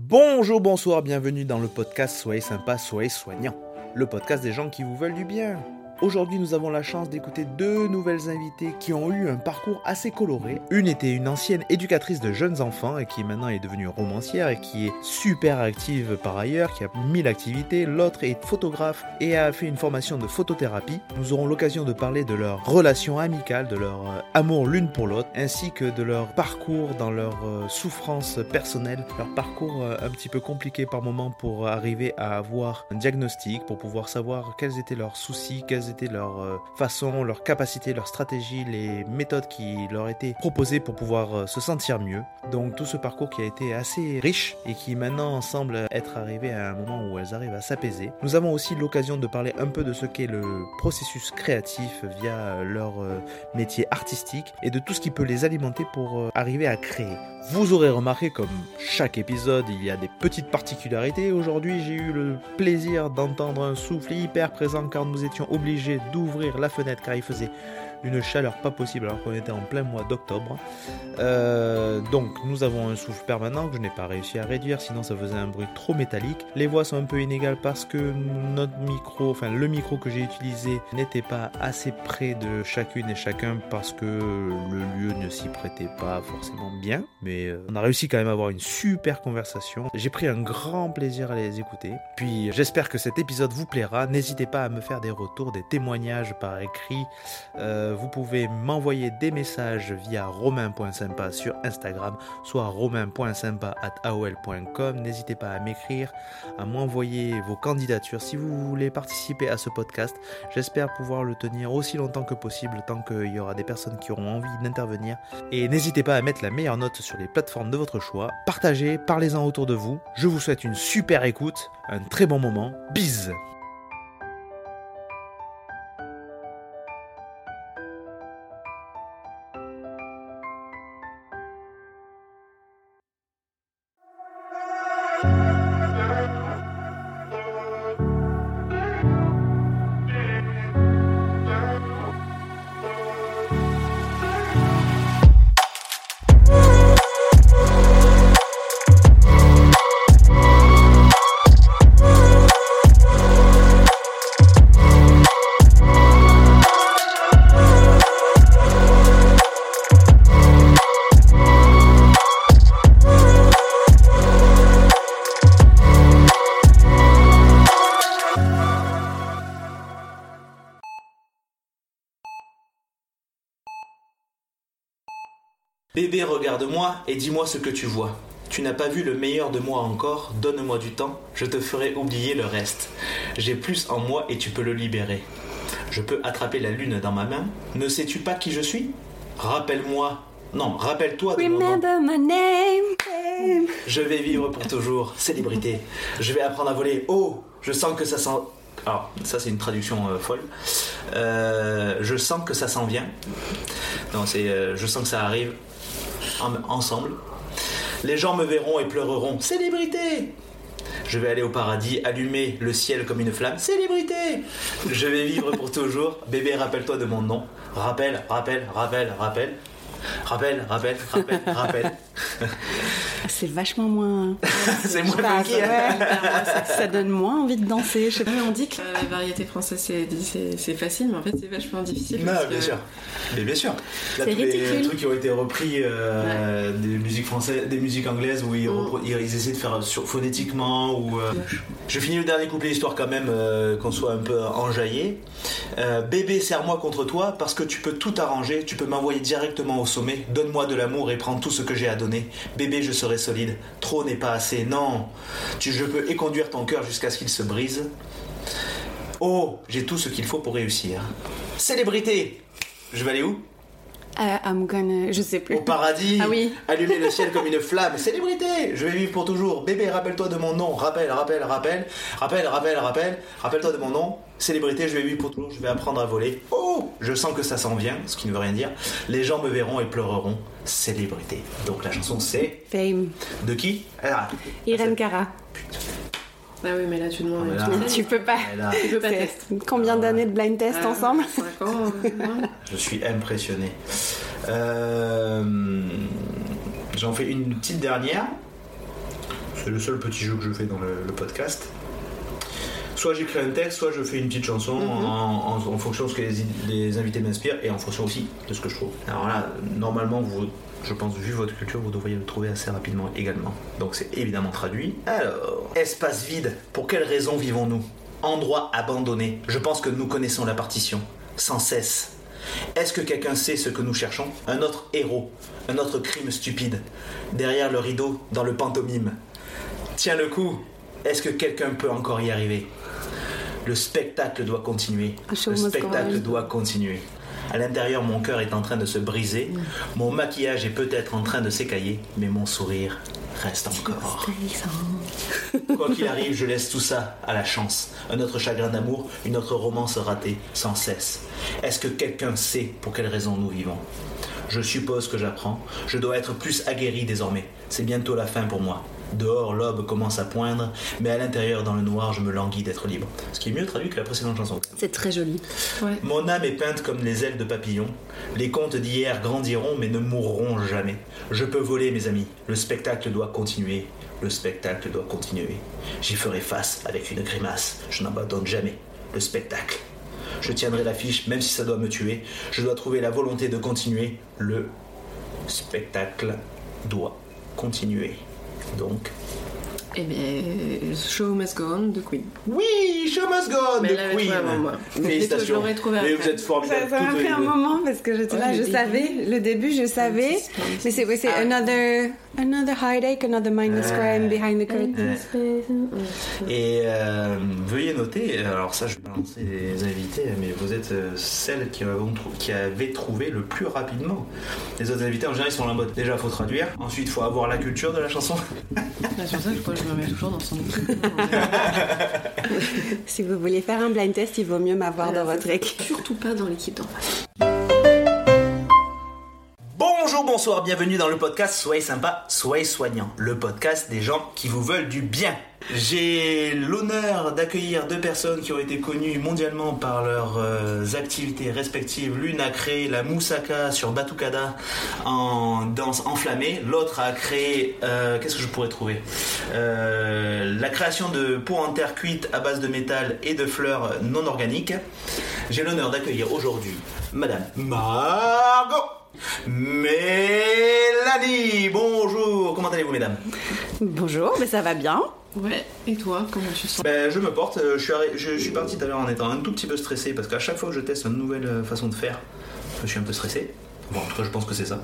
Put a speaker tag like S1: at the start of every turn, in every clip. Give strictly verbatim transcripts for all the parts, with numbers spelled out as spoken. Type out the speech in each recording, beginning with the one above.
S1: Bonjour, bonsoir, bienvenue dans le podcast Soyez sympa, soyez soignant, le podcast des gens qui vous veulent du bien. Aujourd'hui, nous avons la chance d'écouter deux nouvelles invitées qui ont eu un parcours assez coloré. Une était une ancienne éducatrice de jeunes enfants et qui maintenant est devenue romancière et qui est super active par ailleurs, qui a mille activités. L'autre est photographe et a fait une formation de photothérapie. Nous aurons l'occasion de parler de leur relation amicale, de leur euh, amour l'une pour l'autre, ainsi que de leur parcours dans leur euh, souffrance personnelle, leur parcours euh, un petit peu compliqué par moments pour arriver à avoir un diagnostic, pour pouvoir savoir quels étaient leurs soucis, quels étaient leur euh, façon, leur capacité, leur stratégie, les méthodes qui leur étaient proposées pour pouvoir euh, se sentir mieux. Donc tout ce parcours qui a été assez riche et qui maintenant semble être arrivé à un moment où elles arrivent à s'apaiser. Nous avons aussi l'occasion de parler un peu de ce qu'est le processus créatif via leur euh, métier artistique et de tout ce qui peut les alimenter pour euh, arriver à créer. Vous aurez remarqué comme chaque épisode, il y a des petites particularités. Aujourd'hui, j'ai eu le plaisir d'entendre un souffle hyper présent car nous étions obligés d'ouvrir la fenêtre car il faisait une chaleur pas possible alors qu'on était en plein mois d'octobre. Euh, donc nous avons un souffle permanent que je n'ai pas réussi à réduire, sinon ça faisait un bruit trop métallique. Les voix sont un peu inégales parce que notre micro, enfin le micro que j'ai utilisé n'était pas assez près de chacune et chacun parce que le lieu ne s'y prêtait pas forcément bien. Mais euh, on a réussi quand même à avoir une super conversation. J'ai pris un grand plaisir à les écouter. Puis j'espère que cet épisode vous plaira. N'hésitez pas à me faire des retours, des témoignages par écrit. Euh, Vous pouvez m'envoyer des messages via romain point sympa sur Instagram, soit romain point sympa arobase a o l point com. N'hésitez pas à m'écrire, à m'envoyer vos candidatures si vous voulez participer à ce podcast. J'espère pouvoir le tenir aussi longtemps que possible, tant qu'il y aura des personnes qui auront envie d'intervenir. Et n'hésitez pas à mettre la meilleure note sur les plateformes de votre choix. Partagez, parlez-en autour de vous. Je vous souhaite une super écoute, un très bon moment. Bise!
S2: Bébé, regarde-moi et dis-moi ce que tu vois. Tu n'as pas vu le meilleur de moi encore, donne-moi du temps, je te ferai oublier le reste. J'ai plus en moi et tu peux le libérer. Je peux attraper la lune dans ma main. Ne sais-tu pas qui je suis ? Rappelle-moi. Non, rappelle-toi de mon nom.
S3: Remember my name.
S2: Je vais vivre pour toujours, célébrité. Je vais apprendre à voler. Oh, je sens que ça sent... Alors, ça c'est une traduction euh, folle. Euh, je sens que ça s'en vient. Non, c'est... Euh, je sens que ça arrive. En, ensemble. Les gens me verront et pleureront. Célébrité! Je vais aller au paradis, allumer le ciel comme une flamme. Célébrité! Je vais vivre pour toujours. Bébé, rappelle-toi de mon nom. Rappelle, rappelle, rappelle, rappelle. Rappelle, rappelle, rappelle, rappelle.
S3: C'est vachement moins...
S2: C'est moins
S3: pas,
S2: funky.
S3: ouais, ça, ça donne moins envie de danser. Je sais pas.
S4: On dit que la variété française c'est, c'est, c'est facile, mais en fait c'est vachement difficile.
S2: Non,
S4: parce
S2: bien
S4: que...
S2: sûr. Mais bien sûr. Là,
S3: C'est
S2: tous
S3: ridicule.
S2: les trucs qui ont été repris euh, ouais. des musiques françaises, des musiques anglaises où ils, repro- ils, ils essaient de faire sur, phonétiquement. Ou, euh... Je finis le dernier couplet histoire quand même euh, qu'on soit un peu enjaillé. Euh, bébé, serre-moi contre toi parce que tu peux tout arranger. Tu peux m'envoyer directement au sommet. Donne-moi de l'amour et prends tout ce que j'ai à donner. Bébé, je serai solide. Trop n'est pas assez. Non. Tu, je peux éconduire ton cœur jusqu'à ce qu'il se brise. Oh, j'ai tout ce qu'il faut pour réussir. Célébrité. Je vais aller où ?
S3: Uh, I'm gonna... Je sais plus.
S2: Au paradis.
S3: Ah oui.
S2: Allumer le ciel comme une flamme. Célébrité. Je vais vivre pour toujours. Bébé, rappelle-toi de mon nom. Rappelle, rappelle, rappelle. Rappelle, rappelle, rappelle. Rappelle-toi de mon nom. Célébrité, je vais vivre pour toujours. Je vais apprendre à voler. Oh, je sens que ça s'en vient, ce qui ne veut rien dire. Les gens me verront et pleureront. Célébrité. Donc la chanson c'est...
S3: Fame.
S2: De qui ? Ah,
S3: Irène Cara.
S2: Putain.
S4: Ah oui, mais là tu demandes.
S2: Ah, mais là,
S3: Tu peux pas.
S2: Là,
S4: Tu peux pas
S3: C'est
S4: tester.
S3: combien d'années de blind test
S4: Ah,
S3: ensemble
S4: cinq ans. euh, ouais.
S2: je suis impressionné. Euh, j'en fais une petite dernière. C'est le seul petit jeu que je fais dans le, le podcast. Soit j'écris un texte, soit je fais une petite chanson mm-hmm. en, en, en fonction de ce que les, les invités m'inspirent et en fonction aussi de ce que je trouve. Alors là, normalement, vous, je pense, vu votre culture, vous devriez le trouver assez rapidement également. Donc c'est évidemment traduit. Alors, espace vide, pour quelles raisons vivons-nous ? Endroit abandonné, je pense que nous connaissons la partition, sans cesse. Est-ce que quelqu'un sait ce que nous cherchons ? Un autre héros, un autre crime stupide, derrière le rideau, dans le pantomime. Tiens le coup, est-ce que quelqu'un peut encore y arriver ? Le spectacle doit continuer. Le spectacle doit continuer. À l'intérieur, mon cœur est en train de se briser. Mon maquillage est peut-être en train de s'écailler, mais mon sourire reste encore. Quoi qu'il arrive, je laisse tout ça à la chance. Un autre chagrin d'amour, une autre romance ratée, sans cesse. Est-ce que quelqu'un sait pour quelles raisons nous vivons ? Je suppose que j'apprends. Je dois être plus aguerri désormais. C'est bientôt la fin pour moi. Dehors, l'aube commence à poindre, mais à l'intérieur, dans le noir, je me languis d'être libre. Ce qui est mieux traduit que la précédente chanson.
S3: C'est très joli.
S4: Ouais.
S2: Mon âme est peinte comme les ailes de papillon. Les contes d'hier grandiront, mais ne mourront jamais. Je peux voler, mes amis. Le spectacle doit continuer. Le spectacle doit continuer. J'y ferai face avec une grimace. Je n'abandonne jamais. Le spectacle. Je tiendrai l'affiche, même si ça doit me tuer. Je dois trouver la volonté de continuer. Le spectacle doit continuer. Donc...
S4: Eh bien, Show Must Go On de Queen.
S2: Oui, Show Must Go On de Queen.
S4: Avant moi.
S2: Félicitations.
S4: Je l'aurais trouvé après.
S2: Et vous êtes formidables.
S3: Ça m'a pris un moment parce que j'étais
S4: Ouais,
S3: là,
S4: le
S3: je
S4: début.
S3: savais, le début je savais, mais c'est, ouais, c'est
S4: Ah.
S3: another, another heartache, another mindless crime behind the curtain.
S2: Et euh, veuillez noter, alors ça je vais balancer les invités, mais vous êtes euh, celles qui, avons trou- qui avaient trouvé le plus rapidement. Les autres invités en général ils sont en mode, déjà il faut traduire, ensuite il faut avoir la culture de la chanson.
S4: C'est pour ça que je crois que je me mets toujours dans son équipe.
S3: Si vous voulez faire un blind test, il vaut mieux m'avoir dans votre équipe.
S4: Surtout pas dans l'équipe d'en face.
S2: Bonjour, bonsoir, bienvenue dans le podcast Soyez sympa, soyez soignant, le podcast des gens qui vous veulent du bien. J'ai l'honneur d'accueillir deux personnes qui ont été connues mondialement par leurs euh, activités respectives. L'une a créé la moussaka sur Batucada en danse enflammée. L'autre a créé, euh, qu'est-ce que je pourrais trouver euh, la création de pots en terre cuite à base de métal et de fleurs non organiques. J'ai l'honneur d'accueillir aujourd'hui Madame Margot Mélanie. Bonjour, comment allez-vous mesdames?
S3: Bonjour, mais ça va bien.
S4: Ouais, et toi, comment tu te sens?
S2: Ben, je me porte, je suis, arri- je, je suis parti tout à l'heure en étant un tout petit peu stressé parce qu'à chaque fois que je teste une nouvelle façon de faire, je suis un peu stressé. Bon, en tout cas, je pense que c'est ça.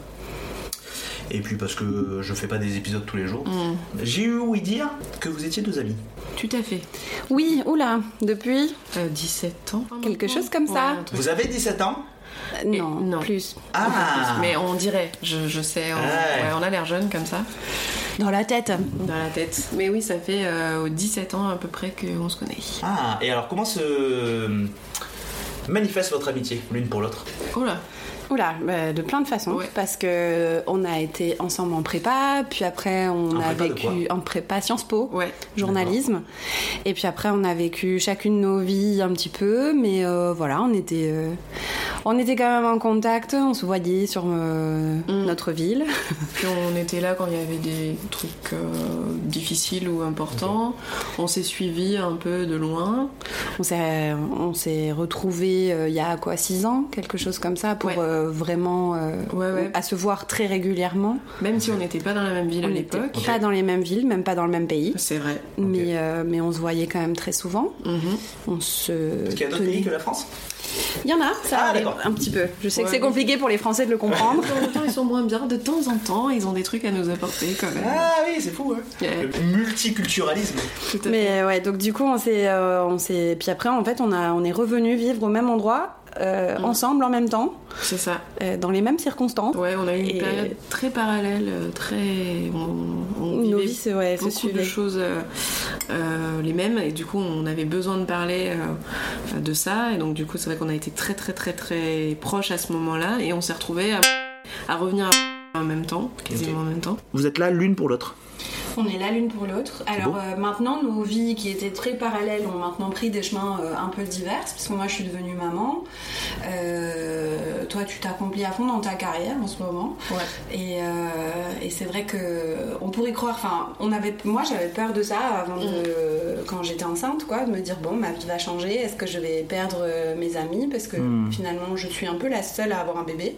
S2: Et puis parce que je fais pas des épisodes tous les jours.
S4: Mmh.
S2: J'ai eu ouï dire que vous étiez deux amis.
S4: Tout à fait.
S3: Oui, oula, depuis
S4: Euh, dix-sept ans.
S3: quelque
S4: maintenant.
S3: chose comme ça.
S4: Ouais, un truc.
S2: Vous avez dix-sept ans?
S3: Euh, non,
S4: non.
S3: plus.
S2: Ah.
S4: Mais on dirait, je, je sais, on,
S2: Ouais.
S4: ouais, on a l'air jeune comme ça,
S3: Dans la tête.
S4: dans la tête. Mais oui, ça fait euh, dix-sept ans à peu près qu'on se connaît.
S2: Ah, et alors comment se manifeste votre amitié l'une pour l'autre?
S4: Oh là.
S3: Oula, bah, de plein de façons.
S4: Ouais.
S3: Parce que on a été ensemble en prépa, puis après on
S2: En
S3: a
S2: prépa de
S3: vécu
S2: quoi
S3: en prépa Sciences Po,
S4: Ouais.
S3: journalisme. Et puis après on a vécu chacune nos vies un petit peu, mais euh, voilà, on était, euh, on était quand même en contact, on se voyait sur euh,
S4: Mm.
S3: notre ville.
S4: Puis on était là quand il y avait des trucs euh, difficiles ou importants. On s'est suivis un peu de loin.
S3: On s'est, on s'est retrouvés euh, il y a quoi, six ans, quelque chose comme ça, pour
S4: Ouais.
S3: euh, vraiment euh,
S4: Ouais, ouais.
S3: à se voir très régulièrement.
S4: Même si on n'était pas dans la même ville
S3: On
S4: à
S3: n'était
S4: l'époque.
S3: pas dans les mêmes villes, même pas dans le même pays.
S4: C'est vrai.
S3: Mais, euh, mais on se voyait quand même très souvent.
S4: Mhm.
S3: On se
S2: Est-ce qu'il y a d'autres
S3: tenait-
S2: pays que la France?
S3: Il y en a, ça
S2: Ah,
S3: arrive
S2: d'accord.
S3: un petit peu. Je sais
S4: Ouais,
S3: que c'est
S4: mais-
S3: compliqué pour les Français de le
S4: De
S3: comprendre.
S4: temps en temps, ils sont moins bien. De temps en temps, ils ont des trucs à nous apporter quand même.
S2: Ah oui, c'est fou, hein.
S4: Ouais.
S2: Le multiculturalisme.
S4: Tout à fait.
S3: Mais ouais, donc du coup, on s'est, euh, on s'est, puis après, en fait, on a, on est revenu vivre au même endroit, euh,
S4: Mm.
S3: ensemble en même temps,
S4: C'est ça.
S3: euh, dans les mêmes circonstances.
S4: Ouais, on a eu une
S3: Et-
S4: période très parallèle, euh, très. On, on
S3: Nos
S4: vivait
S3: vies, se- ouais, se
S4: beaucoup de
S3: suivaient.
S4: choses euh, euh, les mêmes, et du coup, on avait besoin de parler euh, de ça, et donc du coup, c'est vrai qu'on a été très, très, très, très proches à ce moment-là, et on s'est retrouvés à, à revenir en même temps, quasiment
S2: Ok.
S4: en même temps.
S2: Vous êtes là l'une pour l'autre.
S3: On est là l'une pour l'autre. Alors euh, maintenant, nos vies qui étaient très parallèles ont maintenant pris des chemins euh, un peu divers, parce que moi je suis devenue maman. Euh, toi, tu t'accomplis à fond dans ta carrière en ce moment.
S4: Ouais.
S3: Et, euh, et c'est vrai que on pourrait croire. Enfin, on avait, moi j'avais peur de ça avant de, mmh. quand j'étais enceinte, quoi, de me dire bon, ma vie va changer. Est-ce que je vais perdre euh, mes amis parce que mmh. finalement je suis un peu la seule à avoir un bébé.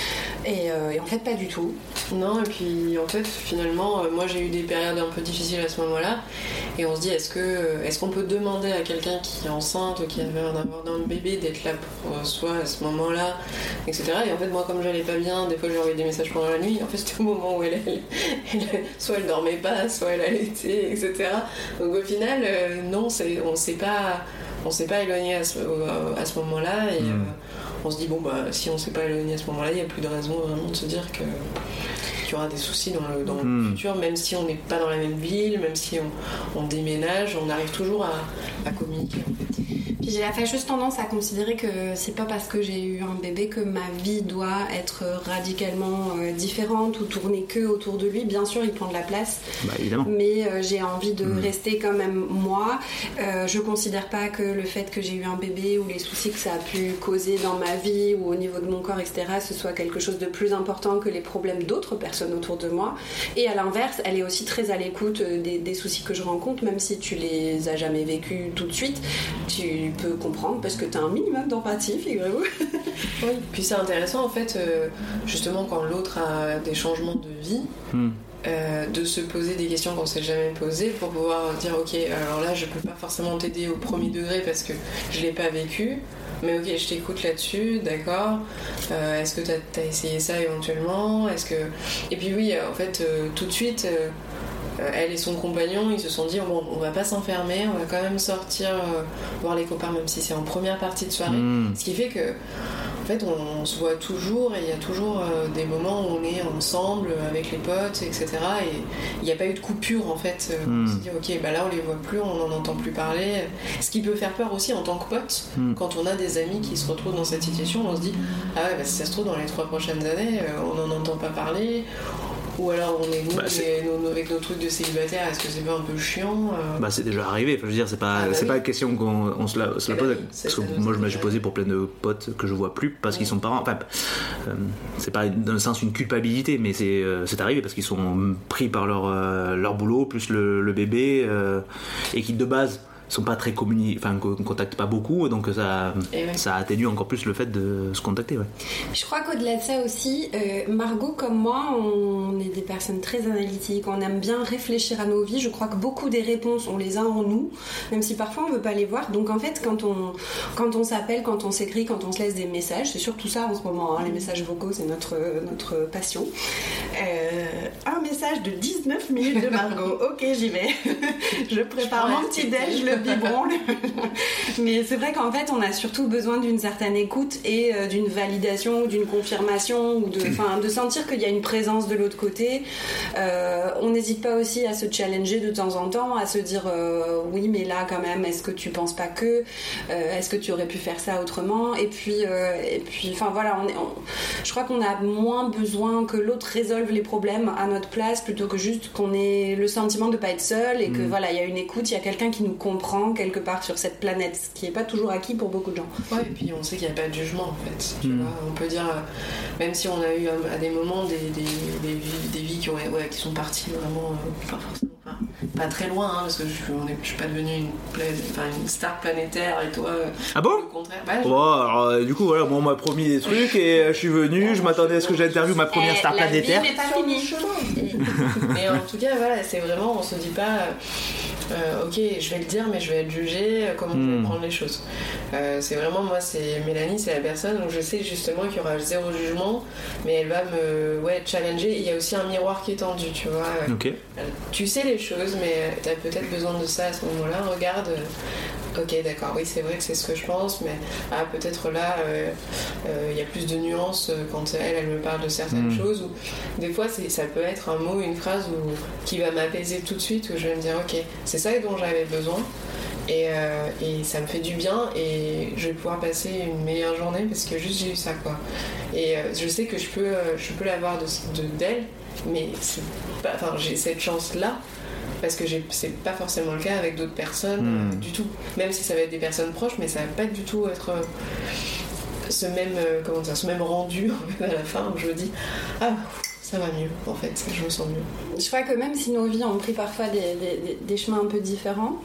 S3: Et, euh, et en fait, pas du tout.
S4: Non, et puis en fait, finalement, euh, moi j'ai eu des périodes un peu difficiles à ce moment-là. Et on se dit, est-ce, que, est-ce qu'on peut demander à quelqu'un qui est enceinte ou qui avait un, un bébé d'être là pour euh, soi à ce moment-là, et cetera. Et en fait, moi, comme j'allais pas bien, des fois je lui envoyais des messages pendant la nuit. En fait, c'était au moment où elle, elle, elle soit elle dormait pas, soit elle allaitait, et cetera. Donc au final, euh, non, c'est, on s'est pas, on s'est pas éloigné à ce, à ce moment-là. Et, mmh. euh, on se dit, bon, bah, si on s'est pas éloigné à ce moment-là, il n'y a plus de raison vraiment de se dire que, qu'il y aura des soucis dans le, dans mmh. le futur, même si on n'est pas dans la même ville, même si on, on déménage, on arrive toujours à, à communiquer, en fait.
S3: Puis j'ai la fâcheuse tendance à considérer que c'est pas parce que j'ai eu un bébé que ma vie doit être radicalement euh, différente ou tourner que autour de lui. Bien sûr, il prend de la place,
S1: bah, évidemment.
S3: mais euh, j'ai envie de
S1: mmh.
S3: rester quand même moi. Euh, je considère pas que le fait que j'ai eu un bébé ou les soucis que ça a pu causer dans ma vie ou au niveau de mon corps, et cetera, ce soit quelque chose de plus important que les problèmes d'autres personnes autour de moi. Et à l'inverse, elle est aussi très à l'écoute des, des soucis que je rencontre, même si tu les as jamais vécus tout de suite. Tu peux comprendre parce que tu as un minimum d'empathie, figurez-vous.
S4: Oui, puis c'est intéressant en fait, euh, justement quand l'autre a des changements de vie, mm. euh, de se poser des questions qu'on s'est jamais posées pour pouvoir dire ok, alors là je peux pas forcément t'aider au premier degré parce que je l'ai pas vécu, mais ok, je t'écoute là-dessus, d'accord. Euh, est-ce que t'as, t'as essayé ça éventuellement? Est-ce que... Et puis oui, en fait, euh, tout de suite... Euh, elle et son compagnon, ils se sont dit bon, on va pas s'enfermer, on va quand même sortir euh, voir les copains, même si c'est en première partie de soirée. Mmh. Ce qui fait que, en fait, on, on se voit toujours et il y a toujours euh, des moments où on est ensemble avec les potes, et cetera. Et il n'y a pas eu de coupure en fait. Mmh. On se dit ok, bah là on les voit plus, on n'en entend plus parler. Ce qui peut faire peur aussi en tant que pote, mmh. quand on a des amis qui se retrouvent dans cette situation, on se dit ah ouais, bah, si ça se trouve dans les trois prochaines années, euh, on n'en entend pas parler. Ou alors on est nous bah, c'est... Et nos, avec nos trucs de célibataire, est-ce que c'est pas un peu chiant euh...
S1: Bah c'est déjà arrivé, enfin, je veux dire, c'est pas, ah, bah, c'est oui. pas une question qu'on on se la, se la pose, bah, oui, parce que moi je me suis posé pour plein de potes que je vois plus parce ouais. qu'ils sont parents, enfin euh, c'est pas dans le sens une culpabilité, mais c'est, euh, c'est arrivé parce qu'ils sont pris par leur, euh, leur boulot, plus le, le bébé, euh, et qui de base sont pas très communi... enfin qu'on contacte pas beaucoup, donc ça ouais. ça atténue encore plus le fait de se contacter. Ouais.
S3: Je crois qu'au-delà de ça aussi, euh, Margot comme moi, on est des personnes très analytiques, on aime bien réfléchir à nos vies. Je crois que beaucoup des réponses, on les a en nous, même si parfois on veut pas les voir. Donc en fait, quand on quand on s'appelle, quand on s'écrit, quand on se laisse des messages, c'est surtout ça en ce moment. Hein, les messages vocaux, c'est notre notre passion. Euh, un message de dix-neuf minutes de Margot. Ok, j'y vais. Je prépare mon petit déj, le biberon. Mais c'est vrai qu'en fait, on a surtout besoin d'une certaine écoute et euh, d'une validation, d'une confirmation, ou de, enfin, de sentir qu'il y a une présence de l'autre côté. Euh, on n'hésite pas aussi à se challenger de temps en temps, à se dire euh, oui, mais là quand même, est-ce que tu penses pas que, euh, est-ce que tu aurais pu faire ça autrement? Et puis, euh, et puis, enfin voilà, on est, on, je crois qu'on a moins besoin que l'autre résolve les problèmes à notre place plutôt que juste qu'on ait le sentiment de pas être seul et que mmh. voilà, il y a une écoute, il y a quelqu'un qui nous comprend quelque part sur cette planète, ce qui n'est pas toujours acquis pour beaucoup de gens.
S4: Ouais, et puis on sait qu'il n'y a pas de jugement en fait. Tu mmh. vois, on peut dire, même si on a eu à des moments des, des, des, vies, des vies qui, ont, ouais, qui sont parties vraiment euh, pas forcément pas, pas très loin, hein, parce que je ne suis pas devenue une, enfin, une star planétaire et toi.
S1: Ah bon?
S4: Au contraire. Bah,
S1: je... bon, alors, euh, du coup, voilà, bon, on m'a promis des trucs et je suis venue, oh, je m'attendais à ce que j'interviewe ma première star
S3: la
S1: planétaire.
S3: Vie n'est pas finie.
S4: Mais en tout cas, voilà, c'est vraiment, on se dit pas. Euh, ok, je vais le dire, mais je vais être jugée, comment mmh. je vais prendre les choses. Euh, c'est vraiment, moi, c'est Mélanie, c'est la personne où je sais justement qu'il y aura zéro jugement, mais elle va me ouais, challenger. Et il y a aussi un miroir qui est tendu, tu vois.
S1: Okay.
S4: Tu sais les choses, mais t'as peut-être besoin de ça à ce moment-là. Regarde, ok, d'accord, oui, c'est vrai que c'est ce que je pense, mais ah, peut-être là, il euh, euh, y a plus de nuances quand elle, elle me parle de certaines mmh. choses. Ou des fois, c'est, ça peut être un mot, une phrase où, qui va m'apaiser tout de suite, où je vais me dire, ok, c'est ça dont j'avais besoin. Et, euh, et ça me fait du bien et je vais pouvoir passer une meilleure journée parce que juste j'ai eu ça, quoi. Et euh, je sais que je peux, euh, je peux l'avoir de, de, d'elle, mais c'est pas, enfin, j'ai cette chance-là parce que j'ai, c'est pas forcément le cas avec d'autres personnes
S2: mmh.
S4: euh, du tout. Même si ça va être des personnes proches, mais ça va pas du tout être euh, ce même euh, comment dire, ce même rendu en fait, à la fin où je me dis ah ça va mieux en fait, je me sens mieux.
S3: Je crois que même si nos vies ont pris parfois des, des, des chemins un peu différents,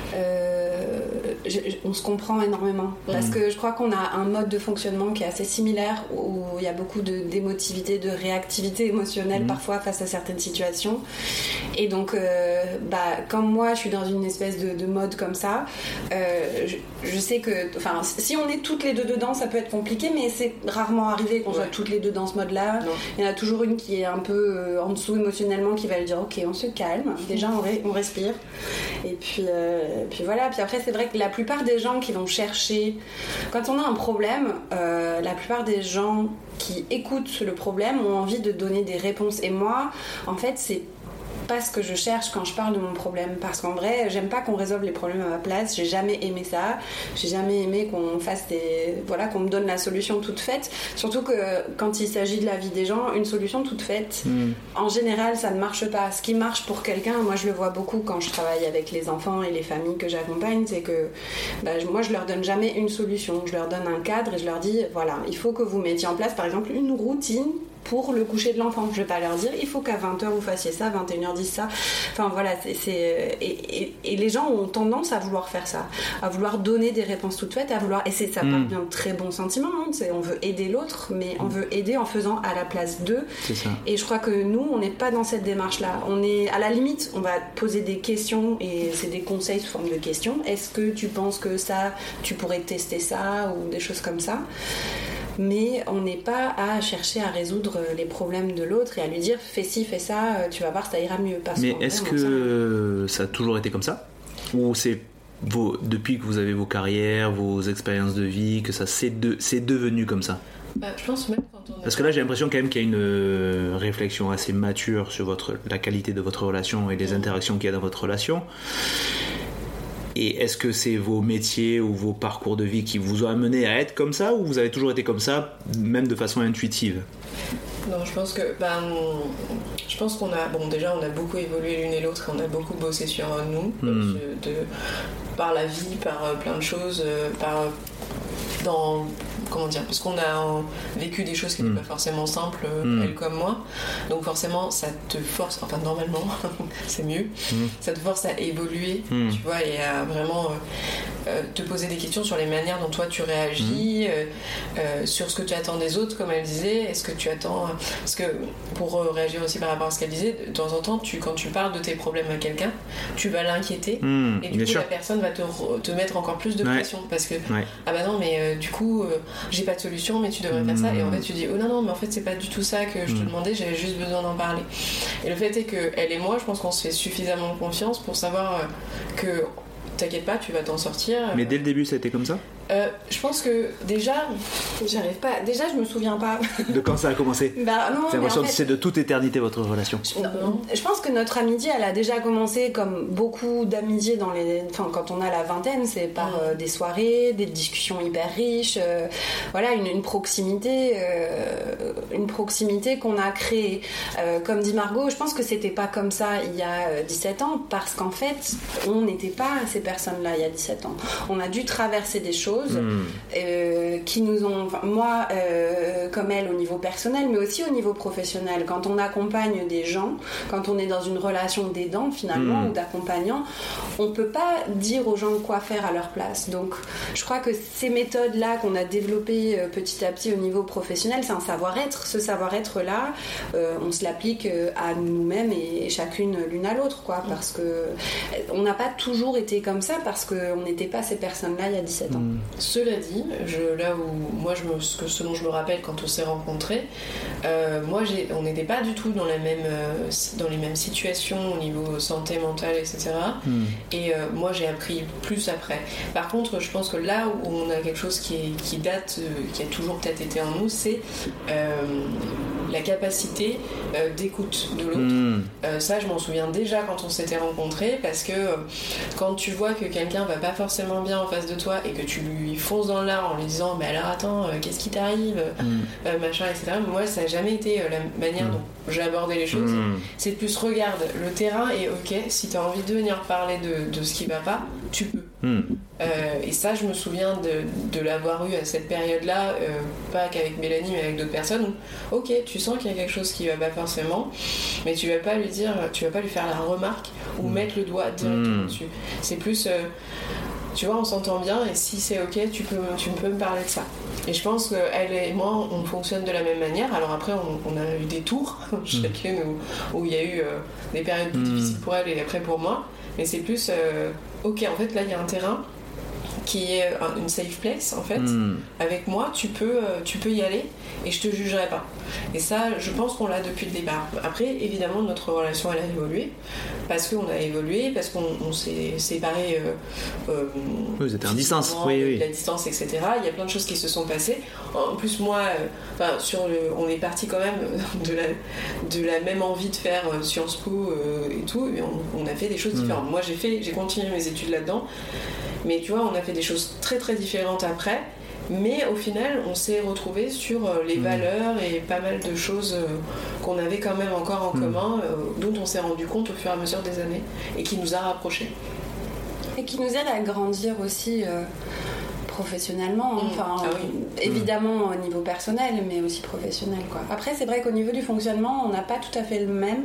S3: euh, je, je, on se comprend énormément. Parce mmh. que je crois qu'on a un mode de fonctionnement qui est assez similaire, où il y a beaucoup de, d'émotivité, de réactivité émotionnelle mmh. parfois face à certaines situations. Et donc, euh, bah, comme moi, je suis dans une espèce de, de mode comme ça, euh, je, je sais que, enfin, si on est toutes les deux dedans, ça peut être compliqué, mais c'est rarement arrivé qu'on ouais. soit toutes les deux dans ce mode-là. Non. Il y en a toujours une qui est un peu euh, en dessous émotionnellement qui va lui dire ok, on se calme, déjà on, ré- on respire et puis, euh, puis voilà. Puis après c'est vrai que la plupart des gens qui vont chercher, quand on a un problème, euh, la plupart des gens qui écoutent le problème ont envie de donner des réponses, et moi en fait c'est pas ce que je cherche quand je parle de mon problème, parce qu'en vrai j'aime pas qu'on résolve les problèmes à ma place, j'ai jamais aimé ça, j'ai jamais aimé qu'on fasse des, voilà, qu'on me donne la solution toute faite, surtout que quand il s'agit de la vie des gens, une solution toute faite mmh. en général ça ne marche pas. Ce qui marche pour quelqu'un, moi je le vois beaucoup quand je travaille avec les enfants et les familles que j'accompagne, c'est que bah, moi je leur donne jamais une solution, je leur donne un cadre et je leur dis voilà, il faut que vous mettiez en place par exemple une routine pour le coucher de l'enfant. Je vais pas leur dire il faut qu'à vingt heures vous fassiez ça, vingt et une heures dix ça. Enfin voilà, c'est, c'est... Et, et, et les gens ont tendance à vouloir faire ça, à vouloir donner des réponses toutes faites, à vouloir, et c'est, ça part d'un très bon sentiment, hein. C'est, on veut aider l'autre, mais on veut aider en faisant à la place d'eux.
S2: C'est ça.
S3: Et je crois que nous, on n'est pas dans cette démarche-là. On est, à la limite, on va poser des questions, et c'est des conseils sous forme de questions. Est-ce que tu penses que ça, tu pourrais tester ça, ou des choses comme ça? Mais on n'est pas à chercher à résoudre les problèmes de l'autre et à lui dire fais ci, fais ça, tu vas voir, ça ira mieux. Parce
S2: mais est-ce que ça a toujours été comme ça? Ou c'est vos, depuis que vous avez vos carrières, vos expériences de vie, que ça c'est, de, c'est devenu comme ça?
S4: Bah, je pense même quand on est...
S2: Parce que là j'ai l'impression quand même qu'il y a une réflexion assez mature sur votre, la qualité de votre relation et les interactions qu'il y a dans votre relation. Et est-ce que c'est vos métiers ou vos parcours de vie qui vous ont amené à être comme ça, ou vous avez toujours été comme ça, même de façon intuitive?
S4: Non, je pense que ben, je pense qu'on a bon déjà on a beaucoup évolué l'une et l'autre et on a beaucoup bossé sur nous mmh. de, de, par la vie, par euh, plein de choses, euh, par dans comment dire, parce qu'on a vécu des choses qui n'étaient mmh. pas forcément simples, mmh. elle comme moi, donc forcément ça te force, enfin normalement c'est mieux, mmh. ça te force à évoluer, mmh. tu vois, et à vraiment euh, euh, te poser des questions sur les manières dont toi tu réagis, mmh. euh, euh, sur ce que tu attends des autres, comme elle disait, est-ce que tu attends, parce que pour euh, réagir aussi par rapport à ce qu'elle disait, de temps en temps tu, quand tu parles de tes problèmes à quelqu'un, tu vas l'inquiéter, mmh. et du Bien coup sûr. La personne va te, te mettre encore plus de ouais. pression, parce que ouais. ah bah non mais euh, du coup euh, j'ai pas de solution, mais tu devrais mmh. faire ça, et en fait tu dis oh non non mais en fait c'est pas du tout ça que je te demandais, j'avais juste besoin d'en parler. Et le fait est que elle et moi, je pense qu'on se fait suffisamment confiance pour savoir que t'inquiète pas, tu vas t'en sortir.
S2: Mais dès le début ça a été comme ça?
S4: Euh, je pense que déjà, j'arrive pas. Déjà, je me souviens pas.
S2: De quand ça a commencé?
S3: Bah non.
S2: J'ai l'impression
S3: en fait,
S2: que c'est de toute éternité votre relation.
S3: Je, non, je pense que notre amitié, elle a déjà commencé comme beaucoup d'amitiés dans les. Enfin, quand on a la vingtaine, c'est par mmh. euh, des soirées, des discussions hyper riches. Euh, voilà, une, une proximité, euh, une proximité qu'on a créée. Euh, comme dit Margot, je pense que c'était pas comme ça il y a dix-sept ans, parce qu'en fait, on n'était pas ces personnes-là il y a dix-sept ans. On a dû traverser des choses. Mmh. Euh, qui nous ont, enfin, moi euh, comme elle au niveau personnel, mais aussi au niveau professionnel, quand on accompagne des gens, quand on est dans une relation d'aidant finalement, mmh. ou d'accompagnant, on peut pas dire aux gens quoi faire à leur place. Donc je crois que ces méthodes là qu'on a développées euh, petit à petit au niveau professionnel, c'est un savoir-être. Ce savoir-être là, euh, on se l'applique euh, à nous-mêmes et, et chacune l'une à l'autre, quoi, parce que euh, on n'a pas toujours été comme ça, parce qu'on n'était pas ces personnes là il y a dix-sept ans. Mmh.
S4: Cela dit, je, là où moi, je me, ce, que, ce dont je me rappelle quand on s'est rencontrés, euh, moi, j'ai, on n'était pas du tout dans, la même, euh, dans les mêmes situations au niveau santé mentale, et cetera. Mm. Et euh, moi, j'ai appris plus après. Par contre, je pense que là où on a quelque chose qui, est, qui date, euh, qui a toujours peut-être été en nous, c'est euh, la capacité euh, d'écoute de l'autre. Mmh. Euh, ça, je m'en souviens déjà quand on s'était rencontrés, parce que euh, quand tu vois que quelqu'un va pas forcément bien en face de toi et que tu lui fonces dans le lard en lui disant mais alors attends, euh, qu'est-ce qui t'arrive, mmh. euh, machin, et cetera. Moi, ça n'a jamais été euh, la manière mmh. dont j'ai abordé les choses. Mmh. C'est plus regarde le terrain et ok, si t'as envie de venir parler de, de ce qui va pas, tu peux. Mmh. Euh, et ça, je me souviens de, de l'avoir eu à cette période-là, euh, pas qu'avec Mélanie, mais avec d'autres personnes. Où, ok, tu sens qu'il y a quelque chose qui va pas forcément, mais tu vas pas lui dire, tu vas pas lui faire la remarque ou mmh. mettre le doigt directement mmh. dessus. C'est plus, euh, tu vois, on s'entend bien et si c'est ok, tu peux, tu peux me parler de ça. Et je pense qu'elle et moi, on fonctionne de la même manière. Alors après, on, on a eu des tours, chacune, où, où il y a eu euh, des périodes plus mmh. difficiles pour elle et après pour moi. Mais c'est plus, euh, ok, en fait, là, il y a un terrain qui est une safe place en fait. Mmh. Avec moi, tu peux, tu peux y aller et je te jugerai pas. Et ça, je pense qu'on l'a depuis le départ. Après, évidemment, notre relation, elle a évolué parce qu'on a évolué, parce qu'on on s'est séparés. Euh, euh,
S1: vous étiez en distance, oui, oui.
S4: La distance, et cetera. Il y a plein de choses qui se sont passées. En plus, moi, euh, sur le, on est parti quand même de la, de la même envie de faire Sciences Po euh, et tout. Et on, on a fait des choses mmh. différentes. Moi, j'ai fait, j'ai continué mes études là-dedans. Mais tu vois, on a fait des choses très très différentes après, mais au final, on s'est retrouvés sur les mmh. valeurs et pas mal de choses qu'on avait quand même encore en mmh. commun, dont on s'est rendu compte au fur et à mesure des années, et qui nous a rapprochés.
S3: Et qui nous aide à grandir aussi euh, professionnellement, mmh. enfin, ah oui. évidemment mmh. au niveau personnel, mais aussi professionnel, quoi. Après, c'est vrai qu'au niveau du fonctionnement, on n'a pas tout à fait le même.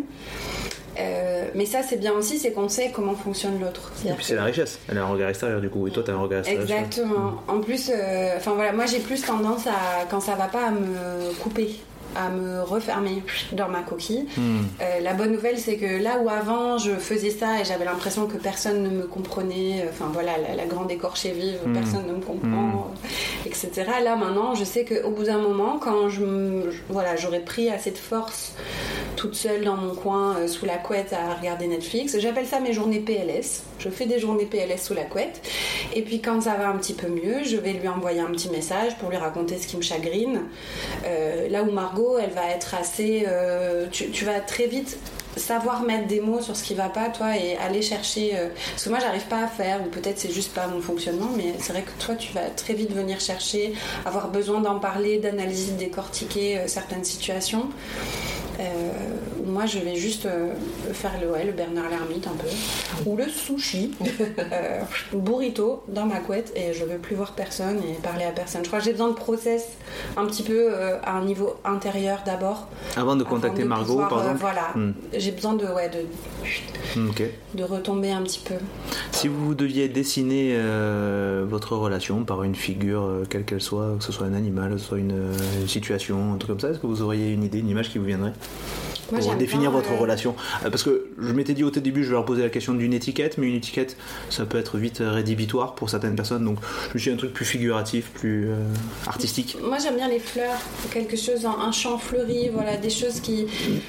S3: Euh, mais ça c'est bien aussi, c'est qu'on sait comment fonctionne l'autre.
S1: Et puis c'est la richesse, elle a un regard extérieur du coup, et toi t'as un regard extérieur.
S3: Exactement. En plus, enfin euh, voilà, moi j'ai plus tendance à, quand ça va pas, à me couper, à me refermer dans ma coquille. Mmh. Euh, la bonne nouvelle, c'est que là où avant je faisais ça et j'avais l'impression que personne ne me comprenait, enfin voilà, la, la grande écorchée vive, mmh. personne ne me comprend, mmh. et cetera. Là maintenant, je sais qu'au bout d'un moment, quand je, me, je voilà, j'aurais pris assez de force toute seule dans mon coin, euh, sous la couette à regarder Netflix. J'appelle ça mes journées P L S. Je fais des journées P L S sous la couette. Et puis quand ça va un petit peu mieux, je vais lui envoyer un petit message pour lui raconter ce qui me chagrine. Euh, là où Margot, elle va être assez... Euh, tu, tu vas très vite savoir mettre des mots sur ce qui va pas, toi, et aller chercher... Euh, parce que moi, j'arrive pas à faire, ou peut-être c'est juste pas mon fonctionnement, mais c'est vrai que toi, tu vas très vite venir chercher, avoir besoin d'en parler, d'analyser, de décortiquer euh, certaines situations. Euh, moi je vais juste euh, faire le, ouais, le Bernard Lhermitte un peu, ou le sushi, euh, burrito dans ma couette, et je veux plus voir personne et parler à personne. Je crois que j'ai besoin de process un petit peu euh, à un niveau intérieur d'abord,
S1: avant de contacter avant de Margot pouvoir, par exemple.
S3: Euh, voilà, mm. j'ai besoin de, ouais, de,
S1: okay.
S3: de retomber un petit peu.
S1: Si vous deviez dessiner euh, votre relation par une figure, euh, quelle qu'elle soit, que ce soit un animal, que ce soit une, une situation, un truc comme ça, est-ce que vous auriez une idée, une image qui vous viendrait pour Moi, définir votre euh... relation? Parce que je m'étais dit au tout début, je vais leur poser la question d'une étiquette, mais une étiquette, ça peut être vite rédhibitoire pour certaines personnes, donc je me suis dit un truc plus figuratif, plus euh, artistique.
S3: Moi j'aime bien les fleurs, quelque chose, un champ fleuri, voilà, des choses qui...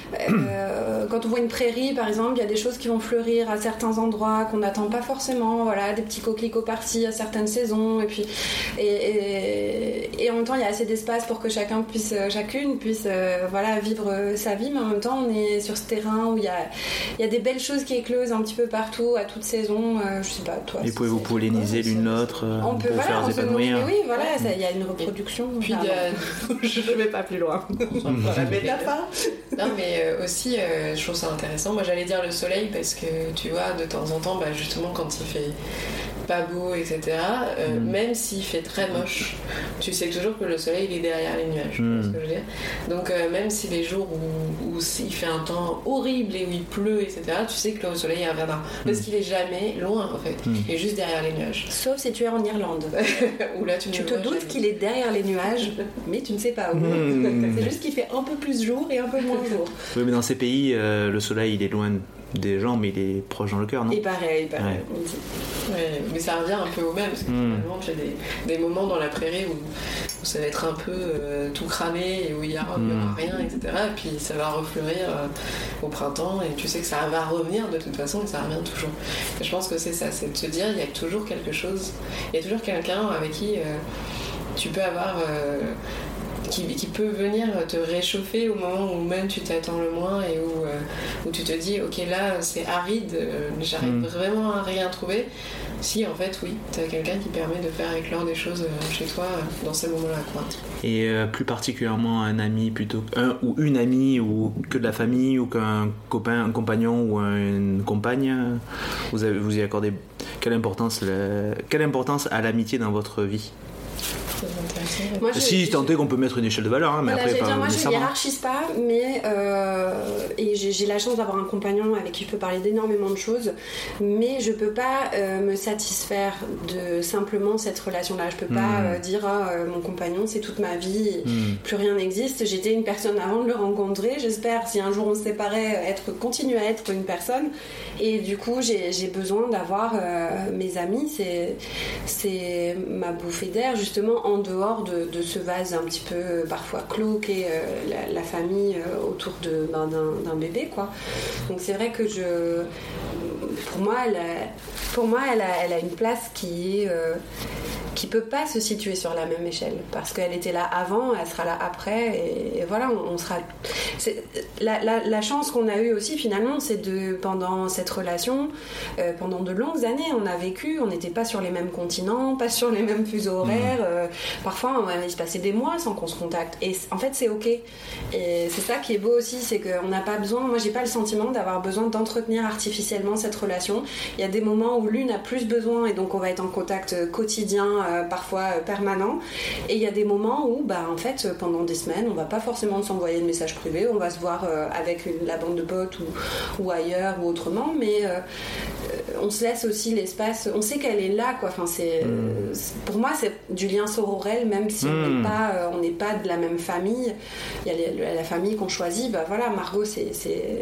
S3: Euh, quand on voit une prairie par exemple, il y a des choses qui vont fleurir à certains endroits qu'on n'attend pas forcément, voilà, des petits coquelicots par-ci à certaines saisons, et puis... Et, et, et en même temps, il y a assez d'espace pour que chacun puisse, chacune puisse euh, voilà, vivre sa vie, mais en même temps, on est sur ce terrain où il y a, il y a des belles choses qui éclosent un petit peu partout, à toute saison. Euh, je sais pas, toi.
S1: Et pouvez-vous polliniser l'une l'autre, euh,
S3: on peut,
S1: pour
S3: voilà,
S1: faire
S3: on
S1: s'épanouir.
S3: Oui, voilà, il y a une reproduction.
S4: Puis, euh,
S3: je ne vais pas plus loin.
S4: Non, mais euh, aussi, euh, je trouve ça intéressant. Moi, j'allais dire le soleil parce que, tu vois, de temps en temps, bah, justement, quand il fait pas beau, et cetera, euh, mm. même s'il fait très moche, tu sais toujours que le soleil il est derrière les nuages, mm. ce que je veux dire. Donc euh, même si les jours où, où il fait un temps horrible et où il pleut, et cetera, tu sais que le soleil il reviendra. Parce mm. qu'il est jamais loin en fait, mm. il est juste derrière les nuages.
S3: Sauf si tu es en Irlande. Où là tu, tu te doutes jamais. Qu'il est derrière les nuages, mais tu ne sais pas où. Mm. C'est juste qu'il fait un peu plus jour et un peu moins jour.
S1: Oui, mais dans ces pays, euh, le soleil il est loin des gens, mais il est proche dans le cœur, non?
S3: Il paraît, il paraît.
S4: Ouais. Ouais, mais ça revient un peu au même, parce que mm. finalement, tu as des, des moments dans la prairie où, où ça va être un peu euh, tout cramé et où il n'y aura, mm. aura rien, et cetera. Et puis ça va refleurir euh, au printemps et tu sais que ça va revenir de toute façon et ça revient toujours. Et je pense que c'est ça, c'est de se dire il y a toujours quelque chose, il y a toujours quelqu'un avec qui euh, tu peux avoir... Euh, qui, qui peut venir te réchauffer au moment où même tu t'attends le moins et où, euh, où tu te dis ok là c'est aride, euh, j'arrive mmh. vraiment à rien trouver. Si en fait oui, tu as quelqu'un qui permet de faire éclore des choses euh, chez toi euh, dans ces moments-là quoi.
S2: Et euh, plus particulièrement un ami plutôt un ou une amie ou que de la famille ou qu'un copain, un compagnon ou une compagne, vous avez, vous y accordez quelle importance le, quelle importance a l'amitié dans votre vie?
S3: Moi, je,
S2: si
S3: je,
S2: tant est qu'on peut mettre une échelle de valeur, hein, mais
S3: voilà,
S2: après pas
S3: dire, moi je ne
S2: nécessairement.
S3: hiérarchise pas, mais euh, et j'ai, j'ai la chance d'avoir un compagnon avec qui je peux parler d'énormément de choses, mais je peux pas euh, me satisfaire de simplement cette relation-là. Je peux pas mmh. euh, dire ah, euh, mon compagnon c'est toute ma vie, et mmh. plus rien n'existe. J'étais une personne avant de le rencontrer. J'espère si un jour on se séparait, être continuer à être une personne. Et du coup j'ai, j'ai besoin d'avoir euh, mes amis. C'est c'est ma bouffée d'air justement en dehors de, de ce vase un petit peu euh, parfois clos qu'est euh, la, la famille euh, autour de, ben, d'un, d'un bébé quoi. Donc c'est vrai que je pour moi elle a, pour moi elle a, elle a une place qui est euh, qui peut pas se situer sur la même échelle parce qu'elle était là avant, elle sera là après et, et voilà on, on sera c'est, la, la, la chance qu'on a eue aussi finalement c'est de pendant cette relation euh, pendant de longues années on a vécu, on n'était pas sur les mêmes continents, pas sur les mêmes fuseaux horaires, mmh. euh, parfois il se passait des mois sans qu'on se contacte et en fait c'est ok et c'est ça qui est beau aussi, c'est qu'on n'a pas besoin, moi j'ai pas le sentiment d'avoir besoin d'entretenir artificiellement cette relation. Il y a des moments où l'une a plus besoin et donc on va être en contact quotidien euh, parfois euh, permanent et il y a des moments où bah, en fait pendant des semaines on va pas forcément s'envoyer de messages privés, on va se voir euh, avec une, la bande de potes ou, ou ailleurs ou autrement mais euh, on se laisse aussi l'espace, on sait qu'elle est là quoi. Enfin, c'est, mmh. c'est, pour moi c'est du lien sororel même si mmh. on n'est pas, euh, on n'est pas de la même famille, il y a les, la famille qu'on choisit, bah voilà Margot c'est, c'est...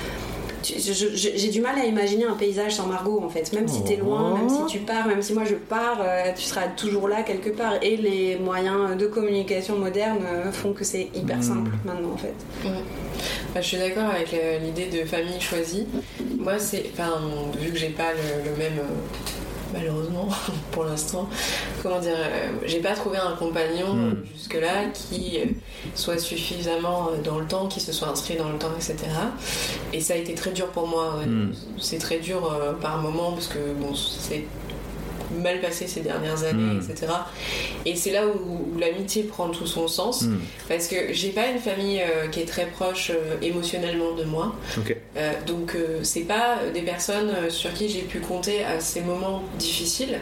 S3: Je, je, j'ai du mal à imaginer un paysage sans Margot en fait, même si t'es loin, même si tu pars, même si moi je pars, euh, tu seras toujours là quelque part et les moyens de communication modernes euh, font que c'est hyper mmh. simple maintenant en fait.
S4: Mmh. Bah, je suis d'accord avec euh, l'idée de famille choisie. Moi c'est, enfin vu que j'ai pas le, le même euh, malheureusement pour l'instant comment dire euh, j'ai pas trouvé un compagnon mmh. jusque là qui euh, soit suffisamment euh, dans le temps, qui se soit inscrit dans le temps, etc. Et ça a été très dur pour moi ouais. mmh. c'est très dur euh, par moment parce que bon c'est mal passé ces dernières années, mmh. et cetera. Et c'est là où, où l'amitié prend tout son sens, mmh. parce que j'ai pas une famille euh, qui est très proche euh, émotionnellement de moi.
S2: Okay.
S4: Euh, donc euh, c'est pas des personnes euh, sur qui j'ai pu compter à ces moments difficiles.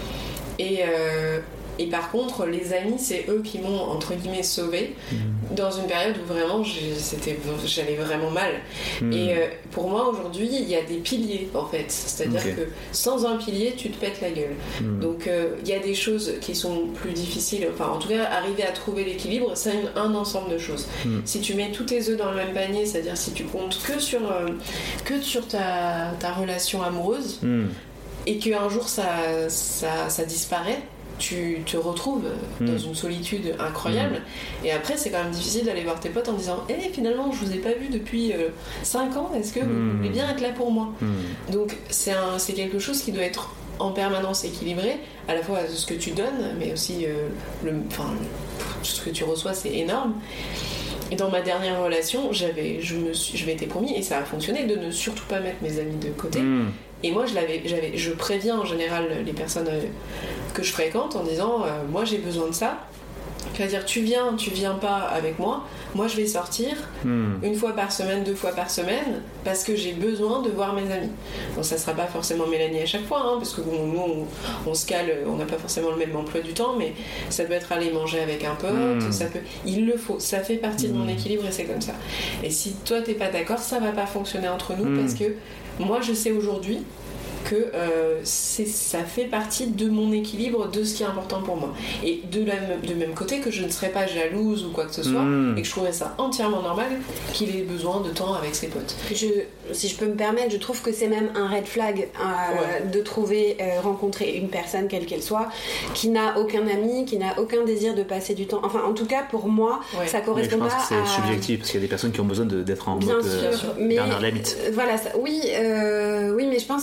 S4: Et euh, Et par contre, les amis, c'est eux qui m'ont, entre guillemets, sauvée mmh. dans une période où vraiment j'ai, c'était, j'allais vraiment mal. Mmh. Et euh, pour moi, aujourd'hui, il y a des piliers, en fait. C'est-à-dire okay. que sans un pilier, tu te pètes la gueule. Mmh. Donc, euh, il y a des choses qui sont plus difficiles. Enfin, en tout cas, arriver à trouver l'équilibre, c'est un, un ensemble de choses. Mmh. Si tu mets tous tes œufs dans le même panier, c'est-à-dire si tu comptes que sur, euh, que sur ta, ta relation amoureuse, mmh. et qu'un jour, ça, ça, ça disparaît, tu te retrouves mmh. dans une solitude incroyable mmh. et après c'est quand même difficile d'aller voir tes potes en disant hé hey, finalement je vous ai pas vu depuis euh, cinq ans, est-ce que mmh. vous voulez bien être là pour moi mmh. donc c'est, un, c'est quelque chose qui doit être en permanence équilibré à la fois de ce que tu donnes mais aussi euh, le, enfin, ce que tu reçois c'est énorme. Et dans ma dernière relation j'avais, je, me suis, je m'étais promis et ça a fonctionné de ne surtout pas mettre mes amis de côté mmh. et moi je, l'avais, j'avais, je préviens en général les personnes euh, que je fréquente en disant euh, moi j'ai besoin de ça, c'est-à-dire tu viens, tu viens pas avec moi, moi je vais sortir mmh. une fois par semaine, deux fois par semaine parce que j'ai besoin de voir mes amis. Bon ça sera pas forcément Mélanie à chaque fois hein, parce que bon, nous on, on se cale, on n'a pas forcément le même emploi du temps mais ça peut être aller manger avec un pote, mmh. ça peut, il le faut, ça fait partie mmh. de mon équilibre et c'est comme ça. Et si toi t'es pas d'accord, ça va pas fonctionner entre nous mmh. parce que moi je sais aujourd'hui que euh, c'est, ça fait partie de mon équilibre, de ce qui est important pour moi. Et de, la, de même côté, que je ne serais pas jalouse ou quoi que ce soit, mmh. et que je trouverais ça entièrement normal qu'il ait besoin de temps avec ses potes.
S3: Je, si je peux me permettre, je trouve que c'est même un red flag euh, ouais. de trouver, euh, rencontrer une personne, quelle qu'elle soit, qui n'a aucun ami, qui n'a aucun désir de passer du temps. Enfin, en tout cas, pour moi, ouais. ça correspond pas à...
S2: Je pense que c'est à... subjectif, parce qu'il y a des personnes qui ont besoin de, d'être en
S3: Bien
S2: mode
S3: sûr,
S2: euh,
S3: mais
S2: Bernard Lemaitre.
S3: Euh, voilà, ça, oui, euh, oui, mais je pense que ces personnes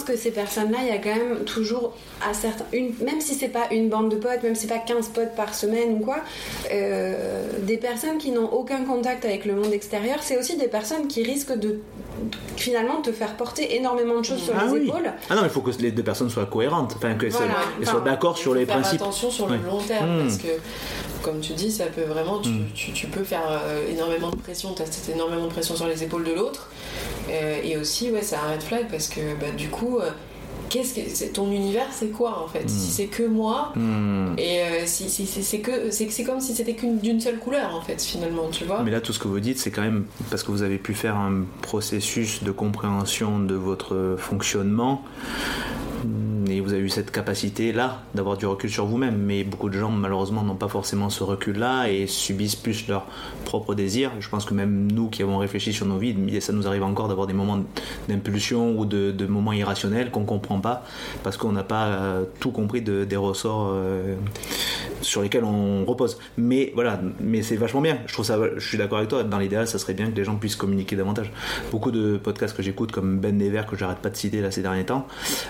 S3: personnes-là, il y a quand même toujours, à certains, une, même si c'est pas une bande de potes, même si c'est pas quinze potes par semaine ou quoi, euh, des personnes qui n'ont aucun contact avec le monde extérieur, c'est aussi des personnes qui risquent de finalement te faire porter énormément de choses sur
S2: ah
S3: les
S2: oui.
S3: épaules.
S2: Ah non, il faut que les deux personnes soient cohérentes, enfin qu'elles
S3: voilà.
S2: soient, enfin, soient d'accord sur les
S4: faire
S2: principes.
S4: Attention sur le
S2: ouais.
S4: long terme,
S2: mmh.
S4: parce que comme tu dis, ça peut vraiment, tu,
S2: mmh.
S4: tu, tu peux faire euh, énormément de pression, tu as cette énormément de pression sur les épaules de l'autre, euh, et aussi ouais, c'est un red flag parce que bah, du coup euh, qu'est-ce que c'est, ton univers c'est quoi en fait, mmh. si c'est que moi mmh. et euh, si, si, si c'est que c'est, c'est comme si c'était qu'une d'une seule couleur en fait finalement, tu vois.
S2: Mais là tout ce que vous dites c'est quand même parce que vous avez pu faire un processus de compréhension de votre fonctionnement et vous avez eu cette capacité là d'avoir du recul sur vous-même, mais beaucoup de gens malheureusement n'ont pas forcément ce recul là et subissent plus leurs propres désirs. Je pense que même nous qui avons réfléchi sur nos vies, ça nous arrive encore d'avoir des moments d'impulsion ou de, de moments irrationnels qu'on comprend pas parce qu'on n'a pas euh, tout compris de, des ressorts euh, sur lesquels on repose. Mais voilà, mais c'est vachement bien, je trouve ça, je suis d'accord avec toi, dans l'idéal ça serait bien que les gens puissent communiquer davantage. Beaucoup de podcasts que j'écoute comme Ben Never que j'arrête pas de citer là ces derniers temps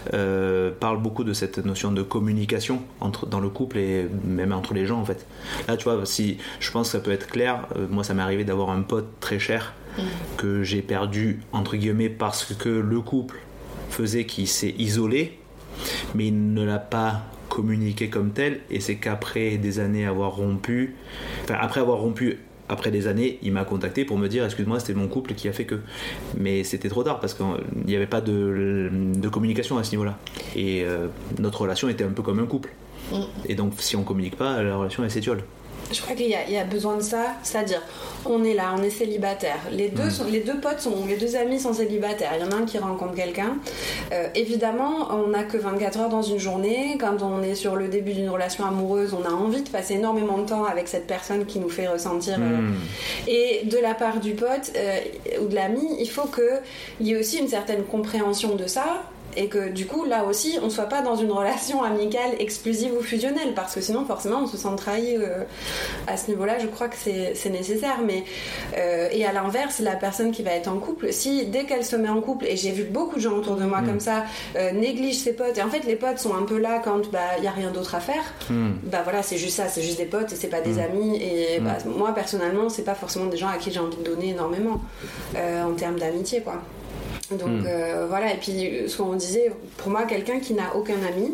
S2: euh, parlent beaucoup de cette notion de communication entre, dans le couple et même entre les gens en fait. Là tu vois, si je pense que ça peut être clair, euh, moi ça m'est arrivé d'avoir un pote très cher mmh. que j'ai perdu entre guillemets parce que le couple faisait qu'il s'est isolé mais il ne l'a pas communiqué comme tel, et c'est qu'après des années avoir rompu, enfin après avoir rompu après des années, il m'a contacté pour me dire excuse-moi, c'était mon couple qui a fait que. Mais c'était trop tard parce qu'il n'y avait pas de, de communication à ce niveau-là. Et euh, notre relation était un peu comme un couple. Mm. Et donc, si on ne communique pas, la relation elle s'étiole.
S3: Je crois qu'il y a, il y a besoin de ça, c'est-à-dire on est là, on est célibataire. Les deux, mmh. sont, les deux potes, sont, les deux amis sont célibataires. Il y en a un qui rencontre quelqu'un. Euh, évidemment, on n'a que vingt-quatre heures dans une journée. Quand on est sur le début d'une relation amoureuse, on a envie de passer énormément de temps avec cette personne qui nous fait ressentir. Mmh. Euh, et de la part du pote euh, ou de l'ami, il faut qu'il y ait aussi une certaine compréhension de ça. Et que du coup là aussi on soit pas dans une relation amicale exclusive ou fusionnelle, parce que sinon forcément on se sent trahi euh, à ce niveau là. Je crois que c'est, c'est nécessaire, mais euh, et à l'inverse, la personne qui va être en couple, si dès qu'elle se met en couple, et j'ai vu beaucoup de gens autour de moi mmh. comme ça euh, néglige ses potes, et en fait les potes sont un peu là quand bah il y a rien d'autre à faire, mmh. bah voilà, c'est juste ça, c'est juste des potes et c'est pas des mmh. amis, et mmh. bah, moi personnellement c'est pas forcément des gens à qui j'ai envie de donner énormément euh, en termes d'amitié quoi. Donc mmh. euh, voilà, et puis ce qu'on disait, pour moi quelqu'un qui n'a aucun ami,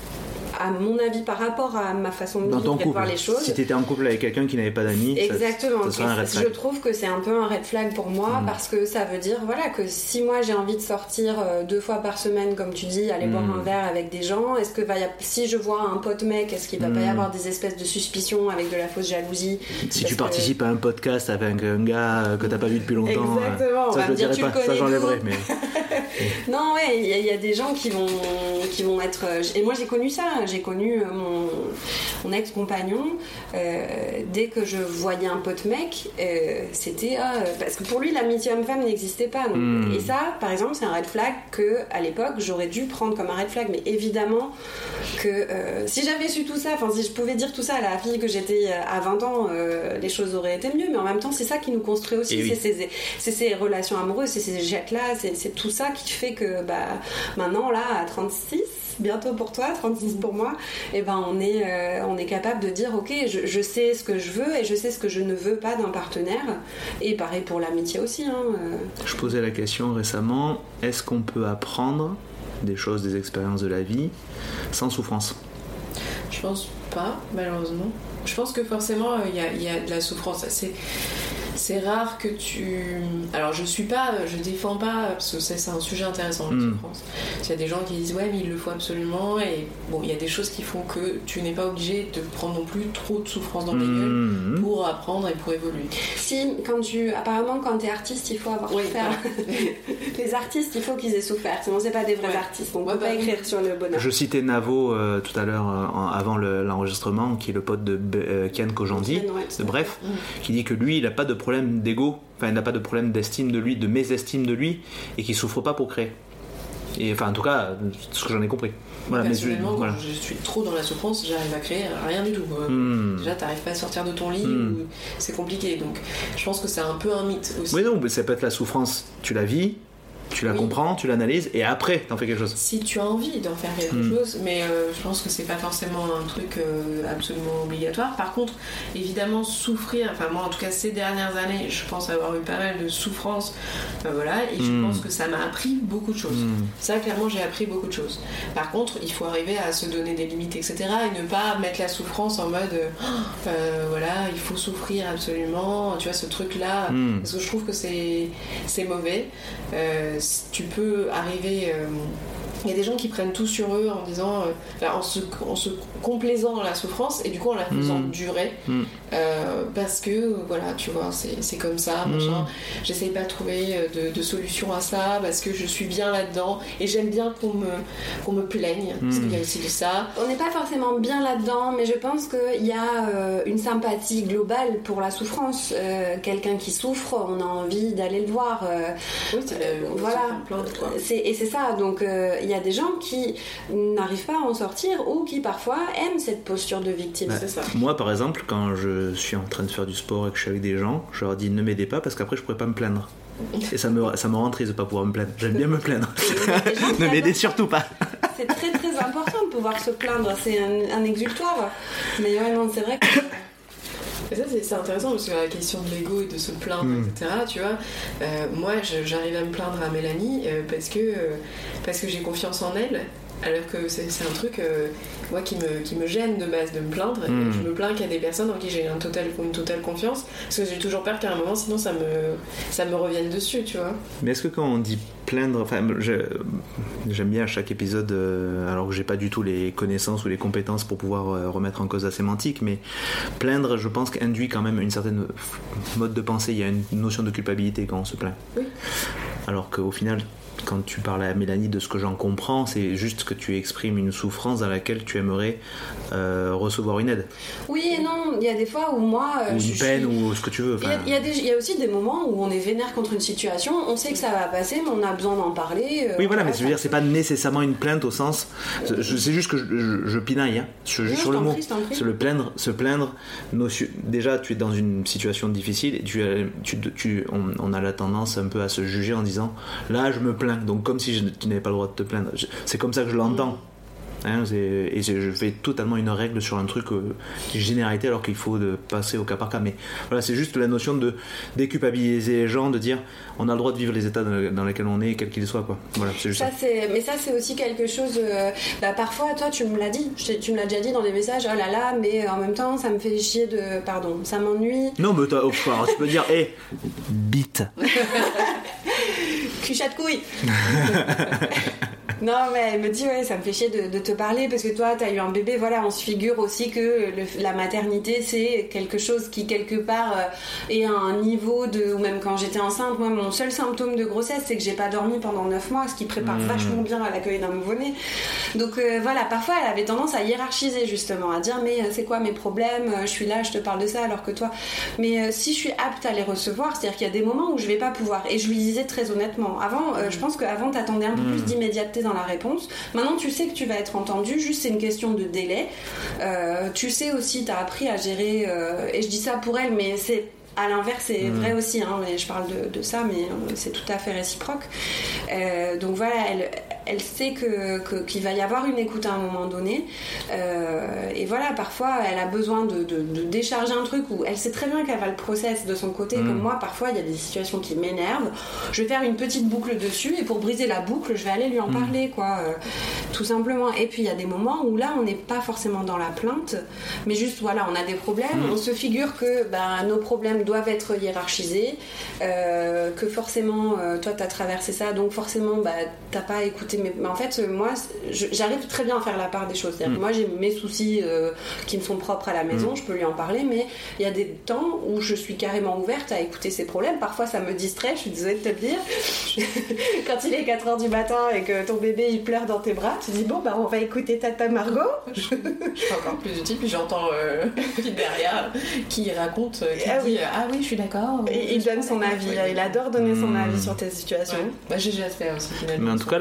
S3: à mon avis par rapport à ma façon de vivre et de voir les choses,
S2: si tu étais en couple avec quelqu'un qui n'avait pas d'amis,
S3: exactement,
S2: ça, ça serait un red flag.
S3: Je trouve que c'est un peu un red flag pour moi, mmh. parce que ça veut dire voilà, que si moi j'ai envie de sortir deux fois par semaine comme tu dis, aller mmh. boire un verre avec des gens, est-ce que va y a... si je vois un pote mec, est-ce qu'il va mmh. pas y avoir des espèces de suspicions avec de la fausse jalousie?
S2: Si tu
S3: que...
S2: participes à un podcast avec un gars que t'as pas vu depuis longtemps,
S3: exactement,
S2: ça je le dirais pas, ça j'enlèverais, mais
S3: non ouais, il y, y a des gens qui vont qui vont être, et moi j'ai connu ça, j'ai connu mon Mon, mon ex-compagnon, euh, dès que je voyais un pote mec, euh, c'était ah, parce que pour lui l'amitié homme-femme n'existait pas. Donc, mmh. Et ça, par exemple, c'est un red flag que à l'époque j'aurais dû prendre comme un red flag. Mais évidemment que euh, si j'avais su tout ça, enfin si je pouvais dire tout ça à la fille que j'étais à vingt ans, euh, les choses auraient été mieux. Mais en même temps, c'est ça qui nous construit aussi. C'est, oui. ces, c'est ces relations amoureuses, c'est ces jets-là, c'est, c'est tout ça qui fait que bah, maintenant là, à trente-six, bientôt pour toi, trente-six pour moi, et ben on est euh, on est capable de dire ok, je, je sais ce que je veux et je sais ce que je ne veux pas d'un partenaire, et pareil pour l'amitié aussi hein, euh.
S2: Je posais la question récemment, est-ce qu'on peut apprendre des choses, des expériences de la vie sans souffrance?
S4: Je pense pas, malheureusement. Je pense que forcément il y a, y a de la souffrance. C'est C'est rare que tu... Alors je suis pas, je défends pas, parce que c'est, c'est un sujet intéressant, la mmh. souffrance. Il y a des gens qui disent ouais mais il le faut absolument, et bon il y a des choses qui font que tu n'es pas obligé de prendre non plus trop de souffrance dans les mmh. gueules pour apprendre et pour évoluer.
S3: Si, quand tu... apparemment quand t'es artiste il faut avoir
S4: oui,
S3: souffert.
S4: Voilà.
S3: Les artistes il faut qu'ils aient souffert, sinon c'est pas des vrais ouais. artistes, on ouais, peut bah, pas oui. écrire sur le bonheur.
S2: Je citais Navo euh, tout à l'heure euh, avant le, l'enregistrement, qui est le pote de euh, Kian Kojandi, ouais, de Bref, mmh. qui dit que lui il a pas de problème d'ego, enfin il n'a pas de problème d'estime de lui, de mésestime de lui, et qu'il souffre pas pour créer. Et enfin en tout cas, ce que j'en ai compris. Voilà,
S4: personnellement,
S2: mais je,
S4: quand
S2: voilà.
S4: je suis trop dans la souffrance, j'arrive à créer rien du tout.
S2: Mmh.
S4: Déjà, t'arrives pas à sortir de ton lit,
S2: mmh.
S4: ou... c'est compliqué. Donc, je pense que c'est un peu un mythe aussi.
S2: Oui, non, mais ça peut être la souffrance, tu la vis, Tu la
S4: oui.
S2: comprends, tu l'analyses et après t'en fais quelque chose.
S4: Si tu as envie d'en faire quelque mmh. chose, mais euh, je pense que c'est pas forcément un truc euh, absolument obligatoire. Par contre, évidemment, souffrir, enfin moi en tout cas ces dernières années, je pense avoir eu pas mal de souffrance, euh, voilà, et je mmh. pense que ça m'a appris beaucoup de choses. Mmh. Ça, clairement, j'ai appris beaucoup de choses. Par contre, il faut arriver à se donner des limites, et cetera, et ne pas mettre la souffrance en mode, euh, euh, voilà, il faut souffrir absolument, tu vois, ce truc-là, mmh. parce que je trouve que c'est, c'est mauvais. Euh, tu peux arriver... Euh, il y a des gens qui prennent tout sur eux en disant, euh, en, se, en se complaisant dans la souffrance et du coup en la faisant mmh. durer mmh. Euh, parce que voilà, tu vois, c'est, c'est comme ça, mmh. machin. J'essaye pas de trouver de, de solution à ça parce que je suis bien là-dedans et j'aime bien qu'on me, qu'on me plaigne mmh. parce qu'il y a aussi de ça.
S3: On n'est pas forcément bien là-dedans, mais je pense qu'il y a euh, une sympathie globale pour la souffrance. Euh, quelqu'un qui souffre, on a envie d'aller le voir. Euh,
S4: oui, c'est euh,
S3: voilà. Plaindre, quoi. C'est, et c'est ça, donc euh, il y a des gens qui n'arrivent pas à en sortir ou qui parfois aiment cette posture de victime.
S2: Bah,
S3: c'est ça.
S2: Moi, par exemple, quand je suis en train de faire du sport et que je suis avec des gens, je leur dis ne m'aidez pas parce qu'après je pourrais pas me plaindre. Et ça me, ça me rend triste de pas pouvoir me plaindre. J'aime bien me plaindre. Ne m'aidez surtout pas.
S3: C'est très très important de pouvoir se plaindre. C'est un, un exutoire. Mais ouais, non, c'est vrai que...
S4: Et ça c'est, c'est intéressant parce que la question de l'ego et de se plaindre, mmh. et cetera. Tu vois, euh, moi je, j'arrive à me plaindre à Mélanie euh, parce que euh, parce que j'ai confiance en elle, alors que c'est, c'est un truc euh, moi qui me qui me gêne de base de me plaindre. Mmh. Je me plains qu'il y a des personnes en qui j'ai un total, une totale confiance parce que j'ai toujours peur qu'à un moment sinon ça me ça me revienne dessus, tu vois.
S2: Mais est-ce que quand on dit plaindre, enfin, je, j'aime bien à chaque épisode, euh, alors que j'ai pas du tout les connaissances ou les compétences pour pouvoir euh, remettre en cause la sémantique, mais plaindre, je pense qu'induit quand même une certaine mode de pensée. Il y a une notion de culpabilité quand on se plaint.
S4: Oui.
S2: Alors qu'au final, quand tu parles à Mélanie, de ce que j'en comprends, c'est juste que tu exprimes une souffrance dans laquelle tu aimerais euh, recevoir une aide.
S3: Oui et non, il y a des fois où moi... Euh,
S2: ou une
S3: je
S2: peine,
S3: suis...
S2: ou ce que tu veux.
S3: Il y, a, il, y a des, il y a aussi des moments où on est vénère contre une situation, on sait que ça va passer, mais on a besoin d'en parler. Euh,
S2: oui, voilà, mais je veux dire, c'est pas nécessairement une plainte au sens... Je, c'est juste que je, je, je pinaille, hein, je,
S3: oui,
S2: sur le mot.
S3: Prie,
S2: se le plaindre, se plaindre notion... déjà, tu es dans une situation difficile, et tu, tu, tu, on, on a la tendance un peu à se juger en disant, là, je me plains, donc comme si je tu n'avais pas le droit de te plaindre. C'est comme ça que je l'entends. Hein, c'est, et c'est, je fais totalement une règle sur un truc euh, qui est généralité alors qu'il faut de passer au cas par cas. Mais voilà, c'est juste la notion de déculpabiliser les gens, de dire on a le droit de vivre les états dans, dans lesquels on est, quels qu'ils soient, quoi. Voilà, c'est juste
S3: ça,
S2: ça.
S3: C'est, mais ça, c'est aussi quelque chose. Euh, bah, parfois, toi, tu me l'as dit, tu me l'as déjà dit dans des messages. Oh là là, mais en même temps, ça me fait chier de. Pardon, ça m'ennuie.
S2: Non, mais t'as, enfin, tu peux dire, hé, hey, bite.
S3: Cul-chat de couille. Non, mais elle me dit, ouais, ça me fait chier de, de te parler parce que toi, t'as eu un bébé. Voilà, on se figure aussi que le, la maternité, c'est quelque chose qui, quelque part, euh, est à un niveau de. Ou même quand j'étais enceinte, moi, mon seul symptôme de grossesse, c'est que j'ai pas dormi pendant neuf mois, ce qui prépare mmh. vachement bien à l'accueil d'un nouveau-né. Donc euh, voilà, parfois, elle avait tendance à hiérarchiser, justement, à dire, mais euh, c'est quoi mes problèmes ? Je suis là, je te parle de ça, alors que toi. Mais euh, si je suis apte à les recevoir, c'est-à-dire qu'il y a des moments où je vais pas pouvoir. Et je lui disais très honnêtement. Avant, euh, je pense qu'avant, t'attendais un peu mmh. plus d'immédiateté dans la réponse. Maintenant, tu sais que tu vas être entendu, juste c'est une question de délai. Euh, tu sais aussi, t'as appris à gérer, euh, et je dis ça pour elle, mais c'est à l'inverse, c'est mmh. vrai aussi, hein, mais je parle de, de ça, mais c'est tout à fait réciproque. Euh, donc voilà, elle, elle sait que, que, qu'il va y avoir une écoute à un moment donné. Euh, et voilà, parfois, elle a besoin de, de, de décharger un truc où elle sait très bien qu'elle va le process de son côté. Mmh. Comme moi, parfois, il y a des situations qui m'énervent. Je vais faire une petite boucle dessus et pour briser la boucle, je vais aller lui en mmh. parler, quoi. Euh, tout simplement. Et puis, il y a des moments où là, on n'est pas forcément dans la plainte, mais juste, voilà, on a des problèmes. Mmh. On se figure que ben, nos problèmes doivent être hiérarchisés, euh, que forcément euh, toi t'as traversé ça, donc forcément bah, t'as pas écouté mes... mais en fait moi je, j'arrive très bien à faire la part des choses, c'est-à-dire mmh. que moi j'ai mes soucis euh, qui me sont propres à la maison, mmh. je peux lui en parler, mais il y a des temps où je suis carrément ouverte à écouter ses problèmes. Parfois ça me distrait, je suis désolée de te le dire. Quand il est quatre heures du matin et que ton bébé il pleure dans tes bras, tu dis bon bah on va écouter Tata Margot.
S4: Je suis encore plus utile, puis j'entends euh, derrière qui raconte, euh, qui ah, dit oui. ah oui je suis d'accord.
S3: Et il donne son avis, oui, il adore donner mmh. son avis sur tes situations.
S4: Ouais. Bah j'ai déjà fait aussi finalement.
S2: Mais en tout cas là, ce que vous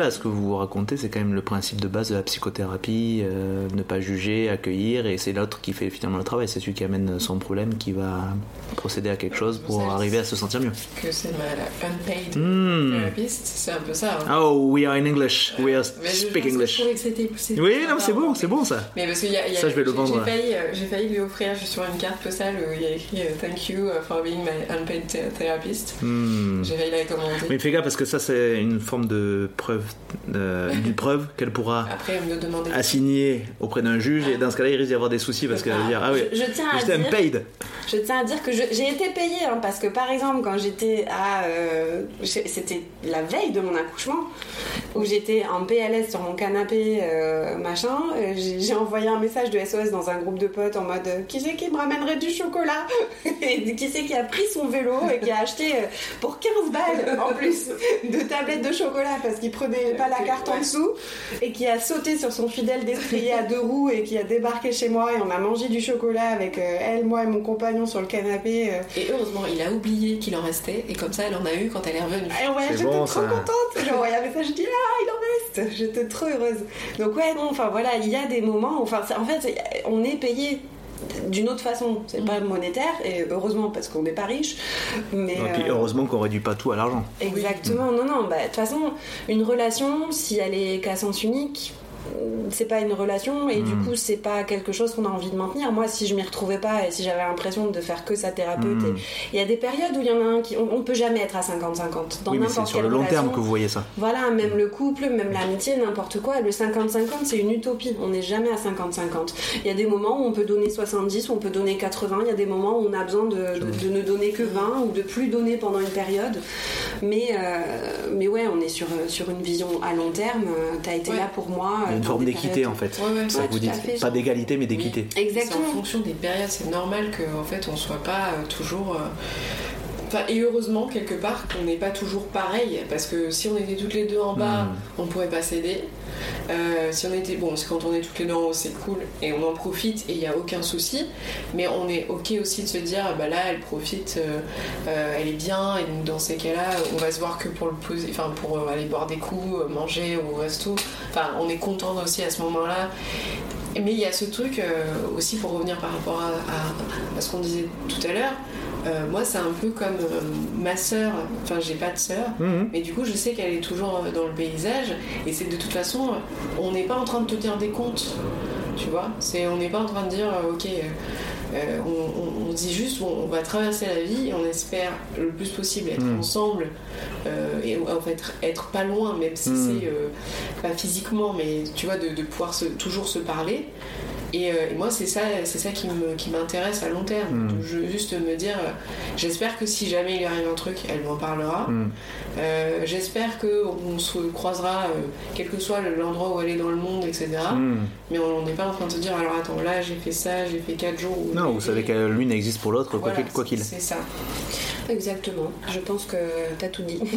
S2: vous racontez, c'est quand même le principe de base de la psychothérapie, euh, ne pas juger, accueillir, et c'est l'autre qui fait finalement le travail, c'est celui qui amène son problème qui va procéder à quelque chose pour ça, arriver à se sentir mieux.
S4: Que c'est la unpaid
S2: mm.
S4: therapist, c'est un peu ça. Hein.
S2: Oh, we are in English, we are
S4: mais
S2: speak
S4: je,
S2: English.
S4: Je que c'était, c'était
S2: oui, non, c'est bon, c'est bon ça.
S4: Mais parce que y a, y a,
S2: ça, je vais le
S4: j'ai,
S2: vendre.
S4: J'ai failli, euh, j'ai failli lui offrir sur une carte postale où il y a écrit uh, Thank you for being my unpaid therapist. Mm. J'ai failli la commander.
S2: Mais fais gaffe parce que ça, c'est une forme de preuve, euh, d'une preuve qu'elle pourra
S4: Après, me demander
S2: assigner auprès d'un juge, ah. et dans ce cas-là, il risque d'y avoir des soucis parce qu'elle va dire ah oui,
S3: je, je tiens à
S2: j'étais
S3: dire,
S2: unpaid.
S3: Je tiens à dire que je, j'ai été payée hein, parce que par exemple quand j'étais à euh, c'était la veille de mon accouchement où j'étais en P L S sur mon canapé euh, machin, euh, j'ai, j'ai envoyé un message de S O S dans un groupe de potes en mode euh, qui c'est qui me ramènerait du chocolat et qui c'est qui a pris son vélo et qui a acheté euh, pour quinze balles en plus de tablettes de chocolat parce qu'il prenait pas la carte en dessous et qui a sauté sur son fidèle destrier à deux roues et qui a débarqué chez moi et on a mangé du chocolat avec euh, elle, moi et mon compagnon sur le canapé. Euh.
S4: Et heureusement, il a oublié qu'il en restait et comme ça, elle en a eu quand elle est revenue.
S3: Et ouais,
S2: c'est
S3: j'étais
S2: bon,
S3: trop
S2: ça.
S3: contente. J'ai envoyé un message, je dis ah, il en reste. J'étais trop heureuse. Donc ouais, non, enfin voilà, il y a des moments, enfin en fait, on est payé d'une autre façon, c'est mmh. pas monétaire et heureusement parce qu'on n'est pas riche mais
S2: et puis heureusement qu'on réduit pas tout à l'argent.
S3: Exactement, oui. non non, bah de toute façon une relation si elle est qu'à sens unique c'est pas une relation et mmh. du coup c'est pas quelque chose qu'on a envie de maintenir. Moi si je m'y retrouvais pas et si j'avais l'impression de faire que sa thérapeute, mmh. il y a des périodes où il y en a un qui on, on peut jamais être à cinquante cinquante dans
S2: oui,
S3: n'importe
S2: mais c'est sur
S3: quelle
S2: le long
S3: relation,
S2: terme que vous voyez ça.
S3: Voilà, même le couple, même l'amitié, n'importe quoi, le cinquante cinquante c'est une utopie, on n'est jamais à cinquante cinquante. Il y a des moments où on peut donner soixante-dix, où on peut donner quatre-vingts, il y a des moments où on a besoin de, de, de ne donner que vingt ou de plus donner pendant une période mais, euh, mais ouais on est sur, sur une vision à long terme. T'as été
S4: ouais.
S3: là pour moi.
S2: Il y a une forme d'équité
S3: périodes.
S2: en fait.
S4: Ouais, ouais,
S2: ça
S3: ouais,
S2: vous dites
S3: fait,
S2: pas d'égalité mais d'équité.
S3: Oui. Exactement.
S4: C'est en fonction des périodes, c'est normal qu'en fait on soit pas euh, toujours. Euh... Enfin, et heureusement quelque part qu'on n'est pas toujours pareil parce que si on était toutes les deux en bas, mmh. on pourrait pas s'aider. Euh, si on était bon, c'est quand on est toutes les deux en haut, c'est cool et on en profite et il y a aucun souci. Mais on est ok aussi de se dire bah là elle profite, euh, euh, elle est bien et donc dans ces cas-là on va se voir que pour le poser, enfin pour euh, aller boire des coups, euh, manger au resto. Enfin on est content aussi à ce moment-là. Mais il y a ce truc euh, aussi pour revenir par rapport à, à, à ce qu'on disait tout à l'heure. Euh, moi c'est un peu comme euh, ma sœur, enfin j'ai pas de sœur, mmh. mais du coup je sais qu'elle est toujours dans le paysage et c'est de toute façon on n'est pas en train de te tenir des comptes, tu vois, c'est, on n'est pas en train de dire euh, ok euh, on, on, on dit juste bon, on va traverser la vie et on espère le plus possible être mmh. ensemble euh, et en fait être pas loin même si mmh. c'est euh, pas physiquement mais tu vois de, de pouvoir se, toujours se parler. Et, euh, et moi c'est ça, c'est ça qui, me, qui m'intéresse à long terme, mmh. de juste me dire euh, j'espère que si jamais il lui arrive un truc elle m'en parlera, mmh. euh, j'espère qu'on se croisera euh, quel que soit l'endroit où elle est dans le monde etc mmh. mais on n'est pas en train de se dire alors attends là j'ai fait ça, j'ai fait quatre jours ou
S2: non, vous savez que l'une existe pour l'autre
S4: voilà,
S2: quoi qu'il
S4: c'est, c'est ça.
S3: Exactement, je pense que t'as tout dit.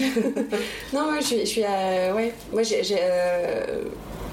S3: Non moi je suis, je suis euh, ouais moi j'ai, j'ai euh...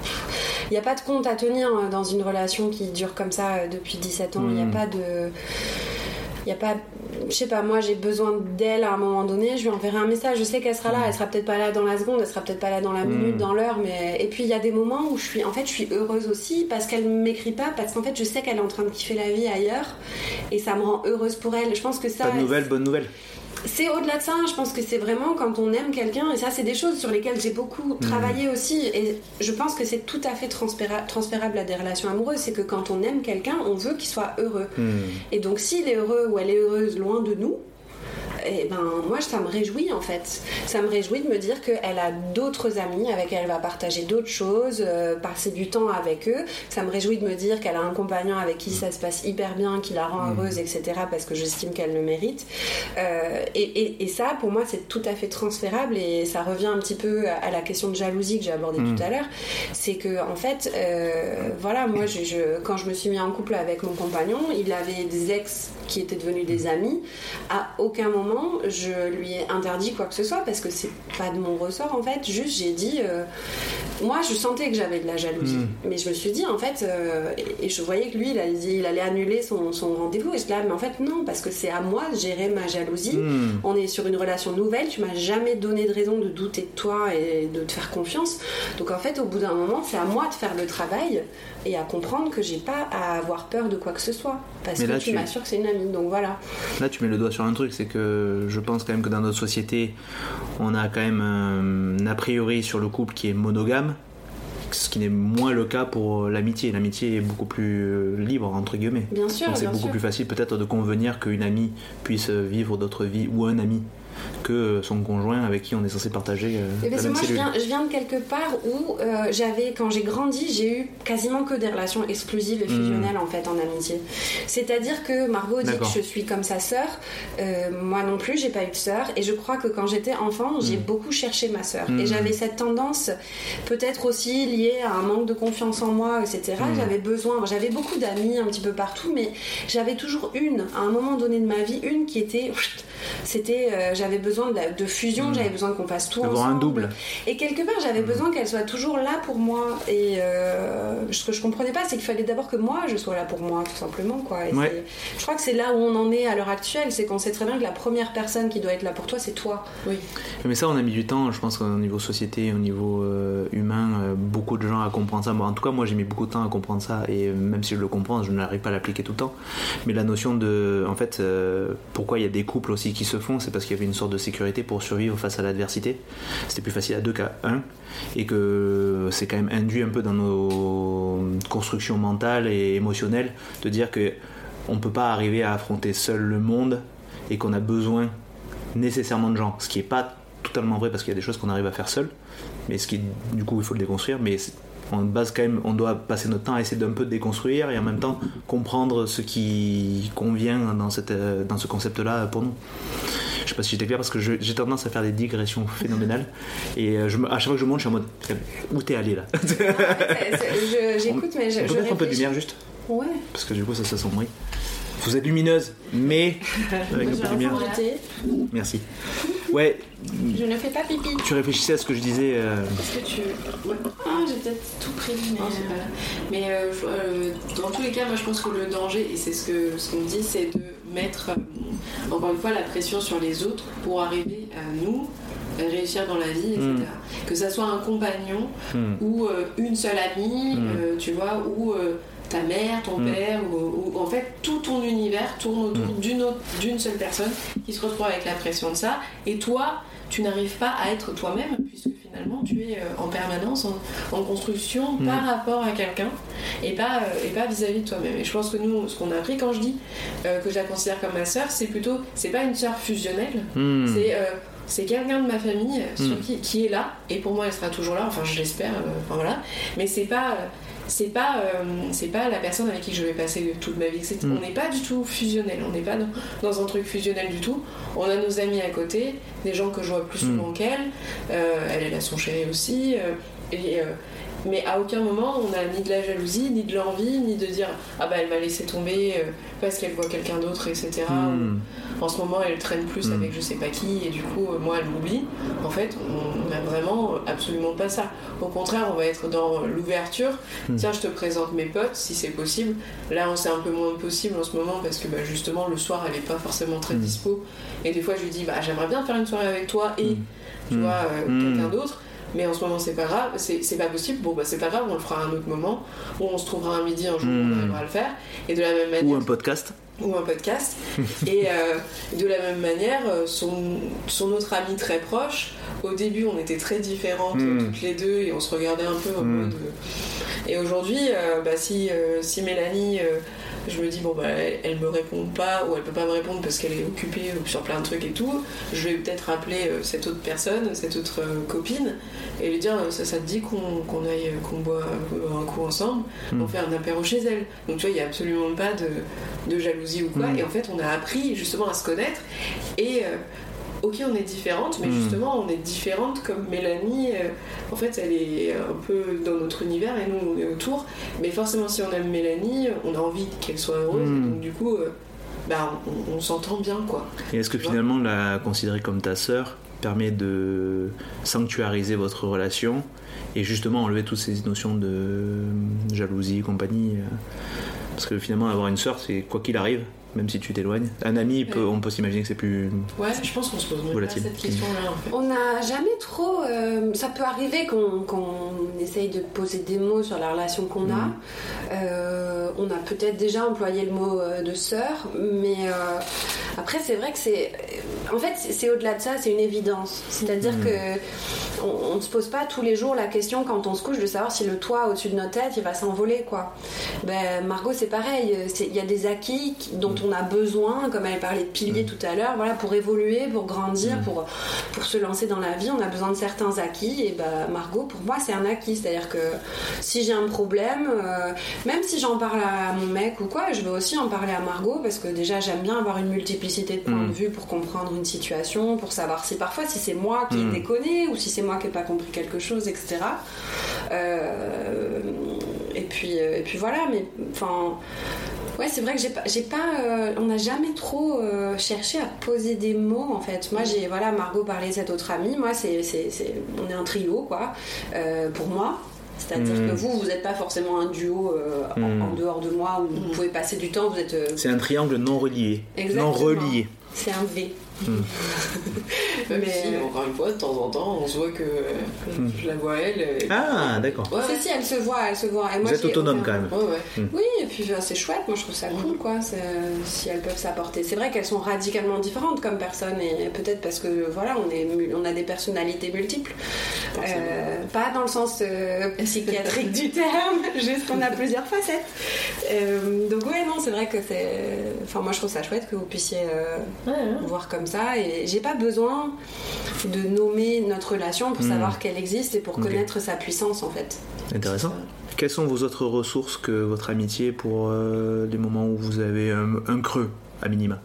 S3: il n'y a pas de compte à tenir dans une relation qui dure comme ça depuis dix-sept ans. Il mmh. n'y a pas de... Il n'y a pas... Je sais pas, moi j'ai besoin d'elle à un moment donné, je lui enverrai un message, je sais qu'elle sera là, elle sera peut-être pas là dans la seconde, elle sera peut-être pas là dans la minute, mmh. dans l'heure, mais... Et puis il y a des moments où je suis... En fait, je suis heureuse aussi parce qu'elle ne m'écrit pas, parce qu'en fait, je sais qu'elle est en train de kiffer la vie ailleurs et ça me rend heureuse pour elle. Je pense que ça...
S2: Pas de nouvelles, bonne nouvelle.
S3: C'est au-delà de ça, je pense que c'est vraiment quand on aime quelqu'un, et ça c'est des choses sur lesquelles j'ai beaucoup mmh. travaillé aussi, et je pense que c'est tout à fait transféra- transférable à des relations amoureuses, c'est que quand on aime quelqu'un, on veut qu'il soit heureux. Mmh. Et donc s'il est heureux ou elle est heureuse loin de nous, et ben moi ça me réjouit en fait. Ça me réjouit de me dire qu'elle a d'autres amis avec qui elle va partager d'autres choses, euh, passer du temps avec eux. Ça me réjouit de me dire qu'elle a un compagnon avec qui ça se passe hyper bien, qui la rend heureuse, et cetera. Parce que j'estime qu'elle le mérite. Euh, et, et, et ça, pour moi, c'est tout à fait transférable et ça revient un petit peu à la question de jalousie que j'ai abordée mmh. tout à l'heure. C'est que en fait, euh, voilà, moi, je, je, quand je me suis mis en couple avec mon compagnon, il avait des ex qui étaient devenus des amis. À aucun moment moment, je lui ai interdit quoi que ce soit parce que c'est pas de mon ressort en fait. Juste, j'ai dit, euh, moi, je sentais que j'avais de la jalousie, mmh. mais je me suis dit en fait, euh, et, et je voyais que lui, il allait, il allait annuler son, son rendez-vous. Et je dis là, mais en fait non, parce que c'est à moi de gérer ma jalousie. Mmh. On est sur une relation nouvelle. Tu m'as jamais donné de raison de douter de toi et de te faire confiance. Donc en fait, au bout d'un moment, c'est à moi de faire le travail et à comprendre que j'ai pas à avoir peur de quoi que ce soit parce mais que là, tu, tu m'assures que c'est une amie. Donc voilà.
S1: Là, tu mets le doigt sur un truc, c'est que je pense quand même que dans notre société, on a quand même un a priori sur le couple qui est monogame, ce qui n'est moins le cas pour l'amitié. L'amitié est beaucoup plus libre, entre guillemets.
S3: Bien sûr.
S1: Donc c'est
S3: bien
S1: beaucoup
S3: sûr.
S1: plus facile peut-être de convenir qu'une amie puisse vivre d'autres vies, ou un ami, que son conjoint avec qui on est censé partager euh,
S3: et
S1: la même
S3: moi,
S1: cellule.
S3: Je viens, je viens de quelque part où euh, j'avais, quand j'ai grandi, j'ai eu quasiment que des relations exclusives et fusionnelles mmh. en fait en amitié. C'est-à-dire que Margot dit D'accord. que je suis comme sa sœur, euh, moi non plus, j'ai pas eu de sœur, et je crois que quand j'étais enfant, mmh. j'ai beaucoup cherché ma sœur. Mmh. Et j'avais cette tendance, peut-être aussi liée à un manque de confiance en moi, et cetera. Mmh. J'avais besoin, j'avais beaucoup d'amis un petit peu partout, mais j'avais toujours une, à un moment donné de ma vie, une qui était, c'était, euh, j'avais besoin de, la, de fusion, mmh. j'avais besoin qu'on fasse tout
S1: Avoir
S3: ensemble.
S1: un double.
S3: Et quelque part, j'avais mmh. besoin qu'elle soit toujours là pour moi. Et euh, ce que je comprenais pas, c'est qu'il fallait d'abord que moi, je sois là pour moi, tout simplement, quoi. Et
S1: ouais.
S3: je crois que c'est là où on en est à l'heure actuelle, c'est qu'on sait très bien que la première personne qui doit être là pour toi, c'est toi.
S4: Oui.
S1: Mais ça, on a mis du temps, je pense qu'au niveau société, au niveau euh, humain, euh, beaucoup de gens à comprendre ça. Bon, en tout cas, moi, j'ai mis beaucoup de temps à comprendre ça, et même si je le comprends, je n'arrive pas à l'appliquer tout le temps. Mais la notion de, en fait, euh, pourquoi il y a des couples aussi qui se font, c'est parce qu'il y avait une sorte de sécurité pour survivre face à l'adversité. C'était plus facile à deux qu'à un, et que c'est quand même induit un peu dans nos constructions mentales et émotionnelles de dire que on peut pas arriver à affronter seul le monde et qu'on a besoin nécessairement de gens, ce qui est pas totalement vrai parce qu'il y a des choses qu'on arrive à faire seul, mais ce qui du coup il faut le déconstruire, mais on base quand même, on doit passer notre temps à essayer d'un peu déconstruire et en même temps comprendre ce qui convient dans, cette, dans ce concept-là pour nous. Je sais pas si j'étais clair parce que je, j'ai tendance à faire des digressions phénoménales et je me, à chaque fois que je monte, je suis en mode où t'es allé là?
S3: Non, c'est, c'est, je, j'écoute, mais je.
S1: On peut
S3: je
S1: mettre un peu de lumière juste?
S3: Ouais.
S1: Parce que du coup, ça s'assombrit. Vous êtes lumineuse, mais avec un peu de lumière. Merci. Ouais.
S3: Je ne fais pas pipi.
S1: Tu réfléchissais à ce que je disais. Euh...
S4: Est-ce que tu. Ouais. Ah, j'ai peut-être tout pris, mais. Non, c'est pas là. Mais euh, euh, dans tous les cas, moi je pense que le danger, et c'est ce que ce qu'on dit, c'est de mettre euh, encore une fois la pression sur les autres pour arriver à nous réussir dans la vie, et cetera. Mmh. Que ça soit un compagnon mmh. ou euh, une seule amie, mmh. euh, tu vois, ou euh, ta mère, ton mmh. père, ou, ou en fait tout ton univers tourne autour mmh. d'une, autre, d'une seule personne qui se retrouve avec la pression de ça, et toi, tu n'arrives pas à être toi-même puisque finalement tu es euh, en permanence en, en construction mmh. par rapport à quelqu'un et pas, euh, et pas vis-à-vis de toi-même. Et je pense que nous, ce qu'on a appris, quand je dis euh, que je la considère comme ma sœur, c'est plutôt, c'est pas une sœur fusionnelle, mmh. c'est euh, c'est quelqu'un de ma famille mmh. sur qui, qui est là, et pour moi elle sera toujours là, enfin je l'espère, euh, enfin voilà, mais c'est pas euh, c'est pas euh, c'est pas la personne avec qui je vais passer toute ma vie. C'est, mmh. on n'est pas du tout fusionnel, on n'est pas dans, dans un truc fusionnel du tout. On a nos amis à côté, des gens que je vois plus souvent mmh. qu'elle, euh, elle elle a son chéri aussi, euh, et euh, mais à aucun moment on a ni de la jalousie, ni de l'envie, ni de dire ah bah elle m'a laissé tomber euh, parce qu'elle voit quelqu'un d'autre, et cetera. Mmh. Ou, en ce moment elle traîne plus mmh. avec je sais pas qui et du coup euh, moi elle m'oublie. En fait on n'a vraiment absolument pas ça. Au contraire, on va être dans l'ouverture. Mmh. Tiens, je te présente mes potes si c'est possible. Là c'est un peu moins possible en ce moment parce que bah, justement le soir elle est pas forcément très mmh. dispo. Et des fois je lui dis bah j'aimerais bien faire une soirée avec toi et mmh. tu vois euh, mmh. quelqu'un d'autre. Mais en ce moment c'est pas grave, c'est, c'est pas possible, bon bah c'est pas grave, on le fera à un autre moment, ou on se trouvera un midi un jour où mmh. on arrivera à le faire, et de la même manière...
S1: Ou un podcast.
S4: Ou un podcast, et euh, de la même manière, son, son autre amie très proche, au début on était très différentes mmh. toutes les deux, et on se regardait un peu en mmh. mode... Et aujourd'hui, euh, bah, si, euh, si Mélanie... Euh, je me dis bon bah elle, elle me répond pas ou elle peut pas me répondre parce qu'elle est occupée sur plein de trucs et tout, je vais peut-être appeler euh, cette autre personne, cette autre euh, copine et lui dire ça, ça te dit qu'on, qu'on aille qu'on boit un coup ensemble, mmh. on fait un apéro chez elle. Donc tu vois, il y a absolument pas de, de jalousie ou quoi, mmh. et en fait on a appris justement à se connaître et euh, ok, on est différentes, mais mmh. justement, on est différentes comme Mélanie. Euh, en fait, elle est un peu dans notre univers et nous, on est autour. Mais forcément, si on aime Mélanie, on a envie qu'elle soit heureuse. Mmh. Et donc, du coup, euh, bah, on, on s'entend bien, quoi.
S2: Et est-ce que finalement la considérer comme ta sœur permet de sanctuariser votre relation et justement enlever toutes ces notions de jalousie et compagnie, parce que finalement avoir une sœur, c'est quoi qu'il arrive, même si tu t'éloignes. Un ami, peut, on peut s'imaginer que c'est plus
S4: ouais, je pense qu'on se pose même pas cette question-là. En fait.
S3: On n'a jamais trop... Euh, ça peut arriver qu'on, qu'on essaye de poser des mots sur la relation qu'on mmh. a. Euh, on a peut-être déjà employé le mot euh, de sœur, mais euh, après, c'est vrai que c'est... En fait, c'est, c'est au-delà de ça, c'est une évidence. C'est-à-dire mmh. que on ne se pose pas tous les jours la question, quand on se couche, de savoir si le toit au-dessus de notre tête, il va s'envoler, quoi. Ben, Margot, c'est pareil. Il y a des acquis dont on a besoin, comme elle parlait de piliers mmh. tout à l'heure, voilà, pour évoluer, pour grandir, mmh. pour, pour se lancer dans la vie, on a besoin de certains acquis. Et ben, Margot, pour moi, c'est un acquis. C'est-à-dire que si j'ai un problème, euh, même si j'en parle à mon mec ou quoi, je vais aussi en parler à Margot, parce que déjà, j'aime bien avoir une multiplicité de points mmh. de vue pour comprendre une situation, pour savoir si parfois, si c'est moi qui ai mmh. déconné ou si c'est moi qui n'ai pas compris quelque chose, et cetera. Euh, et puis, et puis voilà, mais enfin... Ouais, c'est vrai que j'ai pas, j'ai pas euh, on n'a jamais trop euh, cherché à poser des mots, en fait. Moi, j'ai, voilà, Margot parlait de cette autre amie. Moi, c'est, c'est, c'est, on est un trio, quoi, euh, pour moi. C'est-à-dire mmh. que vous, vous n'êtes pas forcément un duo euh, mmh. en, en dehors de moi, où mmh. vous pouvez passer du temps, vous êtes... Euh...
S2: C'est un triangle non relié.
S3: Exactement.
S2: Non relié.
S3: C'est un V.
S2: Mmh.
S4: Même mais... si, encore une fois, de temps en temps, on se voit que mmh. je la vois elle. Et...
S2: Ah, d'accord.
S3: Ouais, si, si, elle se voit, elle se voit. Et moi,
S2: vous êtes autonome
S3: aucun...
S2: quand même.
S4: Ouais, ouais.
S3: Mmh. Oui, et puis c'est chouette, moi je trouve ça cool, quoi, c'est, si elles peuvent s'apporter. C'est vrai qu'elles sont radicalement différentes comme personnes, et peut-être parce que, voilà, on, est, on a des personnalités multiples. Euh, pas dans le sens euh, psychiatrique du terme, juste qu'on a plusieurs facettes. Euh, donc, ouais, non, c'est vrai que c'est. Enfin, moi je trouve ça chouette que vous puissiez euh, ouais, ouais. voir comme ça, et j'ai pas besoin de nommer notre relation pour mmh. savoir qu'elle existe et pour okay. connaître sa puissance, en fait.
S2: Intéressant. Quelles sont vos autres ressources que votre amitié pour euh, les moments où vous avez un, un creux, à minima?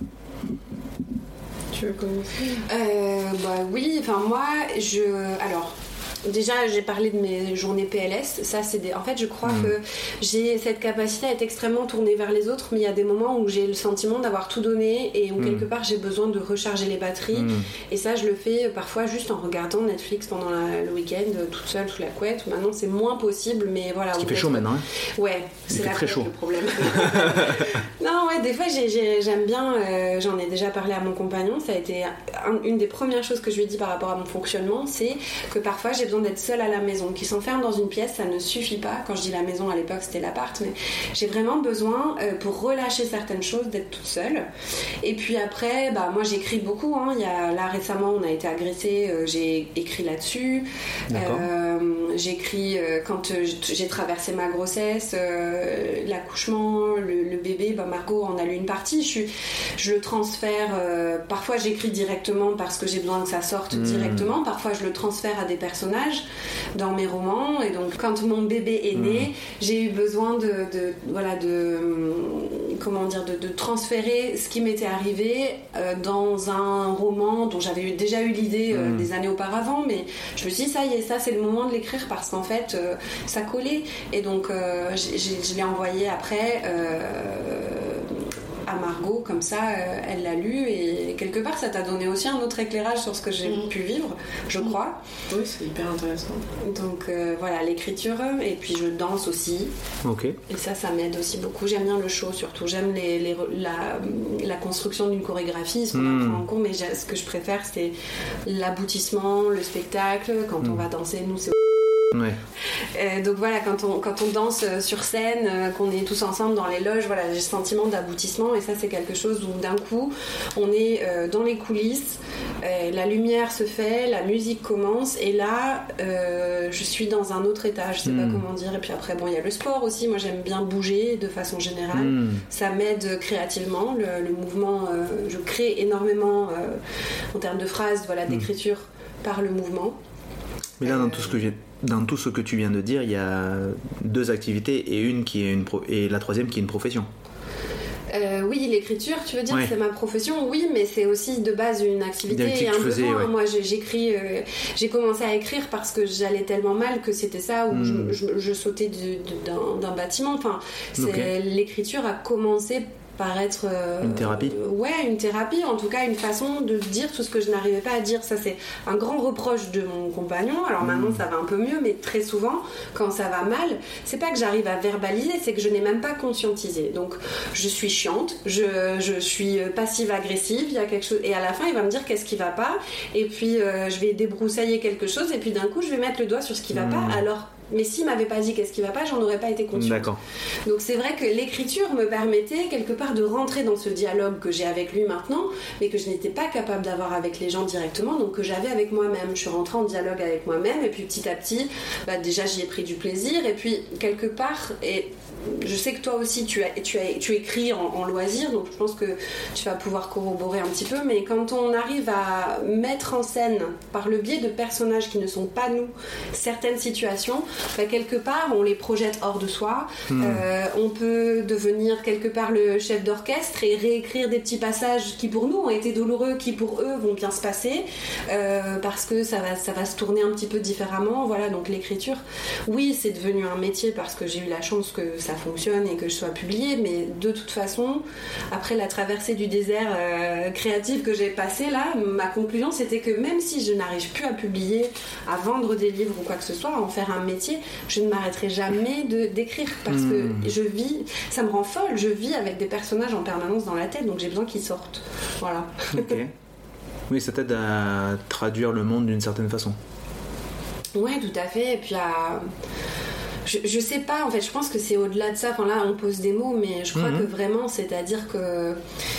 S4: Tu veux commencer?
S3: euh, Bah oui, enfin moi, je... Alors... Déjà, j'ai parlé de mes journées P L S. Ça, c'est des... En fait, je crois mmh. que j'ai cette capacité à être extrêmement tournée vers les autres, mais il y a des moments où j'ai le sentiment d'avoir tout donné et où mmh. quelque part j'ai besoin de recharger les batteries. Mmh. Et ça, je le fais parfois juste en regardant Netflix pendant la... le week-end, toute seule sous la couette. Maintenant, c'est moins possible, mais voilà.
S2: Il fait chaud maintenant. Hein
S3: ouais,
S2: il
S3: c'est
S2: fait
S3: là
S2: très chaud.
S3: Le problème. Non, ouais, des fois, j'ai, j'ai, j'aime bien. Euh, j'en ai déjà parlé à mon compagnon. Ça a été un, une des premières choses que je lui ai dit par rapport à mon fonctionnement, c'est que parfois j'ai d'être seule à la maison, qui s'enferme dans une pièce, ça ne suffit pas. Quand je dis la maison, à l'époque c'était l'appart, mais j'ai vraiment besoin euh, pour relâcher certaines choses d'être toute seule. Et puis après, bah moi j'écris beaucoup. Hein. Il y a, là récemment, on a été agressé, euh, j'ai écrit là-dessus. Euh, j'écris euh, quand euh, j'ai traversé ma grossesse, euh, l'accouchement, le, le bébé. Bah Margot en a lu une partie. Je suis, je le transfère. Euh, parfois j'écris directement parce que j'ai besoin que ça sorte mmh. directement. Parfois je le transfère à des personnages dans mes romans, et donc quand mon bébé est né, mmh. j'ai eu besoin de, de voilà de comment dire de, de transférer ce qui m'était arrivé euh, dans un roman dont j'avais déjà eu l'idée euh, mmh. des années auparavant, mais je me suis dit ça y est, ça c'est le moment de l'écrire parce qu'en fait euh, ça collait, et donc euh, j'ai, j'ai, je l'ai envoyé après euh, à Margot, comme ça euh, elle l'a lu, et quelque part ça t'a donné aussi un autre éclairage sur ce que j'ai mmh. pu vivre, je mmh. crois.
S4: Oui, c'est hyper intéressant.
S3: Donc euh, voilà, l'écriture, et puis je danse aussi.
S2: Ok.
S3: Et ça, ça m'aide aussi beaucoup. J'aime bien le show surtout. J'aime les, les, la, la construction d'une chorégraphie, ce qu'on mmh. apprend en cours, mais ce que je préfère c'est l'aboutissement, le spectacle. Quand mmh. on va danser, nous c'est
S2: Ouais.
S3: Euh, donc voilà, quand on, quand on danse sur scène, euh, qu'on est tous ensemble dans les loges, voilà, j'ai ce sentiment d'aboutissement, et ça c'est quelque chose où d'un coup on est euh, dans les coulisses, euh, la lumière se fait, la musique commence, et là euh, je suis dans un autre état, je sais mmh. pas comment dire. Et puis après bon, il y a le sport aussi, moi j'aime bien bouger de façon générale, mmh. ça m'aide créativement, le, le mouvement, euh, je crée énormément euh, en termes de phrases, voilà, d'écriture mmh. par le mouvement.
S2: Mais là, dans tout ce que j'ai Dans tout ce que tu viens de dire, il y a deux activités et une qui est une pro- et la troisième qui est une profession.
S3: Euh, oui, l'écriture, tu veux dire, ouais. c'est ma profession, oui, mais c'est aussi de base une activité et un
S2: faisais,
S3: besoin.
S2: Ouais.
S3: Moi, j'écris, euh, j'ai commencé à écrire parce que j'allais tellement mal que c'était ça, où mmh. je, je, je sautais de, de, d'un, d'un bâtiment. Enfin, c'est, okay. l'écriture a commencé paraître euh,
S1: une thérapie
S3: euh, ouais une thérapie, en tout cas une façon de dire tout ce que je n'arrivais pas à dire. Ça c'est un grand reproche de mon compagnon. Alors maintenant mmh. ça va un peu mieux, mais très souvent quand ça va mal, c'est pas que j'arrive à verbaliser, c'est que je n'ai même pas conscientisé. Donc je suis chiante, je, je suis passive-agressive, il y a quelque chose, et à la fin il va me dire qu'est-ce qui va pas, et puis euh, je vais débroussailler quelque chose, et puis d'un coup je vais mettre le doigt sur ce qui va mmh. pas. Alors mais s'il m'avait pas dit qu'est-ce qui va pas, j'en aurais pas été consciente.
S1: D'accord.
S3: Donc c'est vrai que l'écriture me permettait quelque part de rentrer dans ce dialogue que j'ai avec lui maintenant, mais que je n'étais pas capable d'avoir avec les gens directement, donc que j'avais avec moi-même. Je suis rentrée en dialogue avec moi-même, et puis petit à petit, bah déjà j'y ai pris du plaisir, et puis quelque part, et je sais que toi aussi tu, as, tu, as, tu écris en, en loisir, donc je pense que tu vas pouvoir corroborer un petit peu, mais quand on arrive à mettre en scène par le biais de personnages qui ne sont pas nous certaines situations, bah, quelque part on les projette hors de soi. mmh. euh, on peut devenir quelque part le chef d'orchestre et réécrire des petits passages qui pour nous ont été douloureux, qui pour eux vont bien se passer, euh, parce que ça va, ça va se tourner un petit peu différemment. Voilà, donc l'écriture, oui, c'est devenu un métier parce que j'ai eu la chance que ça fonctionne et que je sois publiée, mais de toute façon, après la traversée du désert euh, créatif que j'ai passé là, ma conclusion c'était que même si je n'arrive plus à publier, à vendre des livres ou quoi que ce soit, à en faire un métier, je ne m'arrêterai jamais de, d'écrire, parce mmh. que je vis, ça me rend folle, je vis avec des personnages en permanence dans la tête, donc j'ai besoin qu'ils sortent. Voilà.
S1: Ok. Oui, ça t'aide à traduire le monde d'une certaine façon.
S3: Ouais, tout à fait, et puis à... Je, je sais pas, en fait, je pense que c'est au-delà de ça. Enfin là, on pose des mots, mais je crois mmh. que vraiment, c'est-à-dire que euh,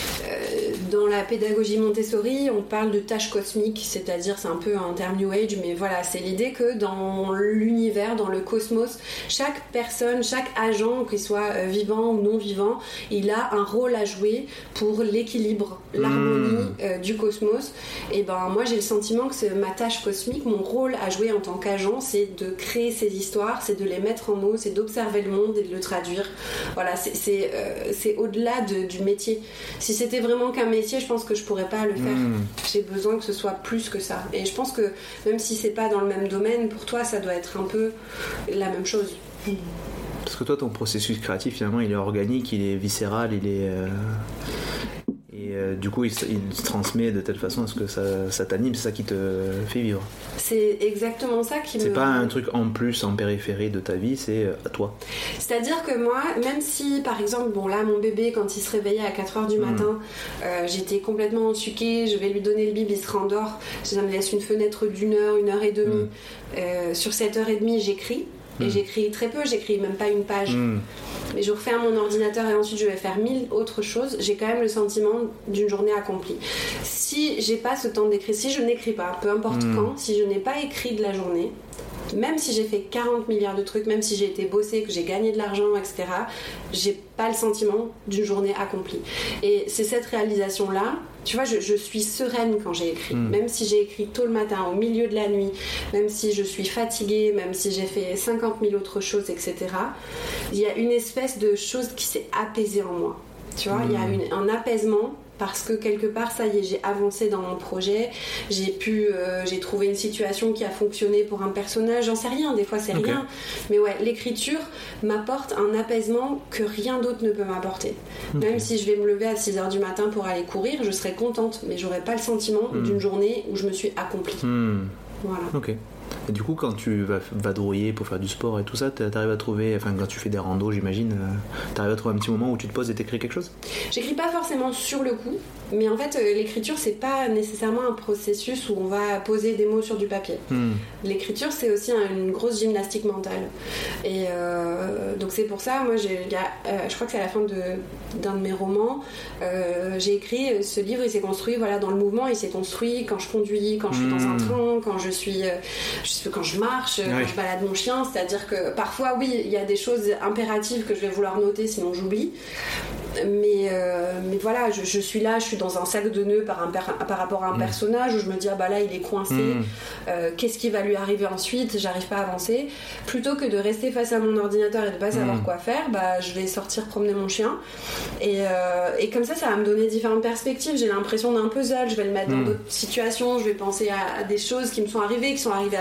S3: dans la pédagogie Montessori, on parle de tâches cosmiques, c'est-à-dire, c'est un peu un terme New Age, mais voilà, c'est l'idée que dans l'univers, dans le cosmos, chaque personne, chaque agent, qu'il soit vivant ou non vivant, il a un rôle à jouer pour l'équilibre, l'harmonie mmh. euh, du cosmos. Et ben moi, j'ai le sentiment que c'est ma tâche cosmique, mon rôle à jouer en tant qu'agent, c'est de créer ces histoires, c'est de les mettre en mots, c'est d'observer le monde et de le traduire. Voilà, c'est, c'est, euh, c'est au-delà de, du métier. Si c'était vraiment qu'un métier, je pense que je pourrais pas le faire. Mmh. J'ai besoin que ce soit plus que ça. Et je pense que même si c'est pas dans le même domaine, pour toi, ça doit être un peu la même chose. Mmh.
S1: Parce que toi, ton processus créatif, finalement, il est organique, il est viscéral, il est... Euh... Et euh, du coup, il se, il se transmet de telle façon à ce que ça, ça t'anime, c'est ça qui te fait vivre.
S3: C'est exactement ça qui
S1: c'est
S3: me...
S1: C'est pas un truc en plus, en périphérie de ta vie, c'est à toi.
S3: C'est-à-dire que moi, même si, par exemple, bon là, mon bébé, quand il se réveillait à quatre heures du mmh. matin, euh, j'étais complètement ensuquée, je vais lui donner le bib, il se rendort, ça me laisse une fenêtre d'une heure, une heure et demie. Mmh. Euh, sur cette heure et demie, j'écris. Et mmh. j'écris très peu, j'écris même pas une page. Mmh. Mais je referme mon ordinateur et ensuite je vais faire mille autres choses. J'ai quand même le sentiment d'une journée accomplie. Si j'ai pas ce temps d'écrire, si je n'écris pas, peu importe mmh. quand, si je n'ai pas écrit de la journée, même si j'ai fait quarante milliards de trucs, même si j'ai été bossée, que j'ai gagné de l'argent, et cetera, j'ai pas le sentiment d'une journée accomplie. Et c'est cette réalisation-là, tu vois, je, je suis sereine quand j'ai écrit. Mmh. Même si j'ai écrit tôt le matin, au milieu de la nuit, même si je suis fatiguée, même si j'ai fait cinquante mille autres choses, et cetera, il y a une espèce de chose qui s'est apaisée en moi. Tu vois, mmh. il y a une, un apaisement. Parce que quelque part, ça y est, j'ai avancé dans mon projet, j'ai pu, euh, j'ai trouvé une situation qui a fonctionné pour un personnage, j'en sais rien, des fois c'est okay. rien. Mais ouais, l'écriture m'apporte un apaisement que rien d'autre ne peut m'apporter. Okay. Même si je vais me lever à six heures du matin pour aller courir, je serai contente, mais j'aurai pas le sentiment mm. d'une journée où je me suis accomplie. Mm. Voilà.
S1: Ok. Et du coup, quand tu vas vadrouiller pour faire du sport et tout ça, t'arrives à trouver, enfin quand tu fais des randos, j'imagine, euh, t'arrives à trouver un petit moment où tu te poses et t'écris quelque chose ?
S3: J'écris pas forcément sur le coup, mais en fait, euh, l'écriture, c'est pas nécessairement un processus où on va poser des mots sur du papier. Hmm. L'écriture, c'est aussi un, une grosse gymnastique mentale. Et euh, donc c'est pour ça, moi, j'ai, y a, euh, je crois que c'est à la fin de, d'un de mes romans, euh, j'ai écrit ce livre, il s'est construit, voilà, dans le mouvement, il s'est construit quand je conduis, quand je suis hmm. dans un train, quand je suis... Euh, quand je marche, oui. quand je balade mon chien, c'est-à-dire que parfois oui, il y a des choses impératives que je vais vouloir noter sinon j'oublie, mais, euh, mais voilà, je, je suis là, je suis dans un sac de nœuds par, un per, par rapport à un mmh. personnage où je me dis ah bah là il est coincé, mmh. euh, qu'est-ce qui va lui arriver ensuite, j'arrive pas à avancer, plutôt que de rester face à mon ordinateur et de pas savoir mmh. quoi faire, bah je vais sortir promener mon chien et, euh, et comme ça ça va me donner différentes perspectives, j'ai l'impression d'un puzzle, je vais le mettre mmh. dans d'autres situations, je vais penser à, à des choses qui me sont arrivées, qui sont arrivées à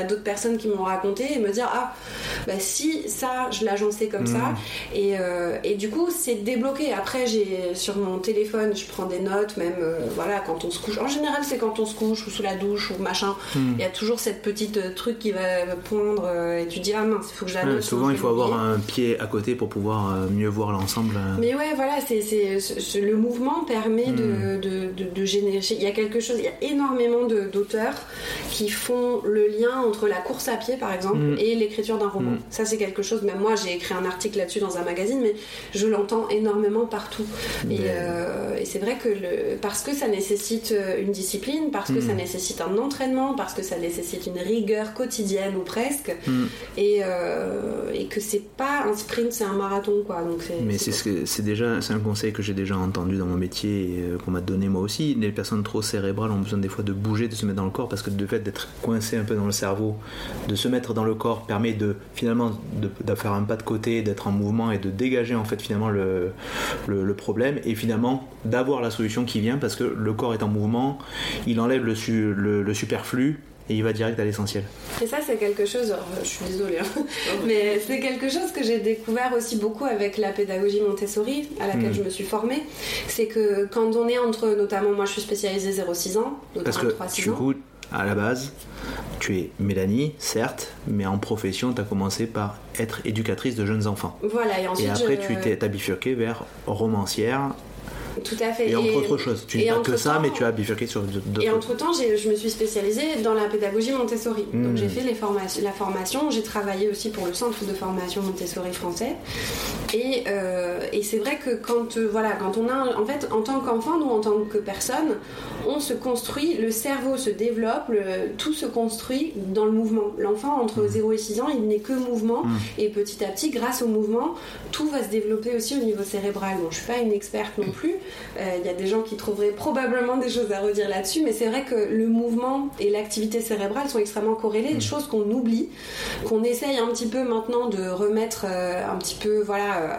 S3: à d'autres personnes qui m'ont raconté et me dire ah bah si ça je l'agençais comme mmh. ça et, euh, et du coup c'est débloqué. Après j'ai sur mon téléphone je prends des notes même euh, voilà quand on se couche. En général c'est quand on se couche ou sous la douche ou machin. Il mmh. y a toujours cette petite euh, truc qui va poindre euh, et tu dis ah mince il faut que je la note.
S2: Ouais, souvent il faut avoir un pied à côté pour pouvoir euh, mieux voir l'ensemble. Euh...
S3: Mais ouais voilà c'est, c'est, c'est le mouvement permet mmh. de, de, de, de générer. Il y a quelque chose, il y a énormément de, d'auteurs qui font le lien entre la course à pied par exemple mmh. et l'écriture d'un roman. Mmh. Ça c'est quelque chose, même moi j'ai écrit un article là-dessus dans un magazine, mais je l'entends énormément partout. Mais... Et, euh, et c'est vrai que le, parce que ça nécessite une discipline, parce que mmh. ça nécessite un entraînement, parce que ça nécessite une rigueur quotidienne ou presque, mmh. et, euh, et que c'est pas un sprint, c'est un marathon quoi. Donc c'est,
S2: mais
S3: c'est,
S2: c'est, ce que, c'est déjà c'est un conseil que j'ai déjà entendu dans mon métier et euh, qu'on m'a donné moi aussi. Les personnes trop cérébrales ont besoin des fois de bouger, de se mettre dans le corps, parce que le fait d'être coincé un peu dans le cerveau, de se mettre dans le corps permet de finalement de, de faire un pas de côté, d'être en mouvement et de dégager en fait finalement le, le, le problème et finalement d'avoir la solution qui vient, parce que le corps est en mouvement, il enlève le, su, le, le superflu et il va direct à l'essentiel.
S3: Et ça c'est quelque chose, je suis désolée hein, mais c'est quelque chose que j'ai découvert aussi beaucoup avec la pédagogie Montessori à laquelle mmh. je me suis formée. C'est que quand on est entre, notamment moi je suis spécialisée zéro six ans, donc
S2: parce que du coup à la base tu es Mélanie certes, mais en profession tu as commencé par être éducatrice de jeunes enfants.
S3: Voilà, et ensuite
S2: et après
S3: je...
S2: tu t'es t'as bifurqué vers romancière.
S3: Tout à fait.
S2: Et entre et, autres choses. Tu n'es pas que ça, mais tu as bifurqué sur d'autres
S3: Et
S2: choses.
S3: entre-temps, j'ai, je me suis spécialisée dans la pédagogie Montessori. Mmh. Donc j'ai fait les formations, la formation. J'ai travaillé aussi pour le centre de formation Montessori français. Et, euh, et c'est vrai que quand, euh, voilà, quand on a... En fait, en tant qu'enfant ou en tant que personne, on se construit, le cerveau se développe, le, tout se construit dans le mouvement. L'enfant, entre mmh. zéro et six ans, il n'est que mouvement. Mmh. Et petit à petit, grâce au mouvement, tout va se développer aussi au niveau cérébral. Bon, je ne suis pas une experte non plus. Il euh, y a des gens qui trouveraient probablement des choses à redire là-dessus, mais c'est vrai que le mouvement et l'activité cérébrale sont extrêmement corrélés, mmh. choses qu'on oublie, qu'on essaye un petit peu maintenant de remettre euh, un petit peu voilà, euh,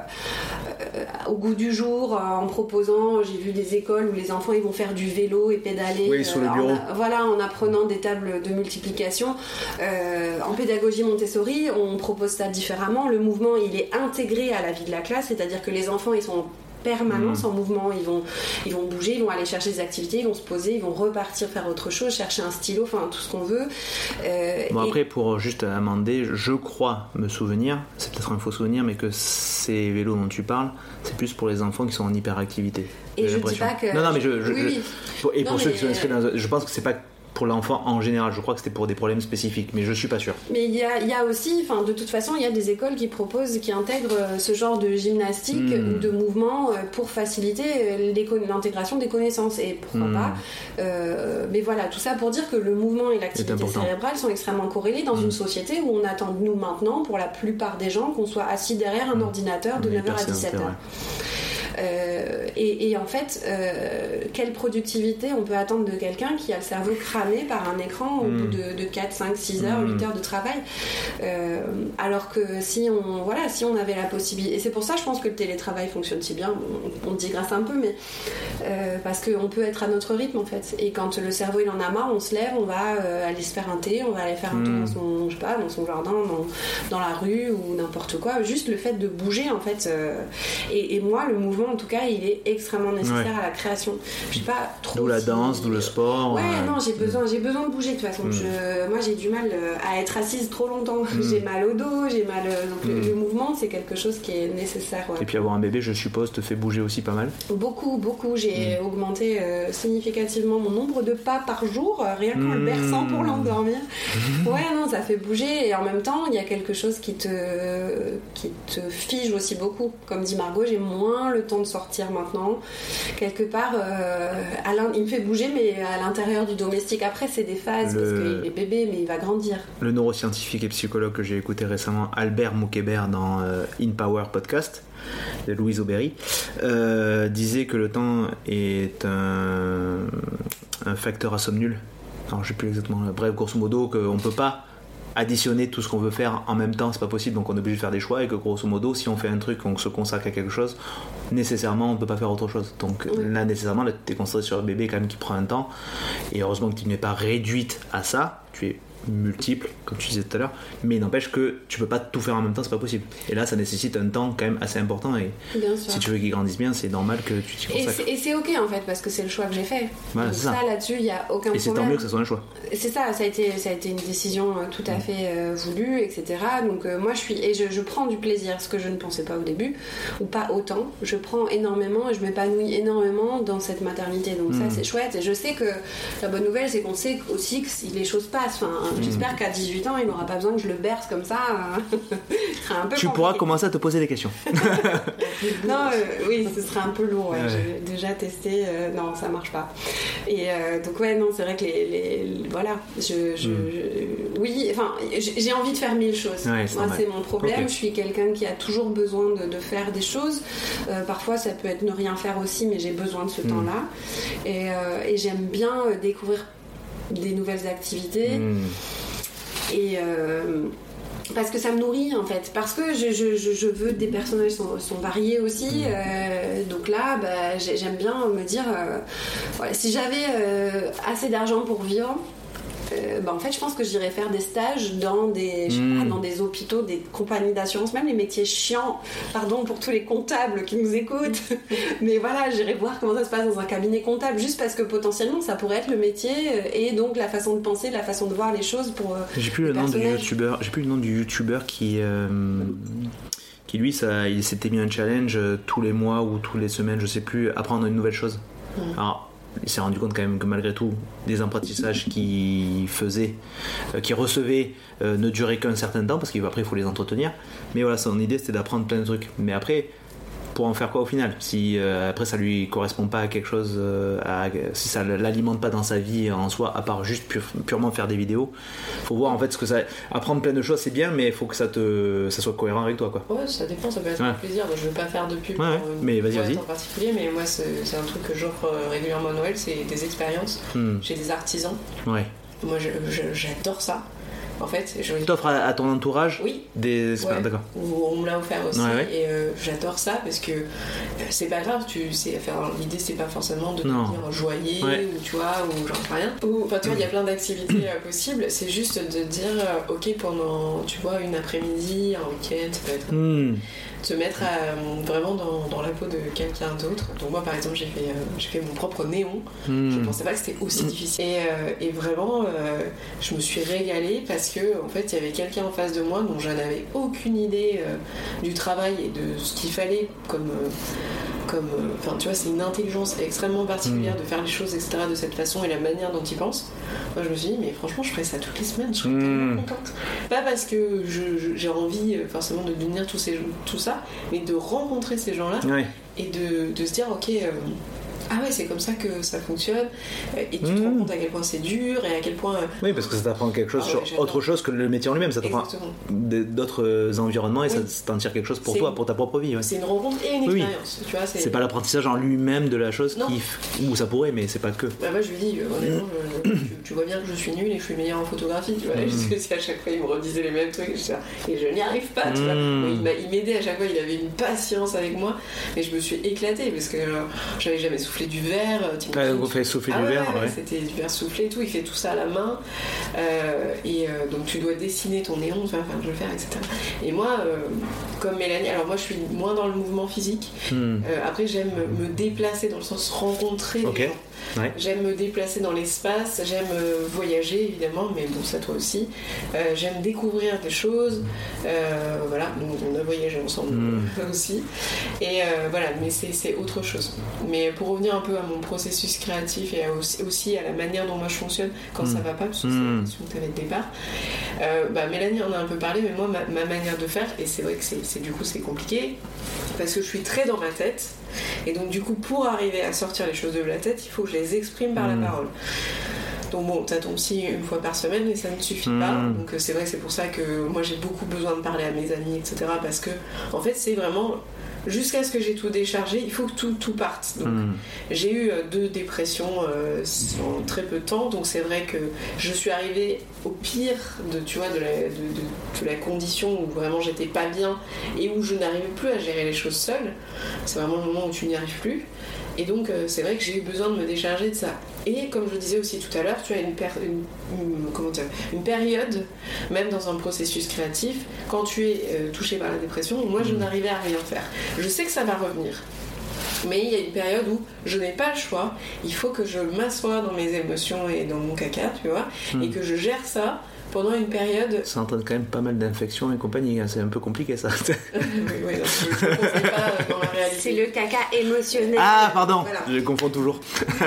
S3: euh, au goût du jour euh, en proposant, j'ai vu des écoles où les enfants ils vont faire du vélo et pédaler
S2: oui, sur le bureau.
S3: En, voilà, en apprenant des tables de multiplication. Euh, en pédagogie Montessori, on propose ça différemment. Le mouvement il est intégré à la vie de la classe, c'est-à-dire que les enfants ils sont permanence mmh. en mouvement, ils vont, ils vont bouger, ils vont aller chercher des activités, ils vont se poser, ils vont repartir faire autre chose, chercher un stylo, enfin tout ce qu'on veut.
S2: Euh, bon et... après pour juste amender, je crois me souvenir, c'est peut-être un faux souvenir, mais que ces vélos dont tu parles, c'est plus pour les enfants qui sont en hyperactivité.
S3: Et je dis pas que...
S2: Non non mais je... je,
S3: oui,
S2: je...
S3: oui.
S2: Et pour
S3: non,
S2: ceux
S3: mais...
S2: qui sont inscrits dans... Je pense que c'est pas pour l'enfant en général, je crois que c'était pour des problèmes spécifiques, mais je suis pas sûr.
S3: Mais il y a, il y a aussi, enfin de toute façon, il y a des écoles qui proposent, qui intègrent ce genre de gymnastique mmh. ou de mouvement pour faciliter l'intégration des connaissances, et pourquoi mmh. pas. Euh, mais voilà, tout ça pour dire que le mouvement et l'activité cérébrale sont extrêmement corrélés dans mmh. une société où on attend de nous maintenant, pour la plupart des gens, qu'on soit assis derrière un mmh. ordinateur de neuf heures à dix-sept heures. Euh, et, et en fait, euh, quelle productivité on peut attendre de quelqu'un qui a le cerveau cramé par un écran au mmh. bout de, de quatre, cinq, six heures, mmh. huit heures de travail, euh, alors que si on, voilà, si on avait la possibilité, et c'est pour ça je pense que le télétravail fonctionne si bien, on, on digresse un peu, mais euh, parce qu'on peut être à notre rythme en fait, et quand le cerveau il en a marre, on se lève, on va euh, aller se faire un thé, on va aller faire un mmh. tour dans son, je sais pas, dans son jardin, dans, dans la rue ou n'importe quoi, juste le fait de bouger en fait, euh, et, et moi le mouvement en tout cas il est extrêmement nécessaire ouais. à la création. Je sais pas trop.
S2: D'où la si... danse, d'où le sport.
S3: Ouais, euh... non, j'ai besoin, j'ai besoin de bouger de toute façon. Mm. Je... Moi j'ai du mal à être assise trop longtemps. Mm. J'ai mal au dos, j'ai mal. Donc mm. le, le mouvement c'est quelque chose qui est nécessaire. Ouais.
S2: Et puis avoir un bébé, je suppose, te fait bouger aussi pas mal.
S3: Beaucoup, beaucoup. J'ai mm. augmenté euh, significativement mon nombre de pas par jour, euh, rien qu'en mm. le berçant pour l'endormir. Mm. Ouais, non, ça fait bouger, et en même temps il y a quelque chose qui te qui te fige aussi beaucoup. Comme dit Margot, j'ai moins le temps de sortir maintenant quelque part euh, à il me fait bouger mais à l'intérieur du domestique. Après c'est des phases le... parce qu'il est bébé mais il va grandir.
S2: Le neuroscientifique et psychologue que j'ai écouté récemment, Albert Moukébert, dans euh, In Power podcast de Louise Aubéry, euh, disait que le temps est un, un facteur à somme nulle. Alors je sais plus exactement, bref, grosso modo qu'on peut pas additionner tout ce qu'on veut faire en même temps, c'est pas possible, donc on est obligé de faire des choix, et que grosso modo si on fait un truc, on se consacre à quelque chose, nécessairement on peut pas faire autre chose, donc oui. là nécessairement là, tu es concentré sur le bébé quand même qui prend un temps, et heureusement que tu n'es pas réduite à ça, tu es multiples, comme tu disais tout à l'heure, mais il n'empêche que tu peux pas tout faire en même temps, c'est pas possible. Et là, ça nécessite un temps quand même assez important, et si tu veux qu'il grandisse bien, c'est normal que tu t'y consacres.
S3: Et c'est, et c'est ok en fait, parce que c'est le choix que j'ai fait.
S2: Voilà,
S3: Donc
S2: c'est ça.
S3: ça, là-dessus, il y a aucun
S2: et
S3: problème.
S2: Et c'est tant mieux que ce soit un choix.
S3: C'est ça, ça a été, ça a été une décision tout à fait euh, voulue, et cetera. Donc euh, moi, je suis, et je, je prends du plaisir, ce que je ne pensais pas au début, ou pas autant. Je prends énormément et je m'épanouis énormément dans cette maternité. Donc mmh. ça, c'est chouette. Et je sais que la bonne nouvelle, c'est qu'on sait aussi que si les choses passent. Enfin, mmh. j'espère qu'à dix-huit ans, il n'aura pas besoin que je le berce comme ça. Ce sera un peu
S2: tu
S3: compliqué.
S2: Pourras commencer à te poser des questions.
S3: non, euh, oui, ce serait un peu lourd. Ouais. Ouais. J'ai déjà testé. Euh, non, ça marche pas. Et euh, donc ouais, non, c'est vrai que les, les, les voilà, je, je, mmh. je, oui, enfin, j'ai envie de faire mille choses.
S2: Ouais, c'est
S3: Moi,
S2: normal.
S3: c'est mon problème.
S2: Okay.
S3: Je suis quelqu'un qui a toujours besoin de, de faire des choses. Euh, parfois, ça peut être ne rien faire aussi, mais j'ai besoin de ce mmh. temps-là. Et, euh, et j'aime bien découvrir des nouvelles activités. Mmh. Et euh, parce que ça me nourrit en fait, parce que je, je, je veux des personnages sont, sont variés aussi, euh, donc là bah, j'aime bien me dire euh, voilà, si j'avais euh, assez d'argent pour vivre, euh, bah, en fait je pense que j'irais faire des stages dans des, je sais pas, dans des hôpitaux, des compagnies d'assurance, même les métiers chiants, pardon pour tous les comptables qui nous écoutent, mais voilà, j'irais voir comment ça se passe dans un cabinet comptable, juste parce que potentiellement ça pourrait être le métier et donc la façon de penser, la façon de voir les choses pour
S2: j'ai plus le nom du youtubeur j'ai plus le nom du youtubeur qui euh, qui lui ça, il s'était mis un challenge euh, tous les mois ou tous les semaines, je sais plus, apprendre une nouvelle chose. mmh. Alors il s'est rendu compte quand même que malgré tout des apprentissages qu'il faisait, euh, qu'il recevait euh, ne duraient qu'un certain temps parce qu'après il faut les entretenir, mais voilà, son idée c'était d'apprendre plein de trucs, mais après pour en faire quoi au final, si euh, après ça lui correspond pas à quelque chose, euh, à, si ça l'alimente pas dans sa vie en soi, à part juste pure, purement faire des vidéos, faut voir en fait ce que ça, apprendre plein de choses c'est bien, mais il faut que ça te ça soit cohérent avec toi quoi.
S4: Ouais, ça dépend, ça peut être ouais. un plaisir. Je veux pas faire de pub
S2: ouais, ouais.
S4: pour une
S2: mais vas-y, vas-y.
S4: en particulier, mais moi c'est, c'est un truc que j'offre régulièrement à Noël, c'est des expériences hmm. chez des artisans.
S2: Ouais.
S4: Moi je, je, j'adore ça. En fait, je...
S2: Tu t'offres à, à ton entourage
S4: oui.
S2: des
S4: ouais.
S2: d'accord.
S4: On me l'a offert aussi
S2: ouais, ouais.
S4: et euh, j'adore ça parce que euh, c'est pas grave, tu sais faire. L'idée c'est pas forcément de
S2: non.
S4: devenir joaillier ouais. ou tu vois ou j'en sais rien. Ou enfin tu vois il y a plein d'activités euh, possibles. C'est juste de dire euh, ok pendant tu vois une après-midi, un week-end, ça peut être. Mm. Se mettre à, vraiment dans, dans la peau de quelqu'un d'autre. Donc moi par exemple j'ai fait, euh, j'ai fait mon propre néon. Mmh. Je pensais pas que c'était aussi difficile. Et, euh, et vraiment euh, je me suis régalée parce que en fait il y avait quelqu'un en face de moi dont je n'avais aucune idée euh, du travail et de ce qu'il fallait comme... Euh, comme enfin euh, tu vois c'est une intelligence extrêmement particulière mmh. de faire les choses etc de cette façon et la manière dont il pense. Moi je me suis dit mais franchement je ferais ça toutes les semaines, je serais mmh. tellement contente, pas parce que je, je, j'ai envie forcément de devenir tous ces, tout ça, mais de rencontrer ces gens là ouais. et de, de se dire ok euh, ah ouais c'est comme ça que ça fonctionne et tu mmh. te rends compte à quel point c'est dur et à quel point
S2: oui parce que ça t'apprend quelque chose ah ouais, sur autre chose que le métier en lui-même, ça t'apprend d'autres environnements et oui. ça t'en tire quelque chose pour c'est toi une... pour ta propre vie ouais.
S4: c'est une rencontre et une expérience oui. tu vois, c'est...
S2: c'est pas l'apprentissage en lui-même de la chose non. qui ou ça pourrait mais c'est pas que
S4: bah moi je lui dis honnêtement je... tu, tu vois bien que je suis nulle et que je suis meilleure en photographie tu vois mmh. parce que si à chaque fois il me redisait les mêmes trucs et je n'y arrive pas tu mmh. vois il, m'a... il m'aidait à chaque fois, il avait une patience avec moi mais je me suis éclatée parce que euh, j'avais jamais soufflé du verre.
S2: Ah, donc on fait souffler
S4: ah,
S2: du
S4: ouais,
S2: verre.
S4: Ouais,
S2: ouais.
S4: C'était du verre soufflé et tout. Il fait tout ça à la main. Euh, et euh, donc tu dois dessiner ton néon, enfin je le faire, et cetera. Et moi, euh, comme Mélanie, alors moi je suis moins dans le mouvement physique. Hmm. Euh, après j'aime me déplacer dans le sens rencontrer okay. les gens. Ouais. J'aime me déplacer dans l'espace, j'aime euh, voyager évidemment, mais bon ça toi aussi. Euh, j'aime découvrir des choses. Euh, voilà, donc on a voyagé ensemble mmh. aussi. Et euh, voilà, mais c'est, c'est autre chose. Mais pour revenir un peu à mon processus créatif et à aussi, aussi à la manière dont moi je fonctionne quand mmh. ça va pas, parce que c'est la question que tu avais de départ. Euh, bah, Mélanie en a un peu parlé, mais moi ma, ma manière de faire, et c'est vrai que c'est, c'est du coup c'est compliqué, parce que je suis très dans ma tête. Et donc du coup pour arriver à sortir les choses de la tête il faut que je les exprime par mmh. la parole. Donc bon, t'as ton psy une fois par semaine mais ça ne suffit mmh. pas. Donc c'est vrai, c'est pour ça que moi j'ai beaucoup besoin de parler à mes amis, et cetera. Parce que en fait c'est vraiment jusqu'à ce que j'ai tout déchargé, il faut que tout, tout parte. Donc mmh. j'ai eu deux dépressions euh, en très peu de temps, donc c'est vrai que je suis arrivée au pire de, tu vois, de, la, de, de, de la condition où vraiment j'étais pas bien et où je n'arrivais plus à gérer les choses seule. C'est vraiment le moment où tu n'y arrives plus. Et donc euh, c'est vrai que j'ai eu besoin de me décharger de ça. Et comme je le disais aussi tout à l'heure, tu as une, per- une, une, comment dire, une période, même dans un processus créatif, quand tu es euh, touché par la dépression, où moi je n'arrivais à rien faire. Je sais que ça va revenir. Mais il y a une période où je n'ai pas le choix, il faut que je m'assoie dans mes émotions et dans mon caca, tu vois, mmh. et que je gère ça pendant une période...
S2: Ça entraîne quand même pas mal d'infections et compagnie, hein. C'est un peu compliqué ça.
S4: oui, oui, non, je ne conseille pas dans la réalité.
S3: C'est le caca émotionnel.
S2: Ah, pardon, voilà. Je
S3: les
S2: confonds toujours.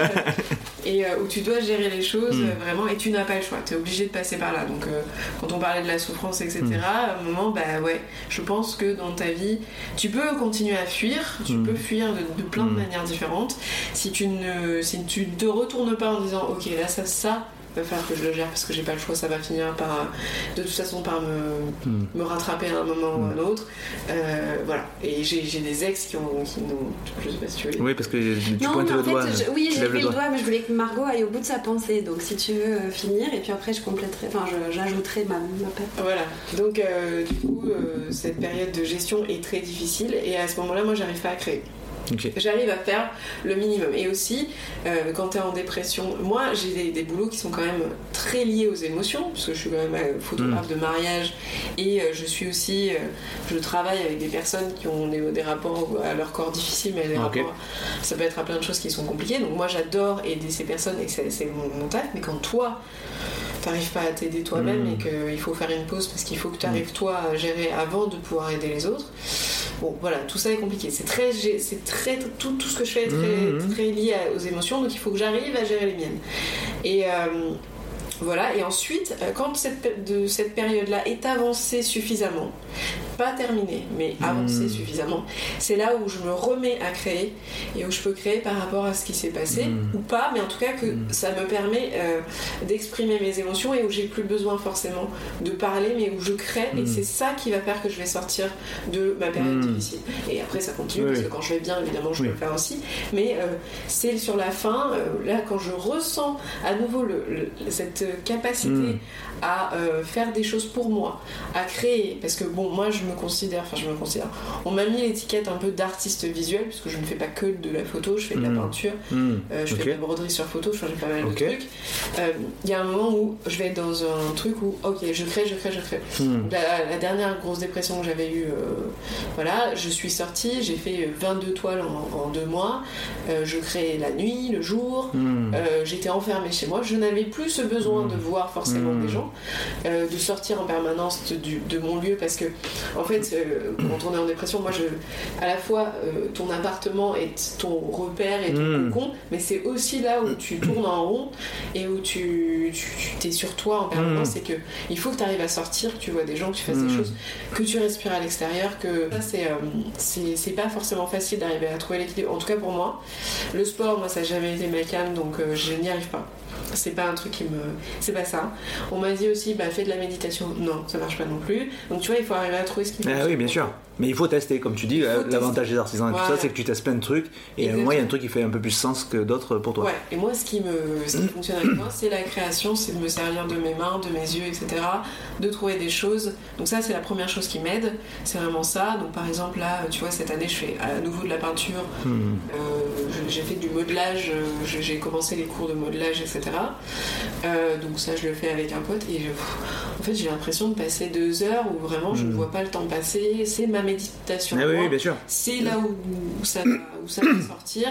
S4: Et euh, où tu dois gérer les choses mmh. euh, vraiment, et tu n'as pas le choix, tu es obligé de passer par là. Donc euh, quand on parlait de la souffrance, et cetera, mmh. à un moment, bah ouais, je pense que dans ta vie, tu peux continuer à fuir, tu mmh. peux fuir de, de plein de mmh. manières différentes. Si tu ne si tu te retournes pas en disant, ok, là, ça, ça, va falloir que je le gère parce que j'ai pas le choix, ça va finir par de toute façon par me, mm. me rattraper à un moment mm. ou à un autre, euh, voilà. Et j'ai, j'ai des ex qui ont qui n'ont, je sais pas si tu veux les...
S2: oui, parce que tu
S3: non,
S2: pointes
S3: mais
S2: le
S3: en fait,
S2: doigt
S3: je, oui j'ai levé le doigt.
S2: doigt
S3: mais je voulais que Margot aille au bout de sa pensée, donc si tu veux euh, finir et puis après je compléterai, enfin je, j'ajouterai ma, ma patte.
S4: Voilà, donc euh, du coup euh, cette période de gestion est très difficile et à ce moment là moi j'arrive pas à créer. Okay. J'arrive à faire le minimum. Et aussi, euh, quand tu es en dépression, moi j'ai des, des boulots qui sont quand même très liés aux émotions, parce que je suis quand même photographe mmh. de mariage et euh, je suis aussi, euh, je travaille avec des personnes qui ont des, des rapports à leur corps difficiles, mais des okay. rapports, ça peut être à plein de choses qui sont compliquées. Donc moi j'adore aider ces personnes et c'est, c'est mon, mon taf, mais quand toi t'arrives pas à t'aider toi-même mmh. et qu'il faut faire une pause parce qu'il faut que tu arrives toi à gérer avant de pouvoir aider les autres. Bon, voilà, tout ça est compliqué. C'est très, c'est très tout, tout ce que je fais est très, mmh. très lié aux émotions, donc il faut que j'arrive à gérer les miennes. Et euh, voilà. Et ensuite, quand cette, de, cette période-là est avancée suffisamment, pas terminée, mais avancée mmh. suffisamment, c'est là où je me remets à créer et où je peux créer par rapport à ce qui s'est passé mmh. ou pas, mais en tout cas que mmh. ça me permet euh, d'exprimer mes émotions et où j'ai plus besoin forcément de parler, mais où je crée mmh. et c'est ça qui va faire que je vais sortir de ma période mmh. difficile. Et après ça continue oui. parce que quand je vais bien, évidemment, je oui. peux le faire aussi, mais euh, c'est sur la fin, euh, là quand je ressens à nouveau le, le, cette capacité mmh. à euh, faire des choses pour moi, à créer, parce que bon, moi je me considère, enfin je me considère, on m'a mis l'étiquette un peu d'artiste visuel, puisque je ne fais pas que de la photo, je fais de la mmh. peinture, mmh. euh, je okay. fais de la broderie sur photo, je fais pas mal okay. de trucs. Il euh, y a un moment où je vais être dans un truc où, ok, je crée, je crée, je crée. Mmh. La, la dernière grosse dépression que j'avais eue, euh, voilà, je suis sortie, j'ai fait vingt-deux toiles en, en deux mois, euh, je créais la nuit, le jour, mmh. euh, j'étais enfermée chez moi, je n'avais plus ce besoin mmh. de voir forcément mmh. des gens, euh, de sortir en permanence de, de, de mon lieu, parce que en fait euh, quand on est en dépression, moi je à la fois euh, ton appartement est ton repère et ton mmh. cocon, mais c'est aussi là où tu tournes en rond et où tu, tu, tu es sur toi en permanence, mmh. et que il faut que tu arrives à sortir, que tu vois des gens, que tu fasses mmh. des choses, que tu respires à l'extérieur, que ça c'est, euh, c'est, c'est pas forcément facile d'arriver à trouver l'équilibre, en tout cas pour moi. Le sport, moi ça n'a jamais été ma came, donc euh, je n'y arrive pas. C'est pas un truc qui me... C'est pas ça. On m'a dit aussi, bah fais de la méditation. Non, ça marche pas non plus. Donc tu vois, il faut arriver à trouver ce qui
S2: marche. Ah oui, bien sûr. Mais il faut tester, comme tu dis, l'avantage des artisans et voilà. tout ça, c'est que tu testes plein de trucs. Et exactement. Moi, il y a un truc qui fait un peu plus sens que d'autres pour toi.
S4: Ouais, et moi, ce qui, me, ce qui fonctionne avec moi, c'est la création, c'est de me servir de mes mains, de mes yeux, et cetera. De trouver des choses. Donc ça, c'est la première chose qui m'aide. C'est vraiment ça. Donc par exemple, là, tu vois, cette année, je fais à nouveau de la peinture. Mmh. Euh, j'ai fait du modelage. J'ai commencé les cours de modelage, et cetera. Euh, donc ça, je le fais avec un pote. Et je, en fait, j'ai l'impression de passer deux heures où vraiment, je ne mmh. vois pas le temps passer. C'est ma méditation.
S2: Ah oui, oui, bien sûr.
S4: C'est là où, où, ça, où ça va sortir.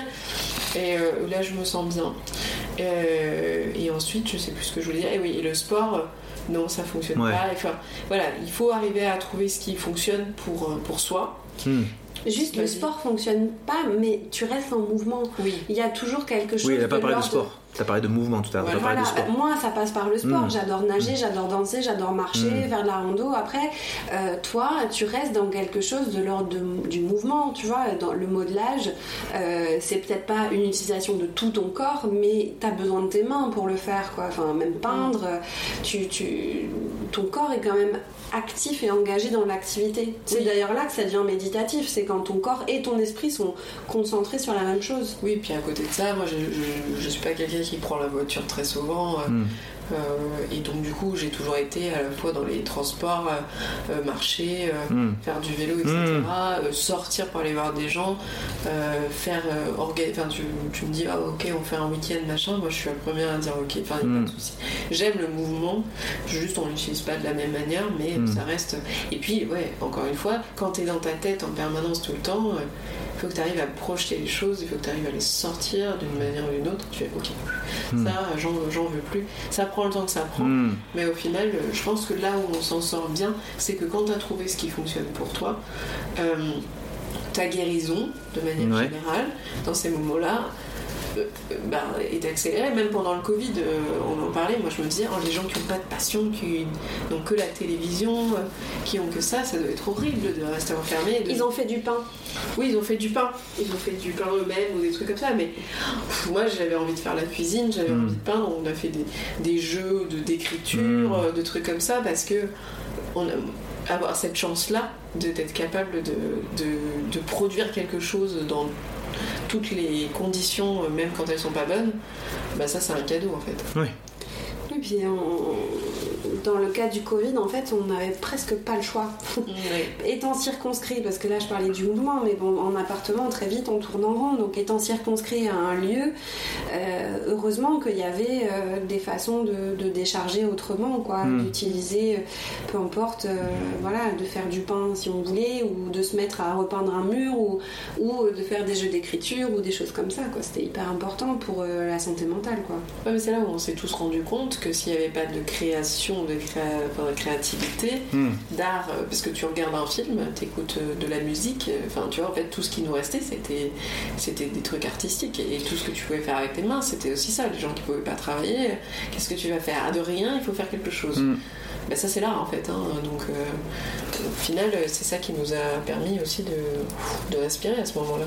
S4: Et euh, là, je me sens bien. Euh, et ensuite, je sais plus ce que je voulais dire. Et oui, et le sport, non, ça fonctionne ouais. pas. Enfin, voilà, il faut arriver à trouver ce qui fonctionne pour, pour soi.
S2: Hmm.
S3: Juste, le sport fonctionne pas, mais tu restes en mouvement.
S4: Oui.
S3: Il y a toujours quelque chose.
S2: Oui, il n'a pas
S3: de
S2: parlé de
S3: l'ordre...
S2: sport. Tu as parlé de mouvement tout à l'heure.
S3: Voilà,
S2: de sport.
S3: Moi, ça passe par le sport. Mmh. J'adore nager,
S2: mmh.
S3: j'adore danser, j'adore marcher, mmh. faire de la rando. Après, euh, toi, tu restes dans quelque chose de l'ordre de, du mouvement. Tu vois, dans le modelage, euh, c'est peut-être pas une utilisation de tout ton corps, mais tu as besoin de tes mains pour le faire, quoi. Enfin, même peindre, mmh. tu, tu, ton corps est quand même actif et engagé dans l'activité. C'est oui. d'ailleurs là que ça devient méditatif. C'est quand ton corps et ton esprit sont concentrés sur la même chose.
S4: Oui, puis à côté de ça, moi, je, je, je suis pas quelqu'un qui prend la voiture très souvent. Mm. Euh, et donc du coup j'ai toujours été à la fois dans les transports, euh, euh, marcher, euh, mm. faire du vélo, et cetera. Mm. Euh, sortir pour aller voir des gens, euh, faire euh, orga- enfin, tu, tu me dis ah ok on fait un week-end machin, moi je suis la première à dire ok, enfin il n'y a mm. pas de souci. J'aime le mouvement, juste on l'utilise pas de la même manière, mais mm. ça reste. Et puis ouais, encore une fois, quand t'es dans ta tête en permanence tout le temps, il euh, faut que tu arrives à projeter les choses, il faut que tu arrives à les sortir d'une manière ou d'une autre. Tu fais ok, mm. ça j'en, j'en veux plus. Ça prend le temps que ça prend, mm. mais au final, je pense que là où on s'en sort bien, c'est que quand tu as trouvé ce qui fonctionne pour toi, euh, ta guérison, de manière ouais. générale, dans ces moments-là, euh, bah, est accélérée. Même pendant le Covid, euh, on en parlait, moi je me disais, oh, les gens qui n'ont pas de passion, qui n'ont que la télévision, euh, qui ont que ça, ça doit être horrible de rester enfermé. De...
S3: Ils ont fait du pain.
S4: Oui, ils ont fait du pain. Ils ont fait du pain eux-mêmes ou des trucs comme ça, mais pff, moi j'avais envie de faire la cuisine, j'avais mmh. envie de peindre, on a fait des, des jeux de, d'écriture, mmh. de trucs comme ça, parce que on a, avoir cette chance-là de, d'être capable de, de, de produire quelque chose dans toutes les conditions, même quand elles sont pas bonnes, bah ça c'est un cadeau en fait.
S1: Oui.
S3: Et puis on... dans le cas du Covid, en fait, on n'avait presque pas le choix. Oui. Étant circonscrit, parce que là je parlais du mouvement, mais bon, en appartement, très vite on tourne en rond, donc étant circonscrit à un lieu, euh, heureusement qu'il y avait euh, des façons de, de décharger autrement, quoi, mm. d'utiliser, peu importe, euh, voilà, de faire du pain si on voulait, ou de se mettre à repeindre un mur, ou, ou de faire des jeux d'écriture, ou des choses comme ça, quoi. C'était hyper important pour euh, la santé mentale, quoi.
S4: Ouais, mais c'est là où on s'est tous rendu compte que s'il n'y avait pas de création, de, créa... enfin, de créativité, mm. d'art, parce que tu regardes un film, t'écoutes de la musique, enfin tu vois, en fait tout ce qui nous restait c'était, c'était des trucs artistiques, et tout ce que tu pouvais faire avec tes mains c'était aussi ça. Les gens qui pouvaient pas travailler, qu'est-ce que tu vas faire? Ah, de rien, il faut faire quelque chose. Mm. Ben ça c'est l'art en fait, hein. Donc euh, au final c'est ça qui nous a permis aussi de, de respirer à ce moment-là.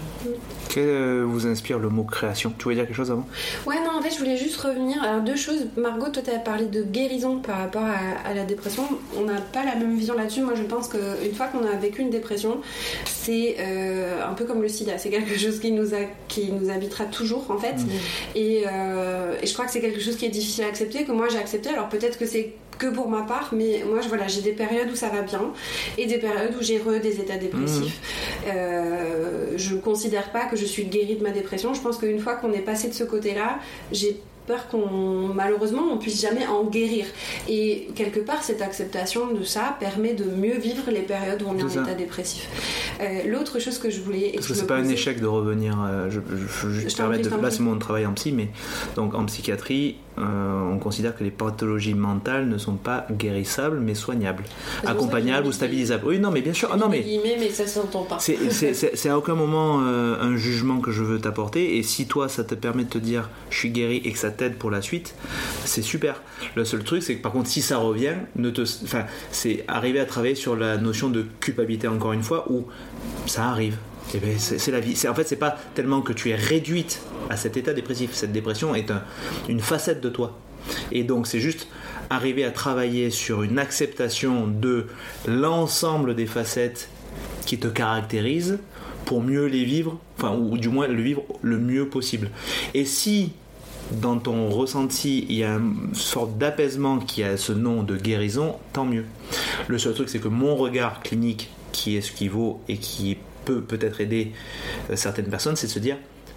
S1: Que vous inspire le mot création? Tu voulais dire quelque chose avant?
S3: Ouais, non, en fait je voulais juste revenir. Alors deux choses. Margot, toi tu as parlé de guérison par rapport à, à la dépression. On n'a pas la même vision là-dessus. Moi je pense qu'une fois qu'on a vécu une dépression, c'est euh, un peu comme le sida, c'est quelque chose qui nous, a, qui nous habitera toujours en fait. Mmh. Et, euh, et je crois que c'est quelque chose qui est difficile à accepter, que moi j'ai accepté. Alors peut-être que c'est que pour ma part, mais moi je, voilà, j'ai des périodes où ça va bien et des périodes où j'ai re des états dépressifs. Mmh. Euh, je ne considère pas que je suis guérie de ma dépression. Je pense qu'une fois qu'on est passé de ce côté-là, j'ai peur qu'on, malheureusement, on puisse jamais en guérir. Et quelque part, cette acceptation de ça permet de mieux vivre les périodes où on est, est en état dépressif. Euh, l'autre chose que je voulais...
S1: Parce que c'est pas posais... un échec de revenir... Euh, je, je, je, je, je permettre de... Là, c'est mon travail en psy, mais donc en psychiatrie, euh, on considère que les pathologies mentales ne sont pas guérissables, mais soignables, c'est accompagnables ou stabilisables. Oui, non, mais bien sûr... Ah, non, mais...
S4: Guillemets, mais ça s'entend pas.
S1: C'est, c'est, c'est, c'est à aucun moment euh, un jugement que je veux t'apporter, et si toi, ça te permet de te dire « je suis guéri » et que ça t'aide pour la suite, c'est super. Le seul truc, c'est que par contre, si ça revient, ne te, enfin, c'est arriver à travailler sur la notion de culpabilité, encore une fois, où ça arrive. Et ben, c'est, c'est la vie. C'est, en fait, c'est pas tellement que tu es réduite à cet état dépressif. Cette dépression est un, une facette de toi. Et donc, c'est juste arriver à travailler sur une acceptation de l'ensemble des facettes qui te caractérisent pour mieux les vivre, enfin, ou, ou du moins le vivre le mieux possible. Et si dans ton ressenti il y a une sorte d'apaisement qui a ce nom de guérison, tant mieux. Le seul truc, c'est que mon regard clinique, qui est ce qui vaut et qui peut peut-être aider certaines personnes, c'est de se dire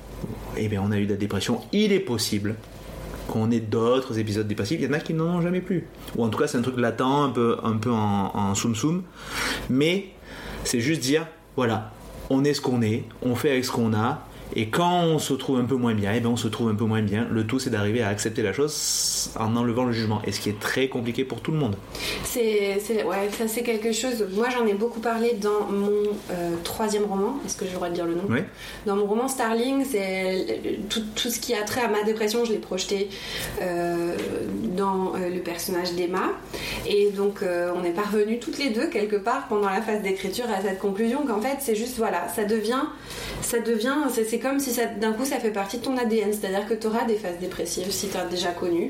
S1: eh bien on a eu de la dépression, il est possible qu'on ait d'autres épisodes dépressifs, il y en a qui n'en ont jamais plus, ou en tout cas c'est un truc latent, un peu, un peu en, en soum soum, mais c'est juste dire voilà, on est ce qu'on est, on fait avec ce qu'on a. Et quand on se trouve un peu moins bien, eh ben on se trouve un peu moins bien. Le tout, c'est d'arriver à accepter la chose en enlevant le jugement. Et ce qui est très compliqué pour tout le monde.
S3: C'est, c'est, ouais, ça c'est quelque chose... Moi, j'en ai beaucoup parlé dans mon euh, troisième roman. Est-ce que j'ai le droit de dire le nom?
S1: Oui.
S3: Dans mon roman Starling, c'est tout, tout ce qui a trait à ma dépression, je l'ai projeté euh, dans euh, le personnage d'Emma. Et donc, euh, on est parvenus toutes les deux, quelque part, pendant la phase d'écriture, à cette conclusion qu'en fait, c'est juste, voilà, ça devient... Ça devient... C'est, c'est comme si ça, d'un coup ça fait partie de ton A D N, c'est-à-dire que tu auras des phases dépressives si tu as déjà connu.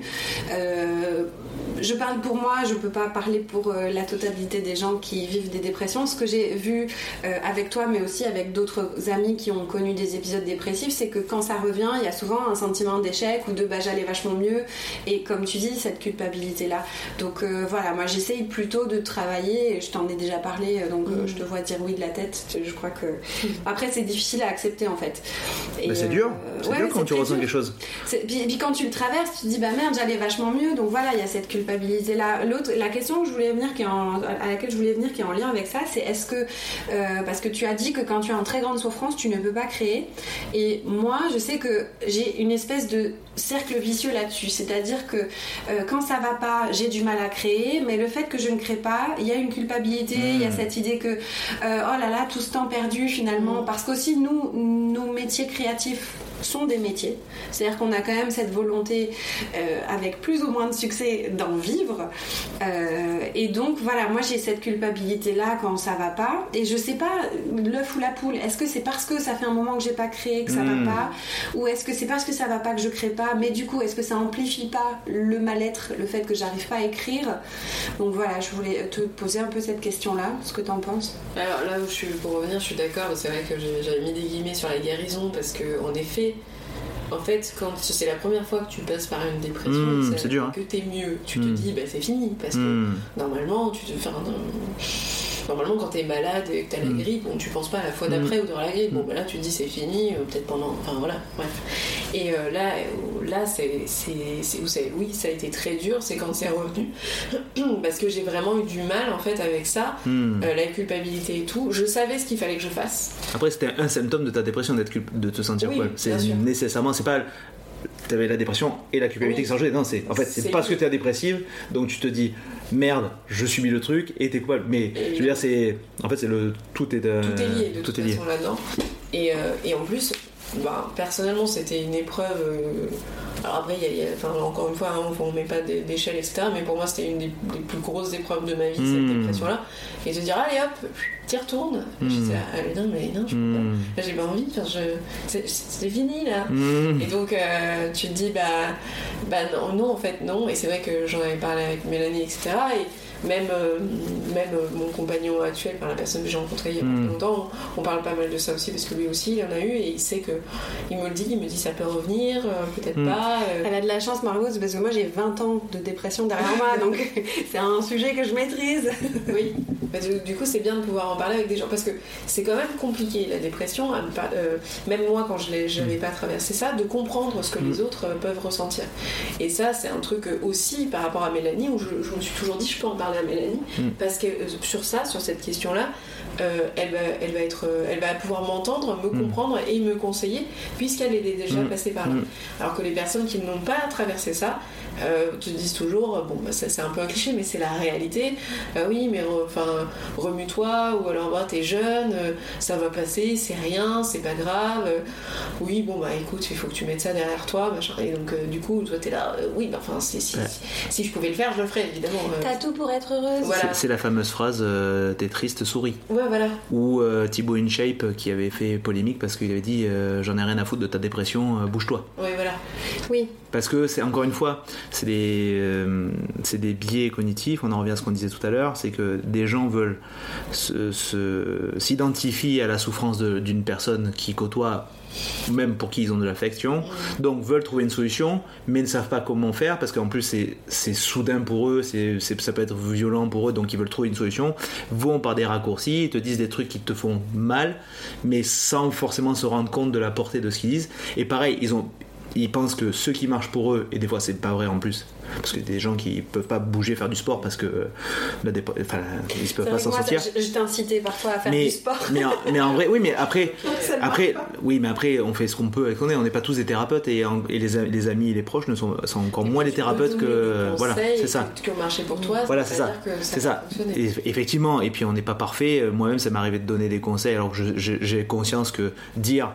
S3: Euh, je parle pour moi, je peux pas parler pour euh, la totalité des gens qui vivent des dépressions. Ce que j'ai vu euh, avec toi, mais aussi avec d'autres amis qui ont connu des épisodes dépressifs, c'est que quand ça revient, il y a souvent un sentiment d'échec ou de bah j'allais vachement mieux, et comme tu dis, cette culpabilité là. Donc euh, voilà, moi j'essaye plutôt de travailler, et je t'en ai déjà parlé, donc euh, je te vois dire oui de la tête. Je crois que après c'est difficile à accepter en fait.
S1: Et mais c'est euh, dur, c'est ouais, dur quand c'est tu ressens dur. quelque chose.
S3: C'est, puis, puis quand tu le traverses, tu te dis bah merde, j'allais vachement mieux. Donc voilà, il y a cette culpabilité là. L'autre, la question que je voulais venir, qui est en, à laquelle je voulais venir, qui est en lien avec ça, c'est est-ce que euh, parce que tu as dit que quand tu es en très grande souffrance, tu ne peux pas créer. Et moi, je sais que j'ai une espèce de cercle vicieux là-dessus, c'est-à-dire que euh, quand ça va pas, j'ai du mal à créer, mais le fait que je ne crée pas, il y a une culpabilité, il mmh. y a cette idée que euh, oh là là, tout ce temps perdu finalement, mmh. parce qu'aussi nous, nos métiers créatifs sont des métiers, c'est-à-dire qu'on a quand même cette volonté euh, avec plus ou moins de succès d'en vivre, euh, et donc voilà, moi j'ai cette culpabilité là quand ça va pas, et je sais pas l'œuf ou la poule, est-ce que c'est parce que ça fait un moment que j'ai pas créé que ça mmh. va pas, ou est-ce que c'est parce que ça va pas que je crée pas, mais du coup est-ce que ça amplifie pas le mal-être, le fait que j'arrive pas à écrire. Donc voilà, je voulais te poser un peu cette question là, ce que t'en penses.
S4: Alors là où je suis, pour revenir, je suis d'accord, c'est vrai que j'avais mis des guillemets sur la guérison, parce que en effet en fait, quand c'est la première fois que tu passes par une dépression,
S1: mmh, c'est dur, hein.
S4: que t'es mieux, tu mmh. te dis bah c'est fini, parce que
S1: mmh.
S4: normalement tu te fais un... Normalement, quand t'es malade et que t'as la grippe, bon, tu penses pas à la fois d'après mmh. ou t'auras la grippe. Bon, bah là, tu te dis c'est fini, euh, peut-être pendant. Enfin voilà, bref. Et euh, là, euh, là c'est, c'est, c'est, où c'est, oui, ça a été très dur, c'est quand c'est revenu. Parce que j'ai vraiment eu du mal en fait avec ça, mmh. euh, la culpabilité et tout. Je savais ce qu'il fallait que je fasse.
S1: Après, c'était un symptôme de ta dépression d'être culp... de te sentir
S4: oui,
S1: coupable. C'est nécessairement, c'est pas. T'avais la dépression et la culpabilité oui. qui s'enjouaient. Non, c'est en fait, c'est, c'est parce que t'es dépressive, donc tu te dis merde, je subis le truc et t'es coupable. Mais et je veux dire, c'est en fait, c'est le tout est de...
S4: tout est lié de
S1: tout
S4: toute
S1: est lié.
S4: façon là-dedans. Et, euh, et en plus, bah, personnellement, c'était une épreuve. Euh... Alors après, y a, y a, enfin, encore une fois, hein, on ne met pas d'échelle, et cetera. Mais pour moi, c'était une des, des plus grosses épreuves de ma vie, mmh. cette dépression-là. Et de dire, allez hop, t'y retournes. Mmh. Je disais, ah, non, mais non, je peux mmh. pas. Là, j'ai pas envie, enfin, je... c'est, c'est fini là. Mmh. Et donc, euh, tu te dis, bah, bah non, non, en fait, non. Et c'est vrai que j'en avais parlé avec Mélanie, et cetera. Et même, euh, même euh, mon compagnon actuel, enfin, la personne que j'ai rencontrée il y a mmh. pas longtemps, on, on parle pas mal de ça aussi, parce que lui aussi, il en a eu, et il sait que, il me le dit, il me dit, ça peut revenir, euh, peut-être mmh. pas. Euh...
S3: Elle a de la chance, Margot, parce que moi j'ai vingt ans de dépression derrière moi, donc c'est un sujet que je maîtrise.
S4: Oui, bah, du, du coup, c'est bien de pouvoir en parler avec des gens, parce que c'est quand même compliqué, la dépression, euh, même moi, quand je n'avais pas traversé ça, de comprendre ce que mmh. les autres euh, peuvent ressentir. Et ça, c'est un truc aussi par rapport à Mélanie, où je, je me suis toujours dit, je peux en parler à Mélanie, mmh. parce que euh, sur ça, sur cette question-là, euh, elle, va, elle, va être, euh, elle va pouvoir m'entendre, me mmh. comprendre et me conseiller, puisqu'elle est déjà mmh. passée par là. Mmh. Alors que les personnes qui n'ont pas traversé ça euh, te disent toujours, bon, bah, ça, c'est un peu un cliché, mais c'est la réalité. Euh, oui, mais enfin, re, remue-toi, ou alors bah, t'es jeune, euh, ça va passer, c'est rien, c'est pas grave. Euh, oui, bon, bah écoute, il faut que tu mettes ça derrière toi, machin. Et donc, euh, du coup, toi, t'es là, euh, oui, bah enfin, si, si, ouais. si, si je pouvais le faire, je le ferais, évidemment. Euh,
S3: T'as tout pour être heureuse.
S1: Voilà. C'est, c'est la fameuse phrase euh, t'es triste, souris.
S4: Ouais, voilà.
S1: Ou euh, Thibaut InShape qui avait fait polémique parce qu'il avait dit euh, j'en ai rien à foutre de ta dépression, euh, bouge-toi.
S4: Oui, voilà.
S3: Oui.
S1: Parce que c'est encore une fois, c'est des, euh, c'est des biais cognitifs. On en revient à ce qu'on disait tout à l'heure, c'est que des gens veulent se, se, s'identifient à la souffrance de, d'une personne qui côtoie, même pour qui ils ont de l'affection, donc veulent trouver une solution, mais ne savent pas comment faire parce qu'en plus c'est, c'est soudain pour eux, c'est, c'est, ça peut être violent pour eux, donc ils veulent trouver une solution, vont par des raccourcis, ils te disent des trucs qui te font mal, mais sans forcément se rendre compte de la portée de ce qu'ils disent. Et pareil, ils ont ils pensent que ce qui marche pour eux, et des fois c'est pas vrai en plus, parce que des gens qui peuvent pas bouger, faire du sport parce que la dépo... enfin, ils peuvent c'est pas s'en sortir.
S3: Je, je t'incitais parfois à faire
S1: mais,
S3: du sport.
S1: Mais en, mais en vrai, oui, mais après, après, oui, mais après, on fait ce qu'on peut avec ce qu'on est. On n'est pas tous des thérapeutes et, en, et les, les amis et les proches ne sont, sont encore et moins les thérapeutes que voilà, c'est ça.
S4: Qui ont marché pour toi.
S1: Voilà, c'est ça. C'est ça. Et, effectivement, et puis on n'est pas parfait. Moi-même, ça m'est arrivé de donner des conseils alors que je, je, j'ai conscience que dire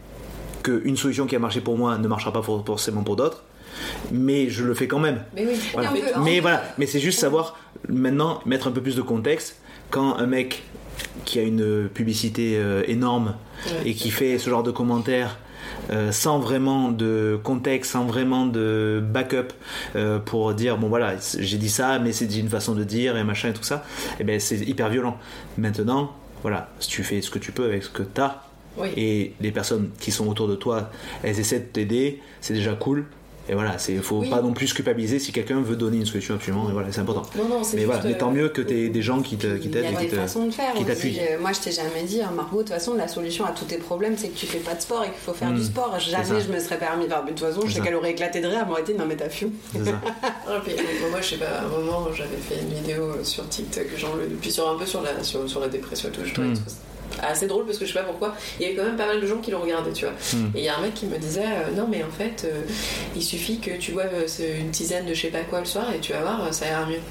S1: qu'une solution qui a marché pour moi ne marchera pas forcément pour d'autres, mais je le fais quand même.
S4: Mais oui,
S1: voilà. Mais voilà, mais c'est juste savoir maintenant mettre un peu plus de contexte. Quand un mec
S2: qui a une publicité euh, énorme ouais, et qui fait ce genre de commentaires euh, sans vraiment de contexte, sans vraiment de backup euh, pour dire bon voilà, j'ai dit ça mais c'est une façon de dire et machin et tout ça, et ben c'est hyper violent. Maintenant voilà, si tu fais ce que tu peux avec ce que t'as, oui. et les personnes qui sont autour de toi, elles essaient de t'aider, c'est déjà cool. Et voilà, il ne faut oui. pas non plus se culpabiliser si quelqu'un veut donner une solution absolument, et voilà, c'est important.
S3: Non, non, c'est
S2: mais voilà, mais tant mieux que tu aies des gens qui, te, qui t'aident
S3: et
S2: qui, te,
S3: qui t'appuient. Moi, je t'ai jamais dit, hein, Margot, de toute façon, la solution à tous tes problèmes, c'est que tu fais pas de sport et qu'il faut faire mmh. du sport. Jamais je me serais permis. Enfin, de toute façon, je sais qu'elle aurait éclaté de rire, elle m'aurait dit, non, mais t'as fou.
S4: Moi, je sais pas, à un moment, j'avais fait une vidéo sur TikTok, genre, puis sur un peu sur la, sur, sur la dépression et tout, je trouvais mmh. assez drôle parce que je sais pas pourquoi il y avait quand même pas mal de gens qui le regardaient, tu vois. Mm. Et il y a un mec qui me disait euh, non mais en fait euh, il suffit que tu boives euh, une tisane de je sais pas quoi le soir et tu vas voir, ça ira mieux.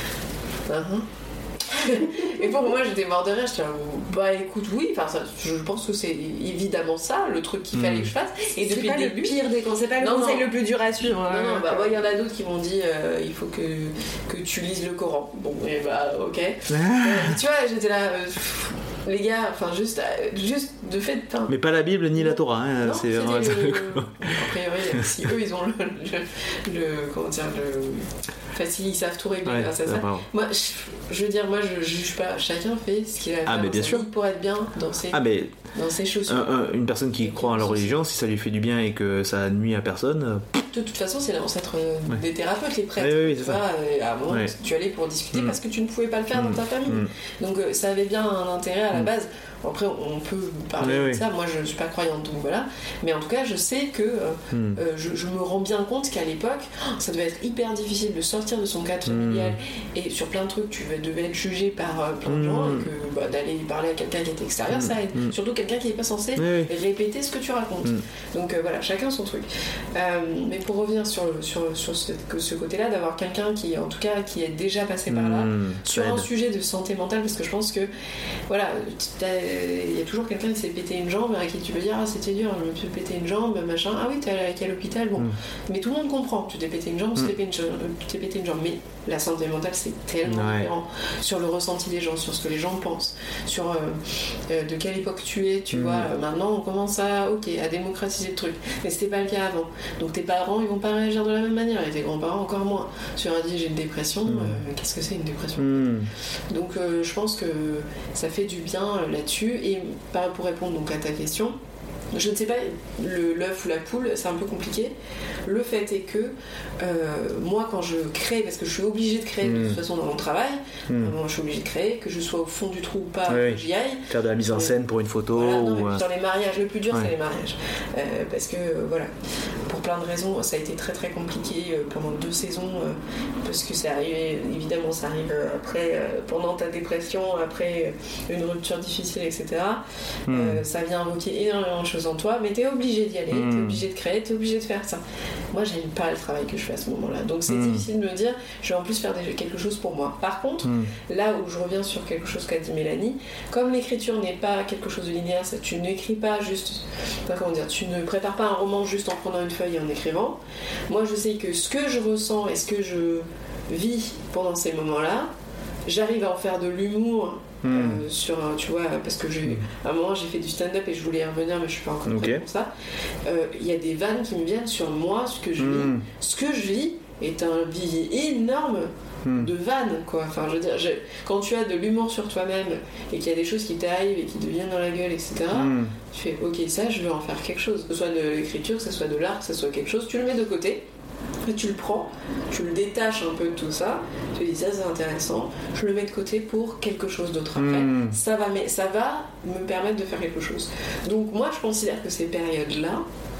S4: Uh-huh. Et pour moi j'étais mort de rire, j'étais là, bah écoute oui, enfin ça, je pense que c'est évidemment ça le truc qu'il fallait mm. que je fasse. Et
S3: c'est
S4: depuis
S3: pas
S4: le début,
S3: le pire des conseils, c'est pas le
S4: non,
S3: conseil
S4: non.
S3: le plus dur à suivre.
S4: Non non, bah il y en a d'autres qui m'ont dit euh, il faut que que tu lises le Coran. Bon et bah ok. euh, tu vois j'étais là. Euh, Les gars, enfin juste, juste de fait. Fin...
S2: Mais pas la Bible ni la Torah, hein,
S4: non,
S2: c'est
S4: vraiment. Le... A priori, si eux ils ont le, le, le comment dire, le facile, ils savent tout régler
S2: ouais,
S4: grâce à ça. Moi, je, je veux dire, moi je juge pas. Chacun fait ce qu'il a à
S2: ah,
S4: faire
S2: mais bien sûr.
S4: pour être bien dans ses,
S2: ah, mais
S4: dans ses chaussures.
S2: Un, un, une personne qui croit en la religion, si ça lui fait du bien et que ça nuit à personne.
S4: De toute façon, c'est l'ancêtre ouais. des thérapeutes, les prêtres.
S2: Oui, oui, c'est
S4: ça. Ça, à un moment, ouais. tu allais pour discuter mm. parce que tu ne pouvais pas le faire mm. dans ta famille. Mm. Donc ça avait bien un intérêt à la base. Après, on peut parler oui, de oui. ça. Moi, je ne suis pas croyante, donc voilà. Mais en tout cas, je sais que euh, mm. euh, je, je me rends bien compte qu'à l'époque, ça devait être hyper difficile de sortir de son cadre familial. Mm. Et sur plein de trucs, tu devais être jugé par euh, plein de mm. gens. Et que bah, d'aller parler à quelqu'un qui était extérieur, mm. ça aide. Mm. Surtout quelqu'un qui n'est pas censé oui. répéter ce que tu racontes. Mm. Donc euh, voilà, chacun son truc. Euh, mais pour revenir sur, le, sur, sur ce, ce côté-là, d'avoir quelqu'un qui, en tout cas, qui est déjà passé par là, mm. sur un sujet de santé mentale, parce que je pense que, voilà, il y a toujours quelqu'un qui s'est pété une jambe à qui tu peux dire ah c'était dur, je me suis pété une jambe, machin, ah oui t'es allé à l'hôpital, bon. Mm. Mais tout le monde comprend, tu t'es pété une jambe, mm. tu t'es pété, pété une jambe, mais la santé mentale c'est tellement ouais. différent sur le ressenti des gens, sur ce que les gens pensent, sur euh, euh, de quelle époque tu es, tu mm. vois, euh, maintenant on commence à, ok, à démocratiser le truc, mais c'était pas le cas avant, donc tes parents ils vont pas réagir de la même manière, et tes grands-parents encore moins. Tu leur as dit j'ai une dépression, mm. euh, qu'est-ce que c'est une dépression mm. Donc euh, je pense que ça fait du bien euh, là-dessus. Et pour répondre donc à ta question, je ne sais pas, le, l'œuf ou la poule, c'est un peu compliqué. Le fait est que euh, moi, quand je crée, parce que je suis obligée de créer mmh. de toute façon dans mon travail, mmh. vraiment, je suis obligée de créer, que je sois au fond du trou ou pas, oui. que j'y aille.
S2: Faire de la mise en scène pour une photo.
S4: Voilà, non,
S2: ou...
S4: Dans les mariages, le plus dur, ouais. c'est les mariages. Euh, parce que, euh, voilà, pour plein de raisons, ça a été très très compliqué euh, pendant deux saisons, euh, parce que ça arrive, évidemment, ça arrive euh, après, euh, pendant ta dépression, après euh, une rupture difficile, et cetera. Mmh. Euh, ça vient invoquer énormément de choses en toi, mais t'es obligé d'y aller, mmh. t'es obligé de créer, t'es obligé de faire ça. Moi, j'aime pas le travail que je fais à ce moment-là, donc c'est mmh. difficile de me dire, je vais en plus faire des, quelque chose pour moi. Par contre, mmh. là où je reviens sur quelque chose qu'a dit Mélanie, comme l'écriture n'est pas quelque chose de linéaire, ça, tu n'écris pas juste, enfin, comment dire, tu ne prépares pas un roman juste en prenant une feuille et en écrivant. Moi, je sais que ce que je ressens et ce que je vis pendant ces moments-là, j'arrive à en faire de l'humour. Mmh. Euh, sur un, tu vois, parce que j'ai, à un moment j'ai fait du stand-up et je voulais y revenir mais je suis pas encore
S2: okay.
S4: prête pour ça. Il euh, y a des vannes qui me viennent sur moi, ce que je
S2: mmh.
S4: vis. Ce que je vis est un vivier énorme mmh. de vannes, quoi. Enfin, je veux dire, je, quand tu as de l'humour sur toi-même et qu'il y a des choses qui t'arrivent et qui te viennent dans la gueule, et cetera, mmh. tu fais ok, ça je veux en faire quelque chose. Que ce soit de l'écriture, que ce soit de l'art, que ce soit quelque chose, tu le mets de côté. Et tu le prends, tu le détaches un peu de tout ça, tu dis ça c'est intéressant, je le mets de côté pour quelque chose d'autre après. Mmh. Ça va, mais ça va me permettre de faire quelque chose. Donc moi je considère que ces périodes-là,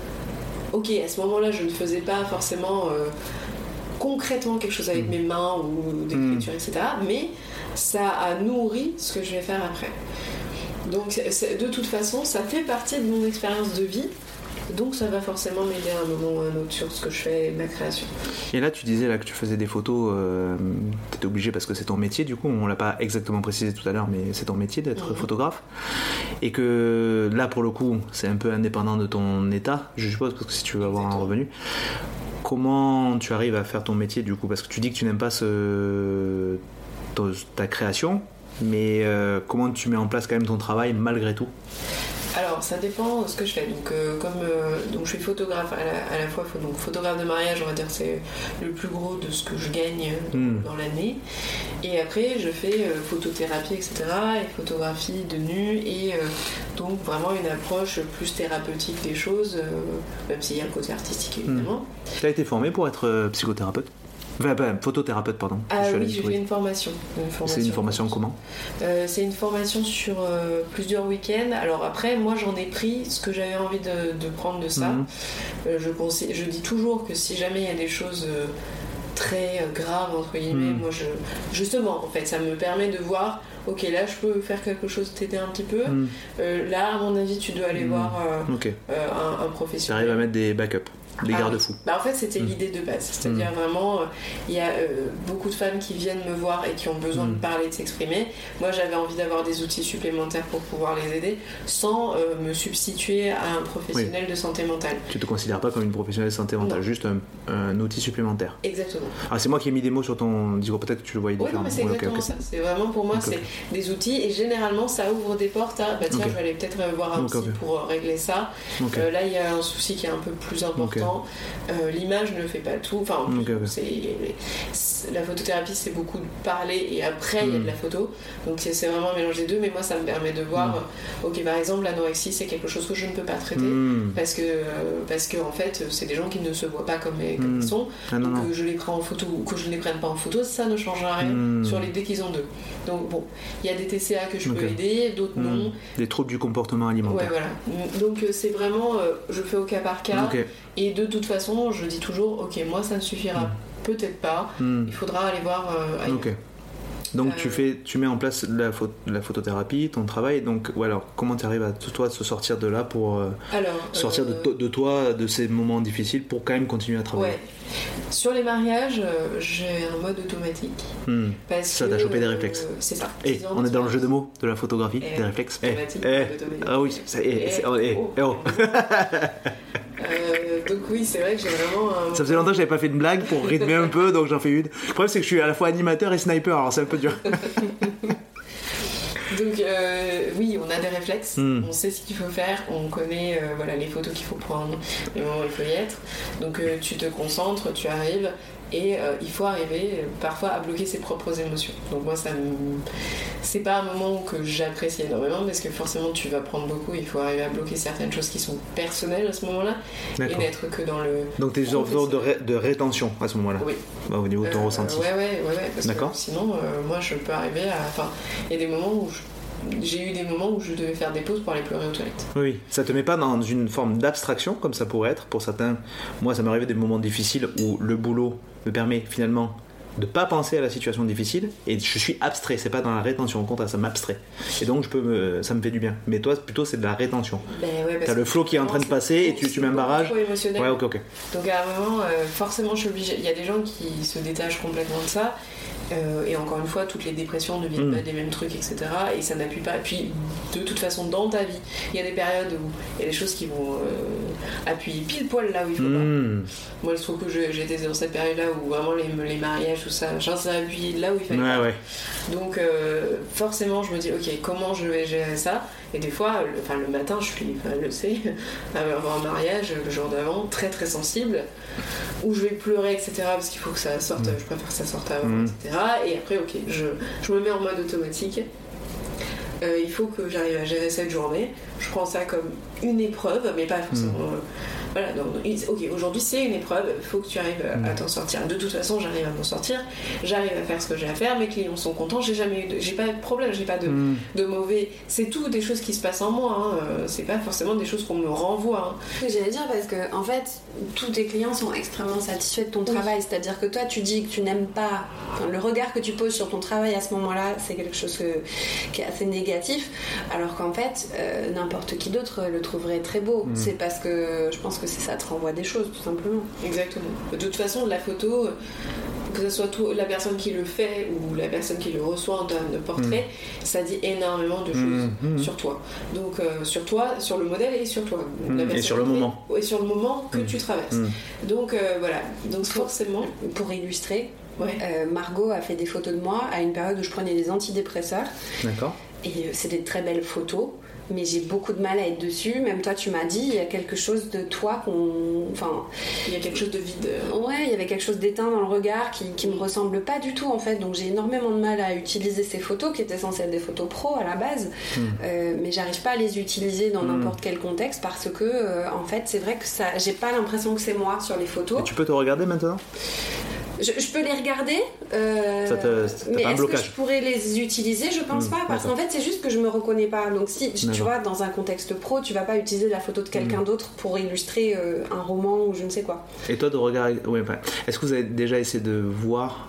S4: ok, à ce moment-là je ne faisais pas forcément euh, concrètement quelque chose avec mmh. mes mains ou d'écriture, mmh. et cetera. Mais ça a nourri ce que je vais faire après. Donc c'est, c'est, de toute façon, ça fait partie de mon expérience de vie. Donc ça va forcément m'aider à un moment ou à un autre sur ce que je fais et ma création.
S2: Et là tu disais là que tu faisais des photos, euh, t'étais obligé parce que c'est ton métier du coup, on l'a pas exactement précisé tout à l'heure mais c'est ton métier d'être mmh. photographe. Et que là pour le coup c'est un peu indépendant de ton état, je suppose, parce que si tu veux avoir Exactement. un revenu. Comment tu arrives à faire ton métier du coup? Parce que tu dis que tu n'aimes pas ce... ta création.
S1: mais euh, comment tu mets en place quand même ton travail malgré tout?
S4: Alors ça dépend de ce que je fais. Donc euh, comme euh, donc je suis photographe à la, à la fois donc photographe de mariage, on va dire c'est le plus gros de ce que je gagne mm. dans l'année. Et après je fais euh, photothérapie et cetera et photographie de nu et euh, donc vraiment une approche plus thérapeutique des choses, euh, même s'il y a un côté artistique évidemment.
S1: Mm. Tu as été formée pour être euh, psychothérapeute? Enfin, bah, photothérapeute, pardon.
S4: Ah oui, j'ai fait une formation. Une formation.
S1: C'est une formation comment
S4: euh, C'est une formation sur euh, plusieurs week-ends. Alors après, moi j'en ai pris ce que j'avais envie de, de prendre de ça. Mm-hmm. Euh, je, conseille, je dis toujours que si jamais il y a des choses euh, très euh, graves, entre guillemets, mm. moi je... Justement, en fait, ça me permet de voir... Ok, là je peux faire quelque chose, t'aider un petit peu. Mm. Euh, là, à mon avis, tu dois aller mm. voir euh, okay. euh, un, un professionnel.
S1: Tu arrives à mettre des backups, des ah, garde-fous.
S4: Bah, en fait, c'était mm. l'idée de base. C'est-à-dire mm. vraiment, il euh, y a euh, beaucoup de femmes qui viennent me voir et qui ont besoin mm. de parler, de s'exprimer. Moi, j'avais envie d'avoir des outils supplémentaires pour pouvoir les aider sans euh, me substituer à un professionnel oui. de santé mentale.
S1: Tu te considères pas comme une professionnelle de santé mentale, non. juste un, un outil supplémentaire.
S4: Exactement.
S1: Ah, c'est moi qui ai mis des mots sur ton discours, peut-être que tu le voyais différemment.
S4: Oui, non, mais c'est
S1: ouais,
S4: exactement okay, okay. ça. C'est vraiment pour moi, okay. c'est des outils et généralement ça ouvre des portes à bah tiens okay. je vais aller peut-être voir un okay, psy okay. pour régler ça okay. euh, là il y a un souci qui est un peu plus important okay. euh, l'image ne fait pas tout enfin okay, okay. C'est, c'est, la photothérapie c'est beaucoup de parler et après il mm. y a de la photo donc c'est, c'est vraiment un mélange des deux mais moi ça me permet de voir mm. ok par exemple l'anorexie c'est quelque chose que je ne peux pas traiter mm. parce que euh, parce que en fait c'est des gens qui ne se voient pas comme, les, comme mm. ils sont ah, non, donc que je les prends en photo ou que je ne les prenne pas en photo ça ne changera rien mm. sur l'idée qu'ils ont d'eux donc bon il y a des T C A que je okay. peux aider, d'autres mmh. non.
S1: Des troubles du comportement alimentaire.
S4: Ouais, voilà. Donc c'est vraiment, euh, je fais au cas par cas. Okay. Et de toute façon, je dis toujours, ok, moi ça ne suffira mmh. peut-être pas. Mmh. Il faudra aller voir euh, ailleurs.
S1: Okay. Donc euh... tu fais, tu mets en place la, pho- la photothérapie, ton travail. Donc ou alors comment tu arrives à toi de se sortir de là pour euh, alors, sortir euh... de, to- de toi de ces moments difficiles pour quand même continuer à travailler.
S4: Ouais. Sur les mariages, euh, j'ai un mode automatique.
S1: Hmm. Parce ça t'a chopé euh, des réflexes.
S4: C'est ça.
S1: Et on est dans le jeu de mots de la photographie, et des réflexes.
S4: Automatique,
S1: eh.
S4: automatique.
S1: Ah oui, ça, eh, c'est, oh, eh, oh. oh.
S4: euh, donc oui, c'est vrai que j'ai vraiment un...
S1: Ça faisait longtemps que j'avais pas fait de blague pour rythmer un peu, donc j'en fais une. Le problème c'est que je suis à la fois animateur et sniper, alors c'est un peu dur.
S4: Donc euh, oui, on a des réflexes, mm. on sait ce qu'il faut faire, on connaît euh, voilà, les photos qu'il faut prendre, les moments où il faut y être. Donc euh, tu te concentres, tu arrives et euh, il faut arriver euh, parfois à bloquer ses propres émotions. Donc moi, ça me... c'est pas un moment que j'apprécie énormément parce que forcément tu vas prendre beaucoup, il faut arriver à bloquer certaines choses qui sont personnelles à ce moment-là. D'accord. Et n'être que dans le...
S1: Donc t'es genre de, ré- de rétention à ce moment-là.
S4: Oui.
S1: Bah, au niveau de ton
S4: euh,
S1: ressenti.
S4: Ouais, ouais, ouais, ouais parce
S1: D'accord.
S4: que sinon, euh, moi je peux arriver à... Enfin, il y a des moments où je... j'ai eu des moments où je devais faire des pauses pour aller pleurer aux toilettes.
S1: Oui, ça te met pas dans une forme d'abstraction comme ça pourrait être pour certains. Moi, ça m'est arrivé des moments difficiles où le boulot me permet finalement de pas penser à la situation difficile et je suis abstrait, c'est pas dans la rétention, au contraire ça m'abstrait et donc je peux me, ça me fait du bien. Mais toi plutôt c'est de la rétention. Ben ouais, t'as le flow qui est en train de passer et tu, tu mets un barrage.
S4: Ouais,
S1: ok, ok.
S4: Donc à un moment, euh, forcément je suis obligée. Il y a des gens qui se détachent complètement de ça. Euh, et encore une fois, toutes les dépressions ne viennent mmh. pas des mêmes trucs, et cetera. Et ça n'appuie pas. Et puis, de toute façon, dans ta vie, il y a des périodes où il y a des choses qui vont euh, appuyer pile poil là où il faut mmh. pas. Moi, je trouve que je, j'étais dans cette période-là où vraiment les, les mariages, tout ça, genre, ça a appuyé là où il fallait
S1: ouais,
S4: pas.
S1: Ouais.
S4: Donc, euh, forcément, je me dis, ok, comment je vais gérer ça? Et des fois, le, enfin, le matin, je suis, enfin, je le sais, avant un mariage, le jour d'avant, très très sensible, où je vais pleurer, et cetera. Parce qu'il faut que ça sorte, mmh. je préfère que ça sorte avant, mmh. et cetera. Et après, ok, je, je me mets en mode automatique. Euh, il faut que j'arrive à gérer cette journée. Je prends ça comme une épreuve, mais pas forcément... Mmh. Euh, voilà, donc, ok, aujourd'hui c'est une épreuve, il faut que tu arrives à, à t'en sortir. De toute façon, j'arrive à m'en sortir, j'arrive à faire ce que j'ai à faire, mes clients sont contents, j'ai jamais eu de, j'ai pas de problème, j'ai pas de, mm. de mauvais. C'est tout des choses qui se passent en moi, hein. euh, c'est pas forcément des choses qu'on me renvoie. Hein.
S3: J'allais dire parce que en fait, tous tes clients sont extrêmement satisfaits de ton oui. travail, c'est-à-dire que toi, tu dis que tu n'aimes pas, enfin, le regard que tu poses sur ton travail à ce moment-là, c'est quelque chose que, qui est assez négatif, alors qu'en fait, euh, n'importe qui d'autre le trouverait très beau. Mm. C'est parce que je pense que c'est ça te renvoie des choses tout simplement.
S4: Exactement. De toute façon, la photo, que ce soit tout, la personne qui le fait ou la personne qui le reçoit en termes de portrait, mmh. ça dit énormément de choses mmh. sur toi. Donc euh, sur toi, sur le modèle et sur toi.
S1: Mmh. Et sur le moment.
S4: Et sur le moment que mmh. tu traverses. Mmh. Donc euh, voilà. Donc forcément,
S3: pour illustrer, Ouais. Euh, Margot a fait des photos de moi à une période où je prenais des antidépresseurs.
S1: D'accord.
S3: Et euh, c'est des très belles photos. Mais j'ai beaucoup de mal à être dessus. Même toi, tu m'as dit, il y a quelque chose de toi qu'on... Enfin,
S4: il y a quelque chose de vide.
S3: Ouais, il y avait quelque chose d'éteint dans le regard qui, qui me ressemble pas du tout, en fait. Donc j'ai énormément de mal à utiliser ces photos, qui étaient censées être des photos pro à la base. Mm. Euh, mais j'arrive pas à les utiliser dans mm. n'importe quel contexte parce que, euh, en fait, c'est vrai que ça... j'ai pas l'impression que c'est moi sur les photos.
S1: Et tu peux te regarder maintenant ?
S3: Je, je peux les regarder, euh,
S1: ça te,
S3: mais est-ce
S1: blocage.
S3: que je pourrais les utiliser ? Je pense mmh, pas, parce qu'en fait c'est juste que je me reconnais pas. Donc si d'accord. tu vois, dans un contexte pro, tu vas pas utiliser la photo de quelqu'un mmh. d'autre pour illustrer euh, un roman ou je ne sais quoi.
S1: Et toi de regarder, oui, enfin, est-ce que vous avez déjà essayé de voir,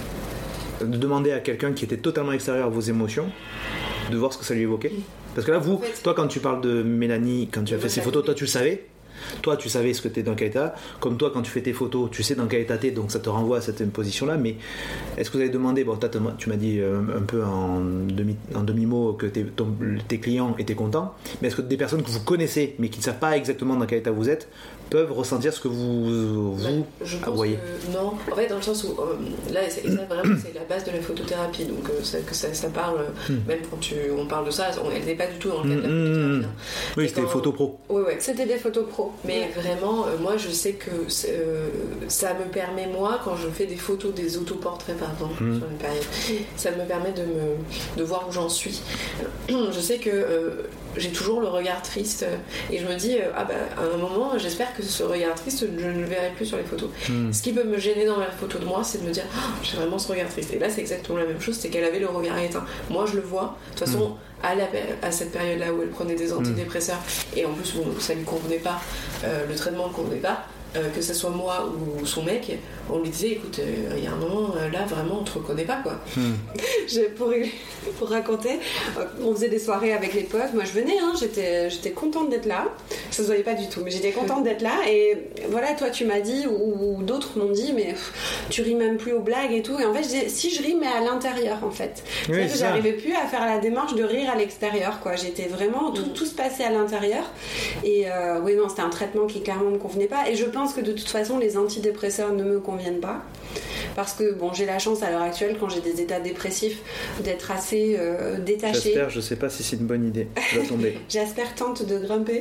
S1: de demander à quelqu'un qui était totalement extérieur à vos émotions, de voir ce que ça lui évoquait ? mmh. Parce que là, vous, en fait, toi, quand tu parles de Mélanie, quand tu as fait ces photos, toi, tu le savais ? Toi, tu savais ce que tu es dans quel état. Comme toi, quand tu fais tes photos, tu sais dans quel état tu es, donc ça te renvoie à cette position-là. Mais est-ce que vous avez demandé, bon, tu m'as dit un peu en, demi, en demi-mot que tes, ton, tes clients étaient contents, mais est-ce que des personnes que vous connaissez, mais qui ne savent pas exactement dans quel état vous êtes, peuvent ressentir ce que vous, vous
S4: je pense
S1: voyez
S4: que non, en fait, dans le sens où euh, là, c'est, ça, vraiment, c'est la base de la photothérapie, donc euh, ça, que ça, ça parle, mm. même quand tu, on parle de ça, on, elle n'est pas du tout dans le cadre de la photothérapie. Hein.
S1: Oui, c'était quand, des photos pro.
S3: Oui, ouais, c'était des photos pro.
S4: Mais ouais. vraiment, euh, moi, je sais que euh, ça me permet, moi, quand je fais des photos, des autoportraits, par exemple, mm. sur une période, ça me permet de, me, de voir où j'en suis. Je sais que euh, j'ai toujours le regard triste et je me dis, euh, ah bah, à un moment, j'espère que ce regard triste, je ne le verrai plus sur les photos. Mm. Ce qui peut me gêner dans la photo de moi, c'est de me dire, oh, j'ai vraiment ce regard triste. Et là, c'est exactement la même chose, c'est qu'elle avait le regard éteint. Moi, je le vois. De toute façon, mm. à, la, à cette période-là où elle prenait des antidépresseurs, mm. et en plus, bon, ça ne lui convenait pas, euh, le traitement ne convenait pas, euh, que ce soit moi ou son mec, on lui disait, écoute, il euh, y a un moment, euh, là, vraiment, on te reconnaît pas, quoi.
S1: Mm.
S3: Je, pour, pour raconter, on faisait des soirées avec les potes. Moi, je venais, hein, j'étais, j'étais contente d'être là. Ça se voyait pas du tout, mais j'étais contente d'être là. Et voilà, toi, tu m'as dit, ou, ou d'autres m'ont dit, mais pff, tu ris même plus aux blagues et tout. Et en fait, je disais, si je ris, mais à l'intérieur, en fait. Oui, c'est-à-dire que j'arrivais plus à faire la démarche de rire à l'extérieur, quoi. J'étais vraiment, tout, tout se passait à l'intérieur. Et euh, oui, non, c'était un traitement qui clairement me convenait pas. Et je pense que de toute façon, les antidépresseurs ne me conviennent pas. Parce que bon, j'ai la chance à l'heure actuelle, quand j'ai des états dépressifs, d'être assez euh, détachée.
S1: J'espère, je sais pas si c'est une bonne idée. Je vais tomber.
S3: J'espère tente de grimper.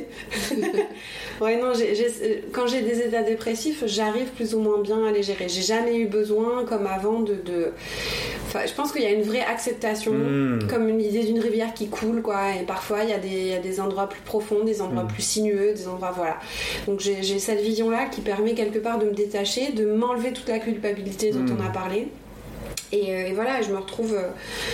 S3: Ouais, non, j'ai, j'ai, quand j'ai des états dépressifs, j'arrive plus ou moins bien à les gérer. J'ai jamais eu besoin, comme avant, de. de... Enfin, je pense qu'il y a une vraie acceptation, mmh. comme une idée d'une rivière qui coule, quoi. Et parfois, il y a des, il y a des endroits plus profonds, des endroits mmh. plus sinueux, des endroits. Voilà. Donc, j'ai, j'ai cette vision-là qui permet quelque part de me détacher, de m'enlever toute la culpabilité dont mmh. on a parlé. Et, euh, et voilà, je me retrouve, euh,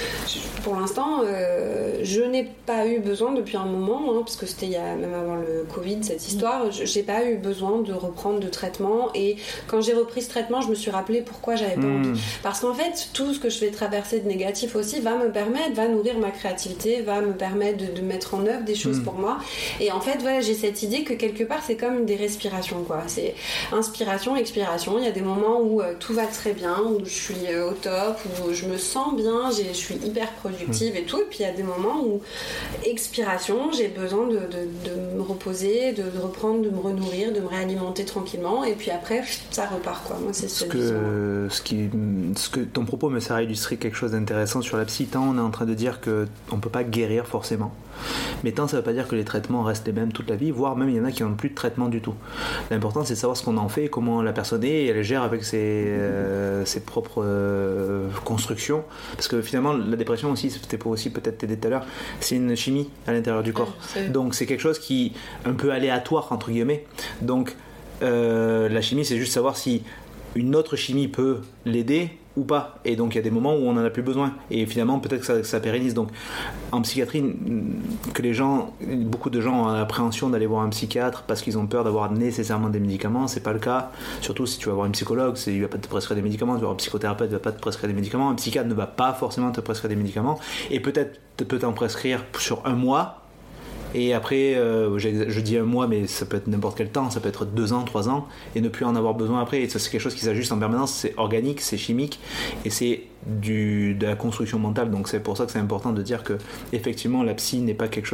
S3: pour l'instant, euh, je n'ai pas eu besoin depuis un moment, hein, parce que c'était il y a, même avant le Covid, cette histoire, je, j'ai pas eu besoin de reprendre de traitement. Et quand j'ai repris ce traitement, je me suis rappelé pourquoi j'avais pas mmh. envie. Parce qu'en fait, tout ce que je vais traverser de négatif aussi va me permettre, va nourrir ma créativité, va me permettre de, de mettre en œuvre des choses mmh. pour moi. Et en fait, voilà, j'ai cette idée que quelque part, c'est comme des respirations, quoi. C'est inspiration, expiration. Il y a des moments où euh, tout va très bien, où je suis euh, au top, où je me sens bien, j'ai, je suis hyper productive mmh. et tout, et puis il y a des moments où expiration, j'ai besoin de, de, de me reposer, de, de reprendre, de me renourrir, de me réalimenter tranquillement, et puis après ça repart, quoi. Moi, c'est
S1: ce que, ce qui, ce que ton propos me sert à illustrer quelque chose d'intéressant sur la psy. Tant on est en train de dire qu'on ne peut pas guérir forcément, mais tant ça ne veut pas dire que les traitements restent les mêmes toute la vie, voire même il y en a qui n'ont plus de traitement du tout. L'important, c'est de savoir ce qu'on en fait, comment la personne est, et elle gère avec ses, euh, ses propres euh, constructions, parce que finalement la dépression aussi, c'était pour aussi peut-être t'aider tout à l'heure, c'est une chimie à l'intérieur du corps, c'est... donc c'est quelque chose qui est un peu aléatoire entre guillemets. Donc euh, la chimie, c'est juste savoir si une autre chimie peut l'aider ou pas, et donc il y a des moments où on n'en a plus besoin, et finalement peut-être que ça, que ça pérennise. Donc en psychiatrie, que les gens, beaucoup de gens ont l'appréhension d'aller voir un psychiatre parce qu'ils ont peur d'avoir nécessairement des médicaments. C'est pas le cas, surtout si tu vas voir un psychologue, c'est, il va pas te prescrire des médicaments, tu vas voir un psychothérapeute, il va pas te prescrire des médicaments, un psychiatre ne va pas forcément te prescrire des médicaments, et peut-être peut t'en prescrire sur un mois. Et après, euh, je, je dis un mois, mais ça peut être n'importe quel temps, ça peut être deux ans, trois ans, et ne plus en avoir besoin après. Et ça, c'est quelque chose qui s'ajuste en permanence, c'est organique, c'est chimique, et c'est du, de la construction mentale. Donc c'est pour ça que c'est important de dire que, effectivement, la psy n'est pas quelque chose de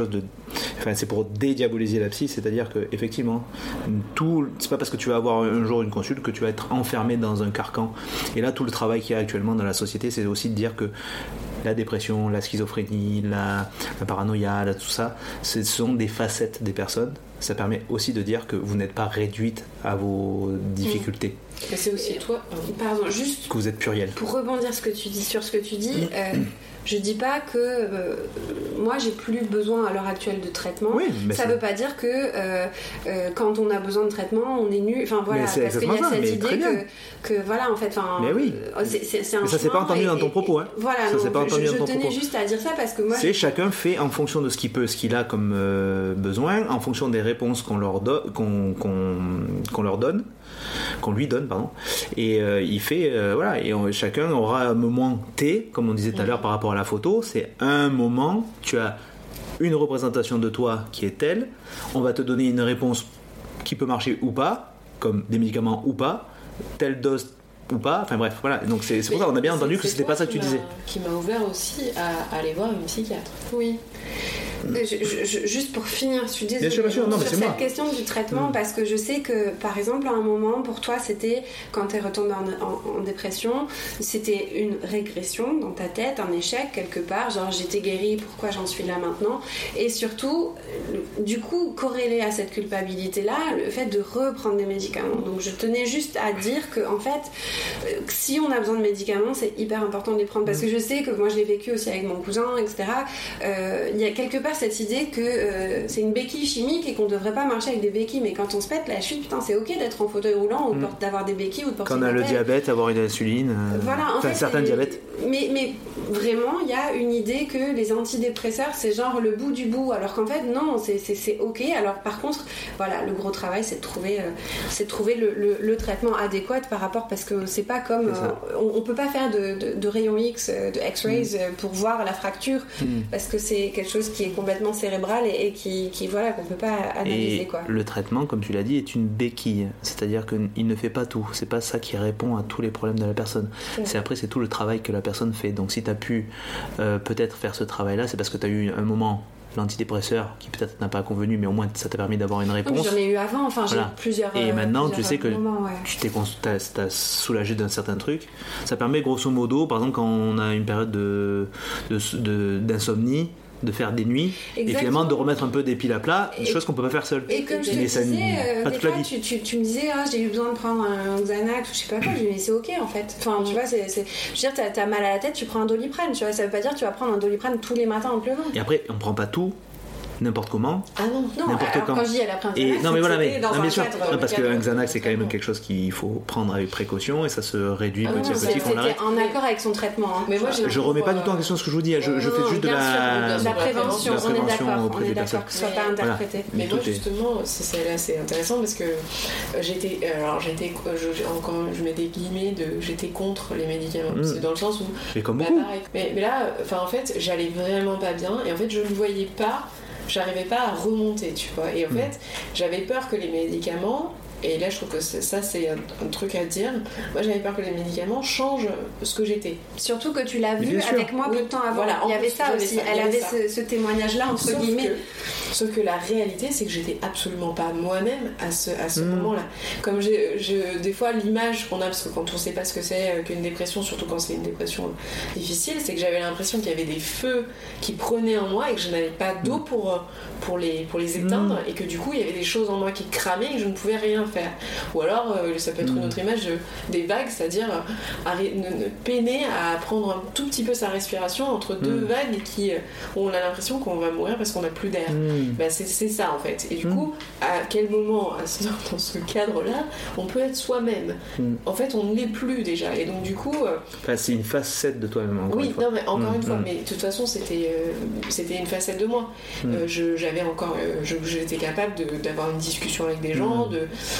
S2: enfin, c'est pour dédiaboliser la psy, c'est-à-dire que effectivement, tout, c'est pas parce que tu vas avoir un jour une consulte que tu vas être enfermé dans un carcan. Et là, tout le travail qu'il y a actuellement dans la société, c'est aussi de dire que la dépression, la schizophrénie, la, la paranoïa, là, tout ça, ce sont des facettes des personnes. Ça permet aussi de dire que vous n'êtes pas réduite à vos difficultés.
S4: Mais c'est aussi toi.
S3: Pardon, juste.
S2: Que vous êtes pluriel.
S3: Pour rebondir ce que tu dis, sur ce que tu dis, euh, je dis pas que euh, moi j'ai plus besoin à l'heure actuelle de traitement.
S2: Oui, mais
S3: ça
S2: c'est...
S3: veut pas dire que euh, euh, quand on a besoin de traitement, on est nu. Enfin voilà,
S2: mais c'est
S3: parce qu'il y a
S2: ça,
S3: cette idée
S2: que,
S3: que voilà en fait.
S2: Mais oui.
S3: C'est, c'est, c'est un
S2: mais ça
S3: chemin
S2: c'est pas entendu
S3: et,
S2: dans ton propos. Hein.
S3: Voilà.
S2: Ça
S3: non,
S2: c'est pas entendu
S3: je,
S2: dans ton
S3: je tenais
S2: propos.
S3: juste à dire ça parce que moi.
S2: C'est
S3: je...
S2: chacun fait en fonction de ce qu'il peut, ce qu'il a comme euh, besoin, en fonction des réponses qu'on leur donne, qu'on, qu'on, qu'on leur donne. qu'on lui donne pardon et euh, il fait euh, voilà et on, chacun aura un moment T comme on disait tout à l'heure par rapport à la photo, c'est un moment, tu as une représentation de toi qui est telle, on va te donner une réponse qui peut marcher ou pas, comme des médicaments ou pas, telle dose ou pas, enfin bref voilà, donc c'est, c'est pour ça qu'on a bien entendu que c'était pas ça que tu disais,
S4: qui m'a ouvert aussi à, à aller voir une psychiatre.
S3: Oui. Je, je, juste pour finir, je suis désolée
S2: bien sûr, bien sûr. Non, mais
S3: sur
S2: c'est
S3: cette
S2: moi.
S3: question du traitement, mmh. parce que je sais que par exemple à un moment pour toi c'était quand tu es retombée en, en, en dépression, c'était une régression dans ta tête, un échec quelque part, genre j'étais guérie, pourquoi j'en suis là maintenant, et surtout du coup corrélé à cette culpabilité là le fait de reprendre des médicaments. Donc je tenais juste à dire que en fait si on a besoin de médicaments c'est hyper important de les prendre, parce que je sais que moi je l'ai vécu aussi avec mon cousin, etc. Euh, il y a quelque part cette idée que euh, c'est une béquille chimique et qu'on devrait pas marcher avec des béquilles, mais quand on se pète la chute, putain, c'est ok d'être en fauteuil roulant ou mmh. d'avoir des béquilles ou de porter
S2: quand on a le diabète, avoir une insuline, euh...
S3: voilà, en
S2: enfin,
S3: fait,
S2: certains diabètes.
S3: Mais, mais vraiment, il y a une idée que les antidépresseurs c'est genre le bout du bout, alors qu'en fait non, c'est, c'est, c'est ok. Alors par contre, voilà, le gros travail c'est de trouver, euh, c'est de trouver le, le, le traitement adéquat par rapport, parce que c'est pas comme euh, on, on peut pas faire de, de, de rayons X, de X-rays mmh. pour voir la fracture, mmh. parce que c'est quelque chose qui est complètement cérébral et, et qui, qui voilà qu'on peut pas analyser,
S2: et
S3: quoi.
S2: Le traitement, comme tu l'as dit, est une béquille, c'est-à-dire qu'il ne fait pas tout, c'est pas ça qui répond à tous les problèmes de la personne. Ouais. C'est après c'est tout le travail que la personne fait. Donc si tu as pu euh, peut-être faire ce travail-là, c'est parce que tu as eu un moment l'antidépresseur qui peut-être n'a pas convenu, mais au moins ça t'a permis d'avoir une réponse.
S3: Oui, j'en ai eu avant, enfin voilà. J'ai plusieurs.
S2: Et maintenant
S3: plusieurs
S2: tu sais que
S3: moments, ouais.
S2: tu t'es t'as, t'as soulagé d'un certain truc. Ça permet grosso modo, par exemple quand on a une période de, de, de d'insomnie, de faire des nuits. Exactement. Et finalement de remettre un peu des piles à plat, des choses qu'on peut pas faire seul.
S3: Et comme je te disais, euh, des fois tu, tu, tu me disais ah, j'ai eu besoin de prendre un Xanax ou je sais pas quoi, je dis mais c'est ok en fait. Enfin tu vois, c'est, c'est... je veux dire t'as, t'as mal à la tête, tu prends un Doliprane, tu vois, ça veut pas dire que tu vas prendre un Doliprane tous les matins en pleuvant.
S2: Et après on prend pas tout n'importe comment.
S3: Ah non, non,
S2: n'importe
S3: alors,
S2: quand.
S3: quand je dis elle a pris un Xanax,
S2: et, non mais voilà, mais
S3: dans
S2: non,
S3: un
S2: bien sûr,
S3: cadre,
S2: non, parce qu'un Xanax c'est quand même
S3: traitement.
S2: quelque chose qu'il faut prendre avec précaution et ça se réduit
S3: ah
S2: petit
S3: non,
S2: à petit qu'on l'arrête.
S3: En accord avec son traitement. Hein.
S2: Mais moi, je, je remets pas du tout en question ce que je vous dis. Je, je fais juste de la,
S3: sûr, la prévention.
S2: De la prévention
S3: on est d'accord.
S2: auprès
S3: On est
S2: des
S3: d'accord
S2: personnes.
S3: que ce soit pas interprété.
S4: Mais, mais moi justement, c'est, c'est là c'est intéressant parce que j'étais, alors j'étais, je, encore, je mets des guillemets de, j'étais contre les médicaments. Mmh. C'est dans le sens où.
S2: Et comme beaucoup.
S4: Bah, mais, mais là, enfin en fait, j'allais vraiment pas bien et en fait, je ne voyais pas. J'arrivais pas à remonter, tu vois. Et en mmh. fait, j'avais peur que les médicaments, et là je trouve que c'est, ça c'est un, un truc à dire, moi j'avais peur que les médicaments changent ce que j'étais.
S3: Surtout que tu l'as vu avec moi oui. peu de temps avant. Voilà, il y avait ça aussi, ça, elle avait ça. Ce, ce témoignage-là, entre sauf guillemets.
S4: Que, sauf que la réalité, c'est que j'étais absolument pas moi-même à ce, à ce mmh. moment-là. Comme j'ai, je, des fois, l'image qu'on a, parce que quand on sait pas ce que c'est qu'une dépression, surtout quand c'est une dépression difficile, c'est que j'avais l'impression qu'il y avait des feux qui prenaient en moi et que je n'avais pas d'eau mmh. pour, pour, les, pour les éteindre mmh. et que du coup, il y avait des choses en moi qui cramaient et que je ne pouvais rien faire. Ou alors euh, ça peut être mmh. une autre image de, des vagues, c'est-à-dire euh, arrêt, ne, ne, peiner à prendre un tout petit peu sa respiration entre deux mmh. vagues et qui, euh, où on a l'impression qu'on va mourir parce qu'on n'a plus d'air. Mmh. Bah, c'est, c'est ça en fait. Et du mmh. coup, à quel moment, à ce, dans ce cadre-là, on peut être soi-même mmh. En fait, on ne l'est plus déjà. Et donc du coup... Euh,
S2: enfin, c'est une facette de toi-même, encore
S4: oui,
S2: une fois.
S4: non, mais encore mmh. une fois.
S2: Mmh.
S4: Mais de toute façon, c'était, euh, c'était une facette de moi. Mmh. Euh, je, j'avais encore... Euh, je, j'étais capable de, d'avoir une discussion avec des gens, mmh. de...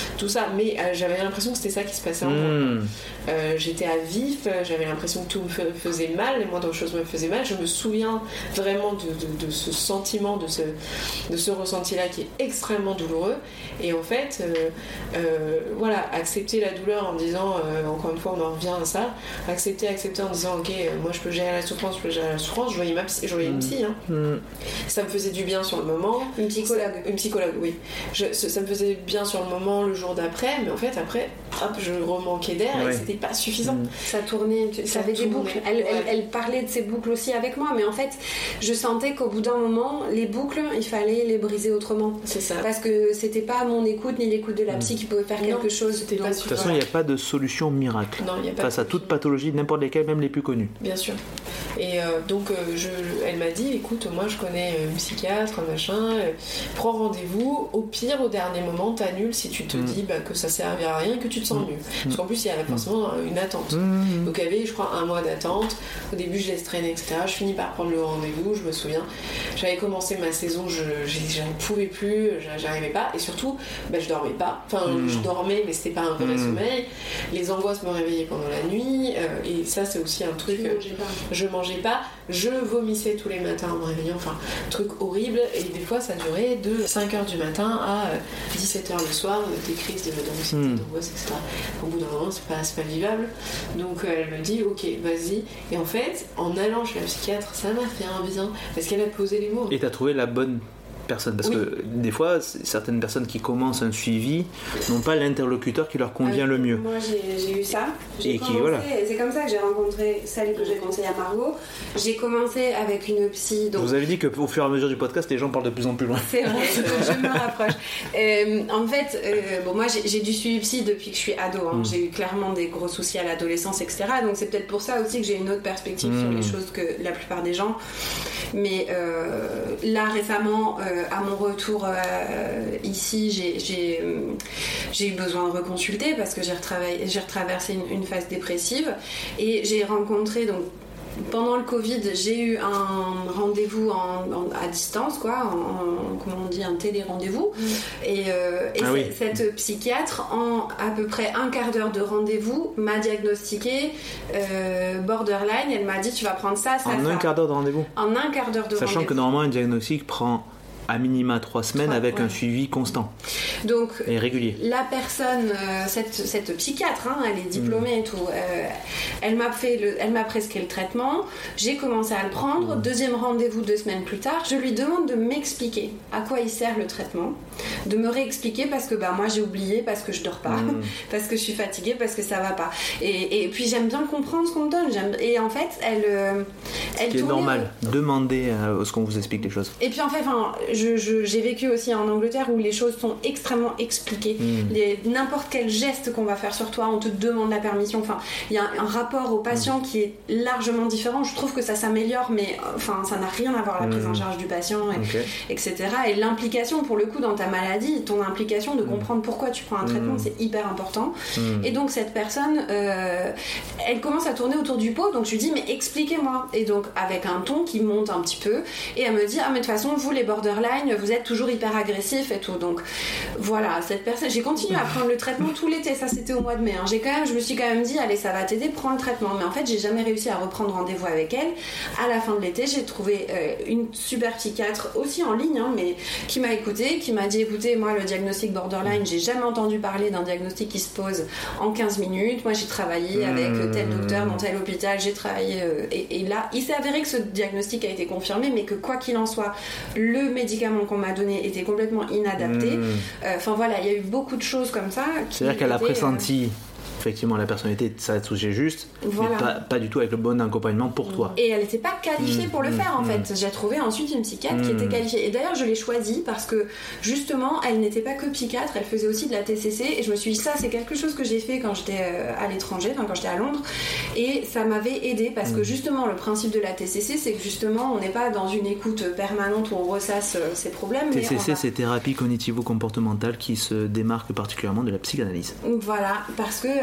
S4: tout ça. Mais euh, j'avais l'impression que c'était ça qui se passait en moi.
S2: Mmh.
S4: Euh, j'étais à vif, j'avais l'impression que tout me faisait mal, les moindres choses me faisaient mal. Je me souviens vraiment de, de, de ce sentiment, de ce, de ce ressenti-là qui est extrêmement douloureux. Et en fait, euh, euh, voilà, accepter la douleur en disant, euh, encore une fois, on en revient à ça, accepter, accepter en disant, ok, euh, moi je peux gérer la souffrance, je peux gérer la souffrance. Je voyais, ma psy, je voyais une psy, hein. Mmh. Ça me faisait du bien sur le moment.
S3: Une psychologue.
S4: Une psychologue, oui. Je, ça me faisait bien sur le moment, le jour d'après, mais en fait, après, hop, je remanquais d'air ouais. et c'était pas suffisant. Mmh.
S3: Ça tournait, tu, ça avait des boucles. Elle, ouais. elle, elle parlait de ces boucles aussi avec moi, mais en fait, je sentais qu'au bout d'un moment, les boucles, il fallait les briser autrement.
S4: C'est ça.
S3: Parce que c'était pas mon écoute ni l'écoute de la psy mmh. qui pouvait faire quelque non, chose.
S2: C'était pas de toute façon, il n'y a pas de solution miracle.
S4: Non, il n'y a pas
S2: face à toute pathologie, n'importe lesquelles, même les plus connues.
S4: Bien sûr. Et euh, donc, euh, je, elle m'a dit, écoute, moi je connais une psychiatre, un machin, euh, prends rendez-vous. Au pire, au dernier moment, t'annules si tu te mmh. dis bah, que ça servira à rien et que tu te sens mieux. Mmh. Parce qu'en plus, il y a forcément une attente. Mmh. Donc, il y avait, je crois, un mois d'attente. Au début, je laisse traîner, et cetera. Je finis par prendre le rendez-vous. Je me souviens, j'avais commencé ma saison, je n'en pouvais plus, j'arrivais pas. Et surtout, bah, je dormais pas. Enfin, mmh. je dormais, mais c'était pas un vrai mmh. sommeil. Les angoisses me réveillaient pendant la nuit. Euh, et ça, c'est aussi un truc.
S3: Je mangeais pas.
S4: Je mangeais pas. Je vomissais tous les matins en me réveillant. Enfin, truc horrible. Et des fois, ça durait de cinq heures du matin à dix-sept heures le soir, des crises de d'anxiété, mmh. d'angoisse, et cetera. Au bout d'un moment, c'est pas, c'est pas vivable. Donc, elle me dit, ok, vas-y. Et en fait, en allant chez la psychiatre, ça m'a fait un bien. Parce qu'elle a posé les mots.
S2: Et t'as trouvé la bonne personne, parce oui. que des fois certaines personnes qui commencent un suivi n'ont pas l'interlocuteur qui leur convient euh, le mieux.
S3: Moi j'ai, j'ai eu ça j'ai
S2: et
S3: commencé,
S2: qui voilà
S3: c'est comme ça que j'ai rencontré celle que j'ai conseillée à Margot. J'ai commencé avec une psy donc...
S2: Vous avez dit qu'au fur et à mesure du podcast les gens parlent de plus en plus loin.
S3: C'est vrai, je me rapproche. euh, en fait euh, bon, moi j'ai, j'ai du suivi psy depuis que je suis ado, hein. mm. J'ai eu clairement des gros soucis à l'adolescence, etc. Donc c'est peut-être pour ça aussi que j'ai une autre perspective mm. sur les choses que la plupart des gens. Mais euh, là récemment euh, à mon retour euh, ici, j'ai, j'ai, j'ai eu besoin de reconsulter parce que j'ai, j'ai retraversé une, une phase dépressive et j'ai rencontré donc pendant le Covid, j'ai eu un rendez-vous en, en, à distance, quoi, en, en, comment on dit, un télé-rendez-vous. Mmh. Et, euh, et ah oui. cette psychiatre, en à peu près un quart d'heure de rendez-vous, m'a diagnostiqué euh, borderline. Elle m'a dit, tu vas prendre ça, ça,
S2: en
S3: ça.
S2: En un quart d'heure de rendez-vous.
S3: En un quart d'heure de
S2: Sachant rendez-vous. Sachant que normalement, un diagnostic prend à minima trois semaines trois, avec ouais. un suivi constant.
S3: Donc,
S2: et régulier.
S3: La personne, euh, cette, cette psychiatre, hein, elle est diplômée mmh. et tout, euh, elle, m'a fait le, elle m'a prescrit le traitement, j'ai commencé à le prendre, mmh. deuxième rendez-vous deux semaines plus tard, je lui demande de m'expliquer à quoi il sert le traitement, de me réexpliquer parce que bah, moi j'ai oublié, parce que je dors pas, mmh. parce que je suis fatiguée, parce que ça va pas. Et, et puis j'aime bien comprendre ce qu'on me donne. J'aime, et en fait, elle... Euh, elle
S2: ce qui est normal, au... demandez à ce qu'on vous explique les choses.
S3: Et puis en fait, je, je, j'ai vécu aussi en Angleterre où les choses sont extrêmement expliquées. Mmh. Les, n'importe quel geste qu'on va faire sur toi, on te demande la permission. Enfin, il y a un, un rapport au patient mmh. qui est largement différent. Je trouve que ça s'améliore, mais enfin, ça n'a rien à voir avec la prise en charge du patient, et, okay. et cetera. Et l'implication, pour le coup, dans ta maladie, ton implication de comprendre pourquoi tu prends un traitement, mmh. c'est hyper important. Mmh. Et donc, cette personne, euh, elle commence à tourner autour du pot. Donc, je lui dis, mais expliquez-moi. Et donc, avec un ton qui monte un petit peu. Et elle me dit, ah, mais de toute façon, vous, les borderline, vous êtes toujours hyper agressif et tout. Donc, voilà, cette personne, j'ai continué à prendre le traitement tout l'été. Ça, c'était au mois de mai. Hein. J'ai quand même, je me suis quand même dit, allez, ça va t'aider, prends le traitement. Mais en fait, j'ai jamais réussi à reprendre rendez-vous avec elle. À la fin de l'été, j'ai trouvé euh, une super psychiatre, aussi en ligne, hein, mais qui m'a écoutée, qui m'a dit, écoutez, moi, le diagnostic borderline, j'ai jamais entendu parler d'un diagnostic qui se pose en quinze minutes. Moi, j'ai travaillé avec tel docteur dans tel hôpital, j'ai travaillé, euh, et, et là, il s'est avéré que ce diagnostic a été confirmé, mais que quoi qu'il en soit, le médicament qu'on m'a donné était complètement inadapté. Enfin mmh. euh, voilà, il y a eu beaucoup de choses comme ça.
S2: C'est-à-dire qu'elle a pressenti euh... effectivement la personnalité, ça a touché juste, voilà. mais pas, pas du tout avec le bon accompagnement pour mmh. toi.
S3: Et elle n'était pas qualifiée mmh. pour le faire en mmh. fait. J'ai trouvé ensuite une psychiatre mmh. qui était qualifiée. Et d'ailleurs, je l'ai choisie parce que justement, elle n'était pas que psychiatre, elle faisait aussi de la T C C. Et je me suis dit, ça, c'est quelque chose que j'ai fait quand j'étais à l'étranger, enfin, quand j'étais à Londres. Et ça m'avait aidée parce mmh. que justement, le principe de la T C C, c'est que justement, on n'est pas dans une écoute permanente où on ressasse ses problèmes.
S2: T C C,
S3: mais va...
S2: c'est thérapie cognitivo-comportementale qui se démarque particulièrement de la psychanalyse.
S3: Voilà, parce que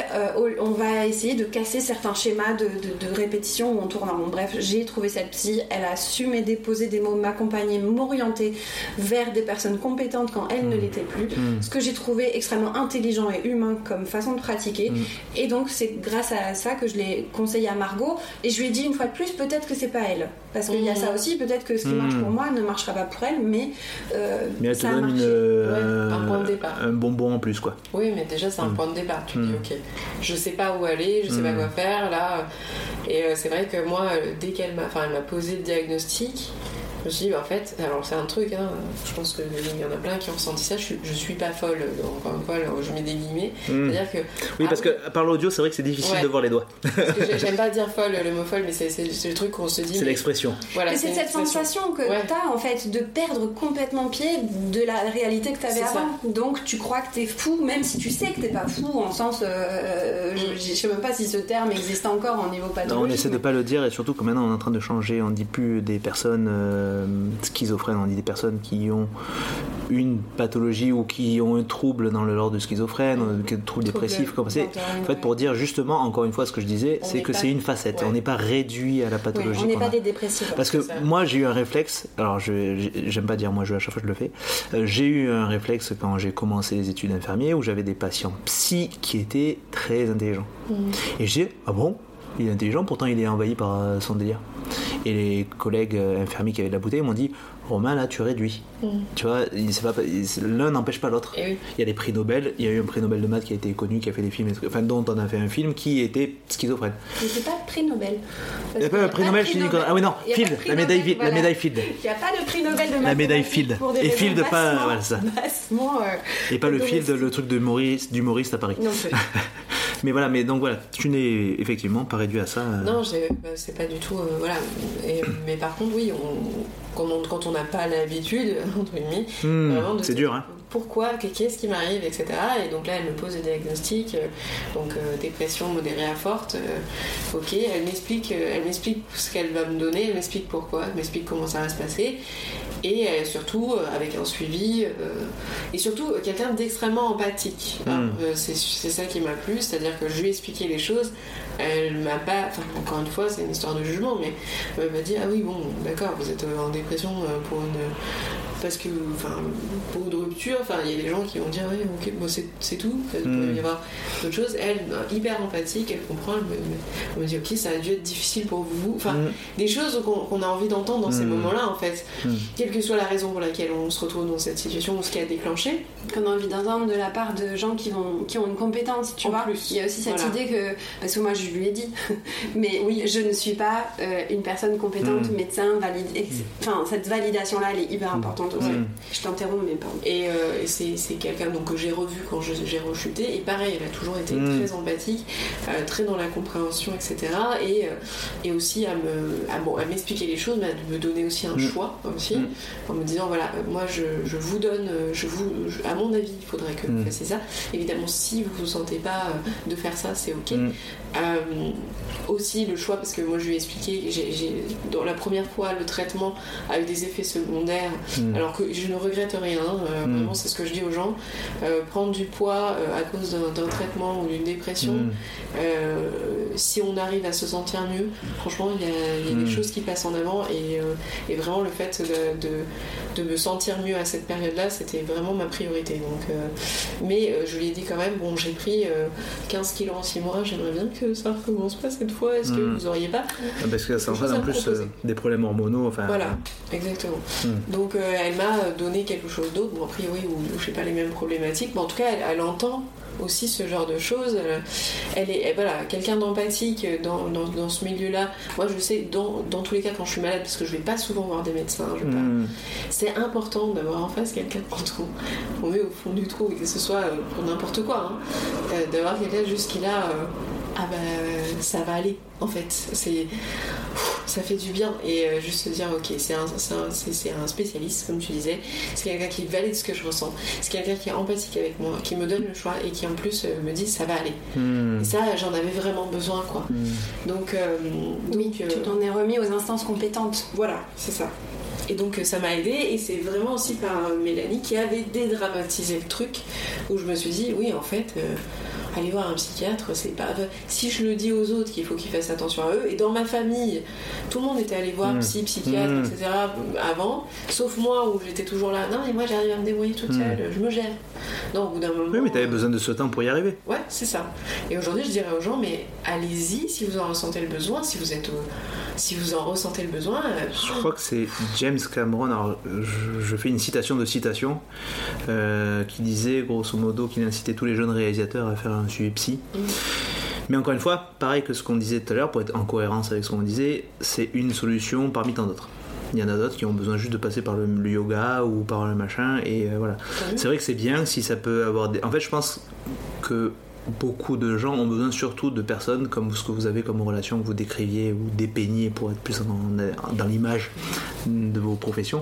S3: euh, on va essayer de casser certains schémas de, de, de répétition où on tourne en rond. Bref, j'ai trouvé cette psy, elle a su m'aider, poser des mots, m'accompagner, m'orienter vers des personnes compétentes quand elles mmh. ne l'étaient plus, mmh. ce que j'ai trouvé extrêmement intelligent et humain comme façon de pratiquer. Mmh. Et donc c'est grâce à ça que je l'ai conseillé à Margot, et je lui ai dit une fois de plus, peut-être que c'est pas elle, parce qu'il mmh. y a ça aussi, peut-être que ce qui mmh. marche pour moi ne marchera pas pour elle, mais euh,
S1: mais elle
S3: ça
S1: te donne une,
S4: ouais, un point de départ,
S1: un bonbon en plus quoi.
S4: Oui, mais déjà c'est un mmh. point de départ, tu mmh. dis ok, je sais pas où aller, je sais mmh. pas quoi faire là, et euh, c'est vrai que moi dès qu'elle m'a, enfin elle m'a posé le diagnostic, je me suis dit, bah, en fait, alors c'est un truc, hein, je pense qu'il y en a plein qui ont ressenti ça, je suis, je suis pas folle, encore une fois, je mets des guillemets. Mmh. C'est-à-dire que.
S1: Oui, parce ah, que par l'audio, c'est vrai que c'est difficile ouais. de voir les doigts.
S4: Parce que j'aime pas dire folle, le mot folle, mais c'est, c'est, c'est le truc qu'on se dit.
S1: C'est
S4: mais...
S1: l'expression.
S3: Voilà, c'est, c'est cette sensation que ouais. t'as, en fait, de perdre complètement pied de la réalité que t'avais c'est avant. Ça. Donc tu crois que t'es fou, même si tu sais que t'es pas fou, en sens. Euh, mmh. je, je sais même pas si ce terme existe encore en niveau pathologique.
S1: Non, on essaie
S3: mais...
S1: de pas le dire, et surtout que maintenant on est en train de changer, on dit plus des personnes. Euh, schizophrènes, on dit des personnes qui ont une pathologie ou qui ont un trouble dans l'ordre de schizophrène, un trouble, trouble dépressif, comme c'est. En fait, pour dire justement, encore une fois, ce que je disais, on c'est que pas... c'est une facette. Ouais. On n'est pas réduit à la pathologie.
S3: Ouais, on n'est pas
S1: a.
S3: des dépressifs.
S1: Parce que moi, j'ai eu un réflexe. Alors, je, j'aime pas dire moi, je à chaque fois je le fais. Euh, j'ai eu un réflexe quand j'ai commencé les études infirmières où j'avais des patients psy qui étaient très intelligents. Mmh. Et j'ai dit, ah bon, il est intelligent, pourtant il est envahi par son délire. Et les collègues infirmiers qui avaient de la bouteille m'ont dit, Romain, là tu réduis. Mmh. Tu vois, c'est pas, l'un n'empêche pas l'autre. Oui. Il y a des prix Nobel, il y a eu un prix Nobel de maths qui a été connu, qui a fait des films, enfin dont on a fait un film qui était schizophrène.
S3: Mais c'est pas le prix Nobel.
S1: Il n'y a pas un prix Nobel, je te dis ah oui non, Field, la médaille, Nobel, voilà. la médaille Field.
S3: Il n'y a pas de prix Nobel de maths.
S1: La médaille Field. Et Field pas, voilà ça.
S3: Bassement, euh,
S1: Et pas le Field, le truc d'humoriste, d'humoriste à Paris.
S3: Non.
S1: Mais voilà, mais donc voilà, tu n'es effectivement pas réduit à ça. Euh...
S4: Non, j'ai, bah, c'est pas du tout. Euh, voilà. Et, mais par contre, oui, on, quand on quand on n'a pas l'habitude, entre guillemets,
S1: mmh, vraiment de c'est dur, hein.
S4: Pourquoi, qu'est-ce qui m'arrive, et cetera. Et donc là, elle me pose des diagnostics, euh, donc euh, dépression modérée à forte. Euh, ok, elle m'explique, euh, elle m'explique ce qu'elle va me donner, elle m'explique pourquoi, elle m'explique comment ça va se passer. Et euh, surtout euh, avec un suivi euh, et surtout euh, quelqu'un d'extrêmement empathique. Mmh. Hein, euh, c'est, c'est ça qui m'a plu, c'est-à-dire que je lui ai expliqué les choses, elle m'a pas, enfin encore une fois c'est une histoire de jugement, mais elle m'a dit ah oui bon d'accord vous êtes en dépression pour une parce que enfin pour une rupture, enfin il y a des gens qui vont dire oui ok bon c'est, c'est tout, il peut mmh. y avoir d'autres choses. Elle hyper empathique, elle comprend, elle me, elle me dit ok ça a dû être difficile pour vous, enfin mmh. des choses qu'on, qu'on a envie d'entendre dans mmh. ces moments-là en fait. Mmh. Quelle que soit la raison pour laquelle on se retrouve dans cette situation ou ce qui a déclenché,
S3: qu'on a envie d'entendre de la part de gens qui, vont, qui ont une compétence, tu en vois. Plus. Il y a aussi cette voilà. idée que, parce que moi je lui ai dit, mais oui, je ne suis pas euh, une personne compétente, mmh. médecin, valide, enfin cette validation-là, elle est hyper importante aussi. Mmh. Je t'interromps, mais pardon.
S4: Et, euh, et c'est, c'est quelqu'un donc, que j'ai revu quand je, j'ai rechuté, et pareil, elle a toujours été mmh. très empathique, euh, très dans la compréhension, et cetera. Et, euh, et aussi à, me, à, bon, à m'expliquer les choses, mais à me donner aussi un mmh. choix, aussi, mmh. en me disant voilà, moi je, je vous donne, je vous, je, à mon avis, il faudrait que mmh. vous fassiez ça. Évidemment, si vous ne vous sentez pas de faire ça, c'est ok. Mmh. Euh, aussi le choix, parce que moi je lui ai expliqué, j'ai, j'ai, dans la première fois, le traitement a eu des effets secondaires, mmh. alors que je ne regrette rien, euh, mmh. vraiment c'est ce que je dis aux gens. Euh, prendre du poids euh, à cause d'un, d'un traitement ou d'une dépression, mmh. euh, si on arrive à se sentir mieux, franchement il y a, il y a mmh. des choses qui passent en avant, et, euh, et vraiment le fait de, de, de me sentir mieux à cette période-là, c'était vraiment ma priorité. Donc, euh, mais euh, je lui ai dit quand même, bon j'ai pris euh, quinze kilos en six mois, j'aimerais bien que ça recommence pas cette fois, est-ce que mmh. vous auriez pas
S1: parce que ça entraîne en plus euh, des problèmes hormonaux, enfin
S4: voilà, exactement. Mmh. Donc euh, elle m'a donné quelque chose d'autre, bon a priori ou, ou je sais pas les mêmes problématiques, mais en tout cas elle, elle entend aussi ce genre de choses. Elle est elle, voilà, quelqu'un d'empathique dans, dans, dans ce milieu-là. Moi je sais dans, dans tous les cas quand je suis malade, parce que je vais pas souvent voir des médecins, je vais mmh. pas... c'est important d'avoir en face quelqu'un quand on, on met au fond du trou, et que ce soit pour n'importe quoi, hein, euh, d'avoir quelqu'un juste qui là euh, ah bah ça va aller en fait, c'est ça fait du bien, et euh, juste se dire ok c'est un, c'est, un, c'est, c'est un spécialiste comme tu disais, c'est quelqu'un qui valide ce que je ressens, c'est quelqu'un qui est empathique avec moi, qui me donne le choix et qui en plus euh, me dit ça va aller. Mmh. Et ça j'en avais vraiment besoin quoi. Mmh. Donc, euh,
S3: oui,
S4: donc euh,
S3: tu t'en es remis aux instances compétentes.
S4: Voilà, c'est ça. Et donc ça m'a aidée, et c'est vraiment aussi par Mélanie qui avait dédramatisé le truc, où je me suis dit oui en fait euh, aller voir un psychiatre, c'est pas... Si je le dis aux autres qu'il faut qu'ils fassent attention à eux, et dans ma famille, tout le monde était allé voir mmh. psy, psychiatre, mmh. et cetera avant, sauf moi où j'étais toujours là, non mais moi j'arrive à me débrouiller toute seule, mmh. je me gère. Non, au bout d'un moment...
S1: Oui, mais t'avais besoin de ce temps pour y arriver.
S4: Ouais, c'est ça. Et aujourd'hui, je dirais aux gens, mais allez-y si vous en ressentez le besoin, si vous êtes... Au... Si vous en ressentez le besoin... Euh...
S1: Je crois que c'est James Cameron, alors je, je fais une citation de citation, euh, qui disait grosso modo qu'il incitait tous les jeunes réalisateurs à faire un suivi psy. Mmh. Mais encore une fois, pareil que ce qu'on disait tout à l'heure, pour être en cohérence avec ce qu'on disait, c'est une solution parmi tant d'autres. Il y en a d'autres qui ont besoin juste de passer par le, le yoga ou par le machin, et euh, voilà. Mmh. C'est vrai que c'est bien si ça peut avoir des... En fait, je pense que beaucoup de gens ont besoin surtout de personnes comme ce que vous avez comme relation, que vous décriviez ou dépeigniez pour être plus dans, dans l'image de vos professions,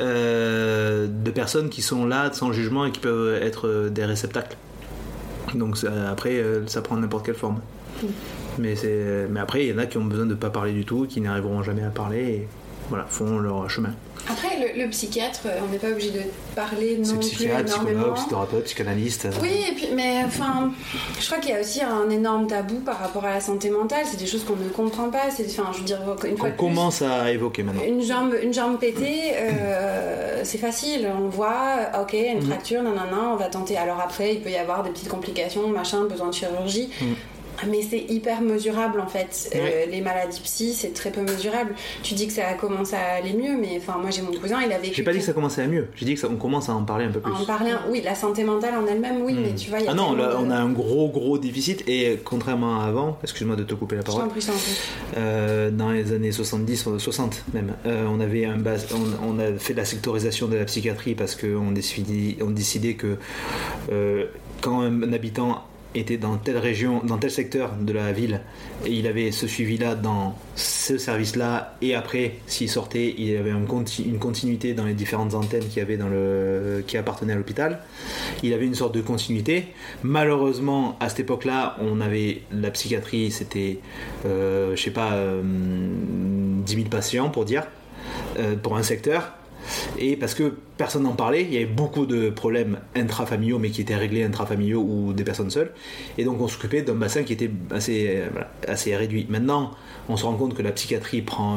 S1: euh, de personnes qui sont là sans jugement et qui peuvent être des réceptacles. Donc ça, après ça prend n'importe quelle forme. Mmh. Mais, c'est, mais après il y en a qui ont besoin de ne pas parler du tout, qui n'arriveront jamais à parler et voilà, font leur chemin.
S3: Après, le, le psychiatre, on n'est pas obligé de parler non
S1: c'est
S3: plus
S1: psychiatre,
S3: énormément.
S1: psychologue, psychothérapeute, psychanalyste.
S3: Oui, et puis, mais enfin, je crois qu'il y a aussi un énorme tabou par rapport à la santé mentale. C'est des choses qu'on ne comprend pas. C'est, enfin, je veux dire, une fois
S1: on commence plus, à évoquer maintenant.
S3: Une jambe, une jambe pétée, euh, c'est facile. On voit, ok, une mmh. fracture, nanana, on va tenter. Alors après, il peut y avoir des petites complications, machin, besoin de chirurgie. Mmh. Mais c'est hyper mesurable en fait. Ouais. Euh, les maladies psy, c'est très peu mesurable. Tu dis que ça commence à aller mieux, mais enfin moi j'ai mon cousin, il a vécu.
S1: J'ai pas dit que ça commence à aller mieux. J'ai dit que ça, on commence à en parler un peu plus.
S3: En parler, oui, la santé mentale en elle-même, oui, mmh. mais tu vois. Y a
S1: ah non, là,
S3: de...
S1: on a un gros gros déficit et contrairement à avant, excuse-moi de te couper la parole.
S3: Je t'en prie, je t'en prie.
S1: Euh, dans les années soixante-dix, soixante même, euh, on avait un bas, on, on a fait de la sectorisation de la psychiatrie parce qu'on décidait, on décidait que euh, quand un habitant était dans telle région, dans tel secteur de la ville, et il avait ce suivi-là dans ce service-là, et après, s'il sortait, il y avait un conti- une continuité dans les différentes antennes qu'il y avait dans le, qui appartenaient à l'hôpital. Il avait une sorte de continuité. Malheureusement, à cette époque-là, on avait la psychiatrie, c'était, euh, je sais pas, euh, dix mille patients pour dire, euh, pour un secteur. Et parce que personne n'en parlait, il y avait beaucoup de problèmes intrafamiliaux mais qui étaient réglés intrafamiliaux ou des personnes seules, et donc on s'occupait d'un bassin qui était assez, voilà, assez réduit. Maintenant on se rend compte que la psychiatrie prend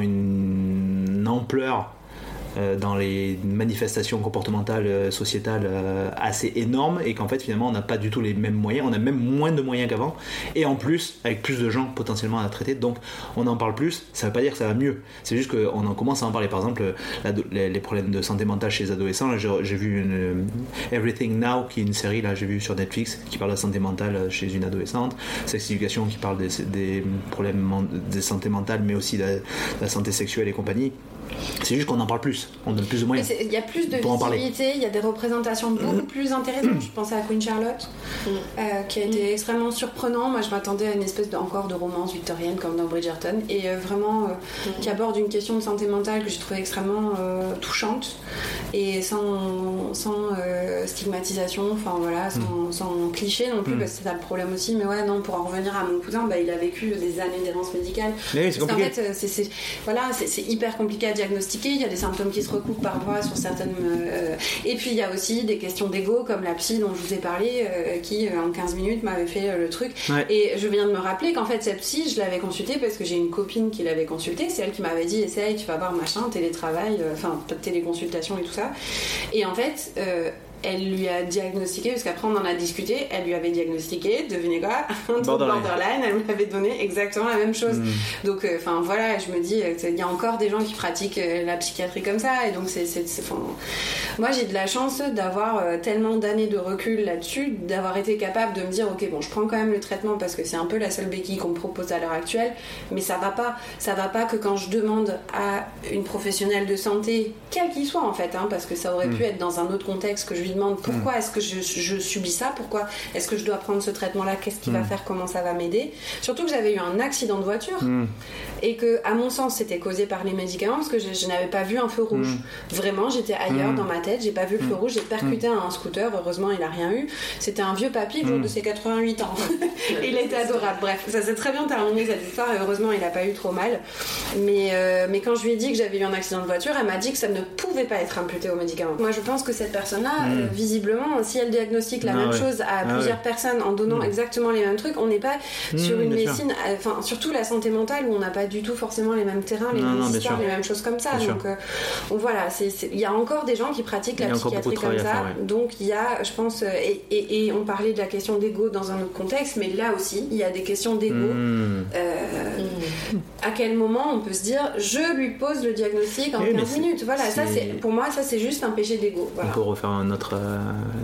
S1: une ampleur euh, dans les manifestations comportementales, euh, sociétales euh, assez énormes, et qu'en fait finalement on n'a pas du tout les mêmes moyens, on a même moins de moyens qu'avant, et en plus avec plus de gens potentiellement à traiter, donc on en parle plus. Ça veut pas dire que ça va mieux, c'est juste qu'on en commence à en parler. Par exemple la, les, les problèmes de santé mentale chez les adolescents, là, j'ai, j'ai vu une, euh, Everything Now, qui est une série, là j'ai vu sur Netflix, qui parle de la santé mentale chez une adolescente, Sex Education qui parle des, des problèmes de santé mentale mais aussi de la, de la santé sexuelle et compagnie. C'est juste qu'on en parle plus, on donne plus de moyens.
S3: Il y a plus de visibilité, il y a des représentations beaucoup mmh. plus intéressantes. Je pensais à Queen Charlotte, mmh. euh, qui a été mmh. extrêmement surprenant. Moi, je m'attendais à une espèce de, encore de romance victorienne comme dans Bridgerton, et euh, vraiment euh, mmh. qui aborde une question de santé mentale que j'ai trouvée extrêmement euh, touchante et sans, sans euh, stigmatisation, enfin voilà, sans, mmh. sans cliché non plus, mmh. parce que c'est ça le problème aussi. Mais ouais, non, pour en revenir à mon cousin, bah, il a vécu des années d'errance médicale.
S1: Mais oui, c'est compliqué.
S3: En fait, c'est, c'est, voilà, c'est, c'est hyper compliqué à diagnostiquer. Il y a des symptômes qui se recoupent parfois sur certaines. Euh, et puis il y a aussi des questions d'ego, comme la psy dont je vous ai parlé, euh, qui euh, en quinze minutes m'avait fait euh, le truc. Ouais. Et je viens de me rappeler qu'en fait, cette psy, je l'avais consultée parce que j'ai une copine qui l'avait consultée. C'est elle qui m'avait dit essaye, tu vas voir machin, télétravail, enfin, euh, téléconsultation et tout ça. Et en fait, euh, elle lui a diagnostiqué, parce qu'après on en a discuté, elle lui avait diagnostiqué, devinez quoi, un trouble borderline. borderline, elle lui avait donné exactement la même chose. Mm. Donc, enfin euh, voilà, je me dis, il y a encore des gens qui pratiquent euh, la psychiatrie comme ça, et donc c'est, c'est, c'est moi j'ai de la chance d'avoir euh, tellement d'années de recul là-dessus, d'avoir été capable de me dire, ok, bon, je prends quand même le traitement parce que c'est un peu la seule béquille qu'on me propose à l'heure actuelle, mais ça va pas, ça va pas que quand je demande à une professionnelle de santé, quel qu'il soit en fait, hein, parce que ça aurait mm. pu être dans un autre contexte que je lui demande pourquoi mmh. est-ce que je, je subis ça, pourquoi est-ce que je dois prendre ce traitement-là, qu'est-ce qu'il mmh. va faire, comment ça va m'aider. Surtout que j'avais eu un accident de voiture mmh. et que, à mon sens, c'était causé par les médicaments parce que je, je n'avais pas vu un feu rouge. Mmh. Vraiment, j'étais ailleurs mmh. dans ma tête, j'ai pas vu le feu
S1: mmh.
S3: rouge, j'ai percuté mmh. un scooter, heureusement il a rien eu. C'était un vieux papy, le jour mmh. de ses quatre-vingt-huit ans. Il était adorable. Bref, ça s'est très bien terminé cette histoire et heureusement il a pas eu trop mal. Mais, euh, mais quand je lui ai dit que j'avais eu un accident de voiture, elle m'a dit que ça ne pouvait pas être imputé aux médicaments. Moi je pense que cette personne-là, mmh. euh, visiblement, si elle diagnostique la ah, même ouais. chose à ah, plusieurs ouais. personnes en donnant mmh. exactement les mêmes trucs, on n'est pas mmh, sur une médecine, enfin surtout la santé mentale où on n'a pas du tout forcément les mêmes terrains, les non, mêmes non, histoires, les mêmes choses comme ça. Bien donc, euh, donc voilà, il y a encore des gens qui pratiquent la psychiatrie comme ça. Faire, ouais. Donc il y a, je pense, et, et, et on parlait de la question d'ego dans un autre contexte, mais là aussi il y a des questions d'ego. Mmh. Euh, mmh. À quel moment on peut se dire, je lui pose le diagnostic en oui, quinze minutes. Voilà, ça c'est pour moi ça c'est juste un péché d'ego. Voilà.
S1: On peut refaire un autre euh,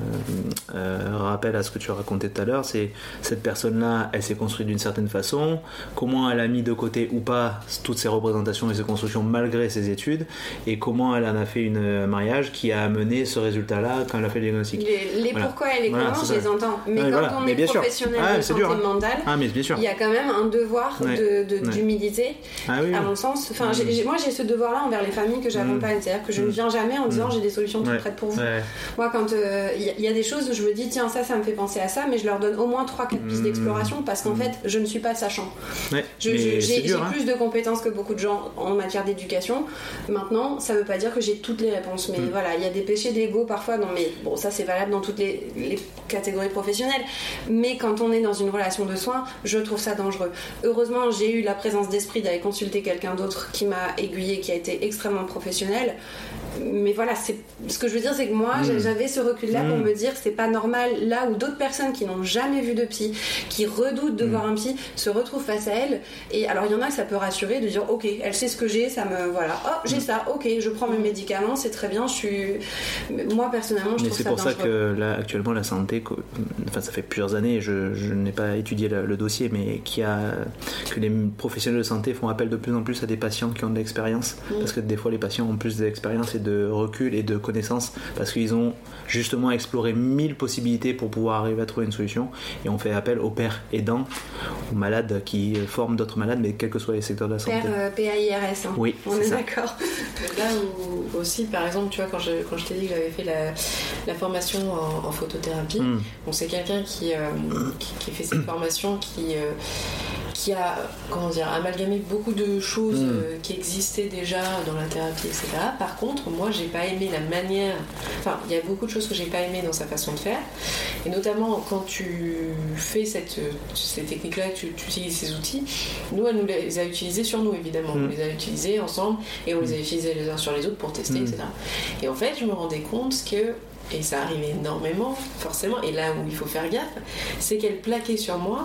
S1: euh, rappel à ce que tu as raconté tout à l'heure. C'est cette personne-là, elle s'est construite d'une certaine façon. Comment elle a mis de côté ou pas toutes ses représentations et ses constructions malgré ses études, et comment elle en a fait un mariage qui a amené ce résultat-là quand elle a fait le diagnostic.
S3: Les, les voilà. pourquoi et les
S1: voilà,
S3: comment, je les entends. Mais ouais, quand voilà. on mais est professionnel ah, de santé dur, hein. mentale,
S1: ah, mais bien sûr.
S3: il y a quand même un devoir ouais. de, de, ouais. d'humilité, ah, oui, à oui. mon sens. Enfin, mmh. j'ai, j'ai, moi, j'ai ce devoir-là envers les familles que j'accompagne. Mmh. C'est-à-dire que je ne viens jamais en disant mmh. j'ai des solutions toutes ouais. prêtes pour vous. Ouais. Moi, quand il euh, y, y a des choses où je me dis tiens, ça, ça me fait penser à ça, mais je leur donne au moins trois quatre pistes mmh. d'exploration parce qu'en mmh. fait, je ne suis pas sachant.
S1: Ouais.
S3: Je, je, j'ai dur, j'ai hein. plus de compétences que beaucoup de gens en matière d'éducation. Maintenant, ça ne veut pas dire que j'ai toutes les réponses. Mais mmh. voilà, il y a des péchés d'ego parfois. Non, mais bon, ça c'est valable dans toutes les, les catégories professionnelles. Mais quand on est dans une relation de soins, je trouve ça dangereux. Heureusement, j'ai eu la présence d'esprit d'aller consulter quelqu'un d'autre qui m'a aiguillée, qui a été extrêmement professionnel. Mais voilà, c'est... ce que je veux dire, c'est que moi, mmh. j'avais ce recul-là mmh. pour me dire que c'est pas normal, là où d'autres personnes qui n'ont jamais vu de psy, qui redoutent de mmh. voir un psy, se retrouvent face à elle. Et alors, il y en a que ça peut rassurer de dire, ok, elle sait ce que j'ai, ça me... Voilà, oh, j'ai mmh. ça, ok, je prends mes médicaments, c'est très bien, je suis... Moi, personnellement, je
S1: Mais
S3: trouve
S1: ça dangereux. Mais c'est pour ça que, là, actuellement, la santé, enfin, ça fait plusieurs années, je, je n'ai pas étudié le, le dossier, mais qu'il y a... que les professionnels de santé font appel de plus en plus à des patients qui ont de l'expérience, mmh. parce que des fois, les patients ont plus d'expérience et de recul et de connaissances parce qu'ils ont justement exploré mille possibilités pour pouvoir arriver à trouver une solution, et on fait appel aux pères aidants, aux malades qui forment d'autres malades, mais quels que soient les secteurs de la santé.
S3: Père euh, P A I R S, hein.
S1: Oui,
S3: on est, est d'accord.
S4: Là où aussi, par exemple, tu vois, quand je, quand je t'ai dit que j'avais fait la, la formation en, en photothérapie, mm. bon, c'est quelqu'un qui, euh, qui, qui fait cette formation qui euh, qui a, comment dire, amalgamé beaucoup de choses mmh. euh, qui existaient déjà dans la thérapie, et cetera. Par contre, moi, j'ai pas aimé la manière... Enfin, il y a beaucoup de choses que j'ai pas aimé dans sa façon de faire. Et notamment, quand tu fais cette, ces techniques-là, tu, tu utilises ces outils, nous, elle nous les a utilisés sur nous, évidemment. Mmh. On les a utilisés ensemble et on les a utilisés les uns sur les autres pour tester, mmh. et cetera. Et en fait, je me rendais compte que, et ça arrive énormément, forcément, et là où il faut faire gaffe, c'est qu'elle plaquait sur moi...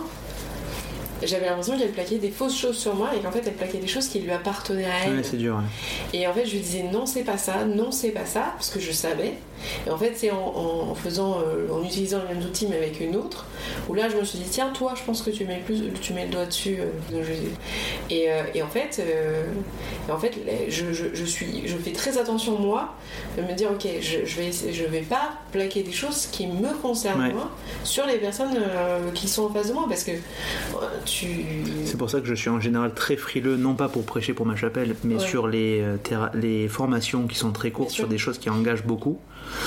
S4: J'avais l'impression qu'elle plaquait des fausses choses sur moi et qu'en fait elle plaquait des choses qui lui appartenaient à elle.
S1: Ouais, c'est dur. Ouais.
S4: Et en fait je lui disais non c'est pas ça, non c'est pas ça, parce que je savais. Et en fait c'est en, en faisant, euh, en utilisant les mêmes outils mais avec une autre, où là je me suis dit tiens toi je pense que tu mets plus, tu mets le doigt dessus. Euh, et, euh, et en fait, euh, et en fait je, je, je suis, je fais très attention moi de me dire ok je, je vais, je vais pas plaquer des choses qui me concernent ouais. moi sur les personnes euh, qui sont en face de moi parce que euh, Tu...
S1: C'est pour ça que je suis en général très frileux, non pas pour prêcher pour ma chapelle, mais ouais. sur les, théra- les formations qui sont très courtes, sur des choses qui engagent beaucoup.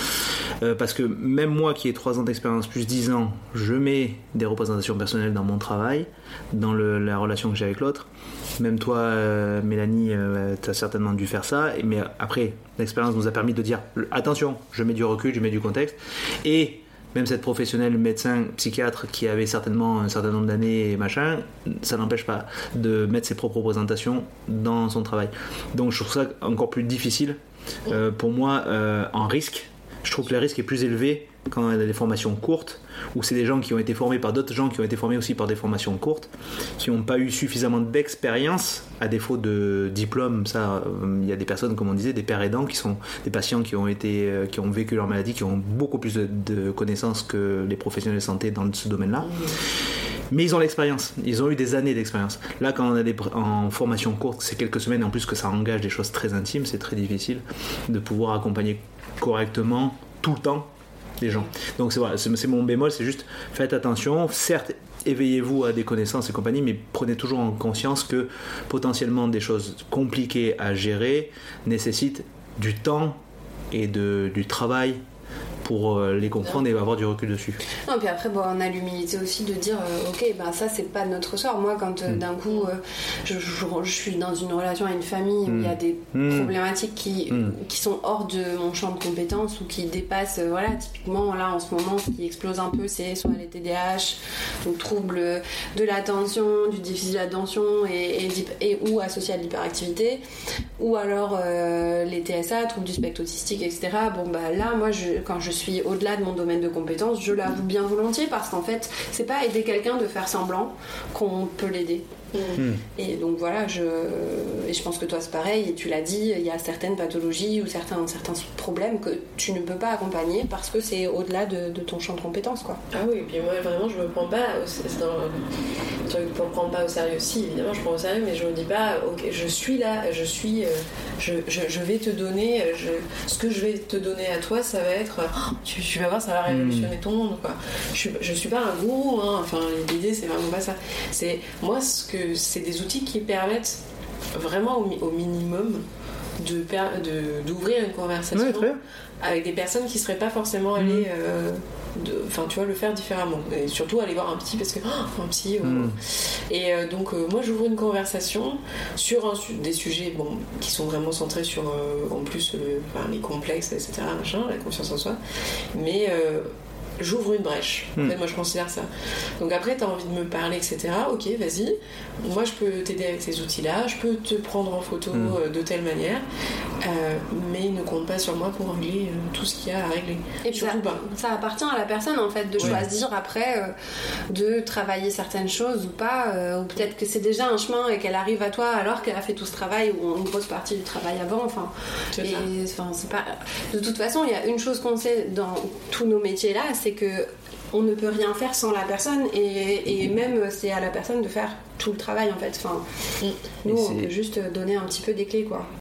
S1: Euh, parce que même moi qui ai trois ans d'expérience plus dix ans, je mets des représentations personnelles dans mon travail, dans le, la relation que j'ai avec l'autre. Même toi, euh, Mélanie, euh, tu as certainement dû faire ça. Mais après, l'expérience nous a permis de dire attention, je mets du recul, je mets du contexte. Et même cette professionnelle médecin, psychiatre qui avait certainement un certain nombre d'années et machin, ça n'empêche pas de mettre ses propres représentations dans son travail. Donc je trouve ça encore plus difficile. Euh, pour moi, euh, en risque, je trouve que le risque est plus élevé quand on a des formations courtes, où c'est des gens qui ont été formés par d'autres gens qui ont été formés aussi par des formations courtes, qui n'ont pas eu suffisamment d'expérience, à défaut de diplôme. Ça, il y a des personnes, comme on disait, des pères aidants qui sont des patients qui ont été, qui ont vécu leur maladie, qui ont beaucoup plus de, de connaissances que les professionnels de santé dans ce domaine-là. Mais ils ont l'expérience, ils ont eu des années d'expérience. Là, quand on a des en formation courte, c'est quelques semaines, en plus que ça engage des choses très intimes, c'est très difficile de pouvoir accompagner correctement tout le temps les gens. Donc c'est, voilà, c'est, c'est mon bémol, c'est juste faites attention, certes éveillez-vous à des connaissances et compagnie, mais prenez toujours en conscience que potentiellement des choses compliquées à gérer nécessitent du temps
S2: et de, du travail pour les comprendre et avoir du recul dessus.
S3: Non, puis après, bon, on a l'humilité aussi de dire euh, ok, ben ça c'est pas notre sort. Moi, quand euh, mm. d'un coup euh, je, je, je suis dans une relation à une famille où il mm. y a des mm. problématiques qui, mm. qui sont hors de mon champ de compétences ou qui dépassent, euh, voilà, typiquement là en ce moment, ce qui explose un peu, c'est soit les T D A H, donc troubles de l'attention, du déficit d'attention et, et, et ou associés à l'hyperactivité, ou alors euh, les T S A, troubles du spectre autistique, et cetera. Bon, bah là, moi, je, quand je suis au-delà de mon domaine de compétences, je l'avoue bien volontiers parce qu'en fait, c'est pas aider quelqu'un de faire semblant qu'on peut l'aider. Mmh. Et donc voilà, je, et je pense que toi c'est pareil, et tu l'as dit, il y a certaines pathologies ou certains, certains problèmes que tu ne peux pas accompagner parce que c'est au-delà de, de ton champ de compétences, quoi.
S4: Ah oui, et puis moi vraiment je me prends pas au, c'est dans, je me prends pas au sérieux, si évidemment je prends au sérieux, mais je me dis pas ok, je suis là, je suis je, je, je vais te donner je, ce que je vais te donner à toi, ça va être oh, tu, tu vas voir, ça va révolutionner mmh. ton monde, quoi. Je, je suis pas un gourou, hein. Enfin l'idée c'est vraiment pas ça, c'est moi ce que c'est des outils qui permettent vraiment au, au minimum de, de, d'ouvrir une conversation
S2: ouais,
S4: avec des personnes qui seraient pas forcément allées euh, enfin tu vois, le faire différemment, et surtout aller voir un psy parce que oh, un psy euh, mm. et euh, donc euh, moi j'ouvre une conversation sur un, des sujets bon, qui sont vraiment centrés sur euh, en plus euh, enfin, les complexes, etc., machin, la confiance en soi, mais euh, j'ouvre une brèche. En fait, moi, je considère ça. Donc après, t'as envie de me parler, et cetera. Ok, vas-y. Moi, je peux t'aider avec ces outils-là. Je peux te prendre en photo mm. euh, de telle manière. Euh, mais il ne compte pas sur moi pour régler euh, tout ce qu'il y a à régler.
S3: Et puis ça, ça appartient à la personne, en fait, de ouais. choisir après euh, de travailler certaines choses ou pas. Euh, ou peut-être que c'est déjà un chemin et qu'elle arrive à toi alors qu'elle a fait tout ce travail ou une grosse partie du travail avant. Enfin, c'est et, enfin, c'est pas... De toute façon, il y a une chose qu'on sait dans tous nos métiers-là, c'est que on ne peut rien faire sans la personne, et, et même c'est à la personne de faire tout le travail, en fait. Enfin, nous on peut juste donner un petit peu des clés, quoi.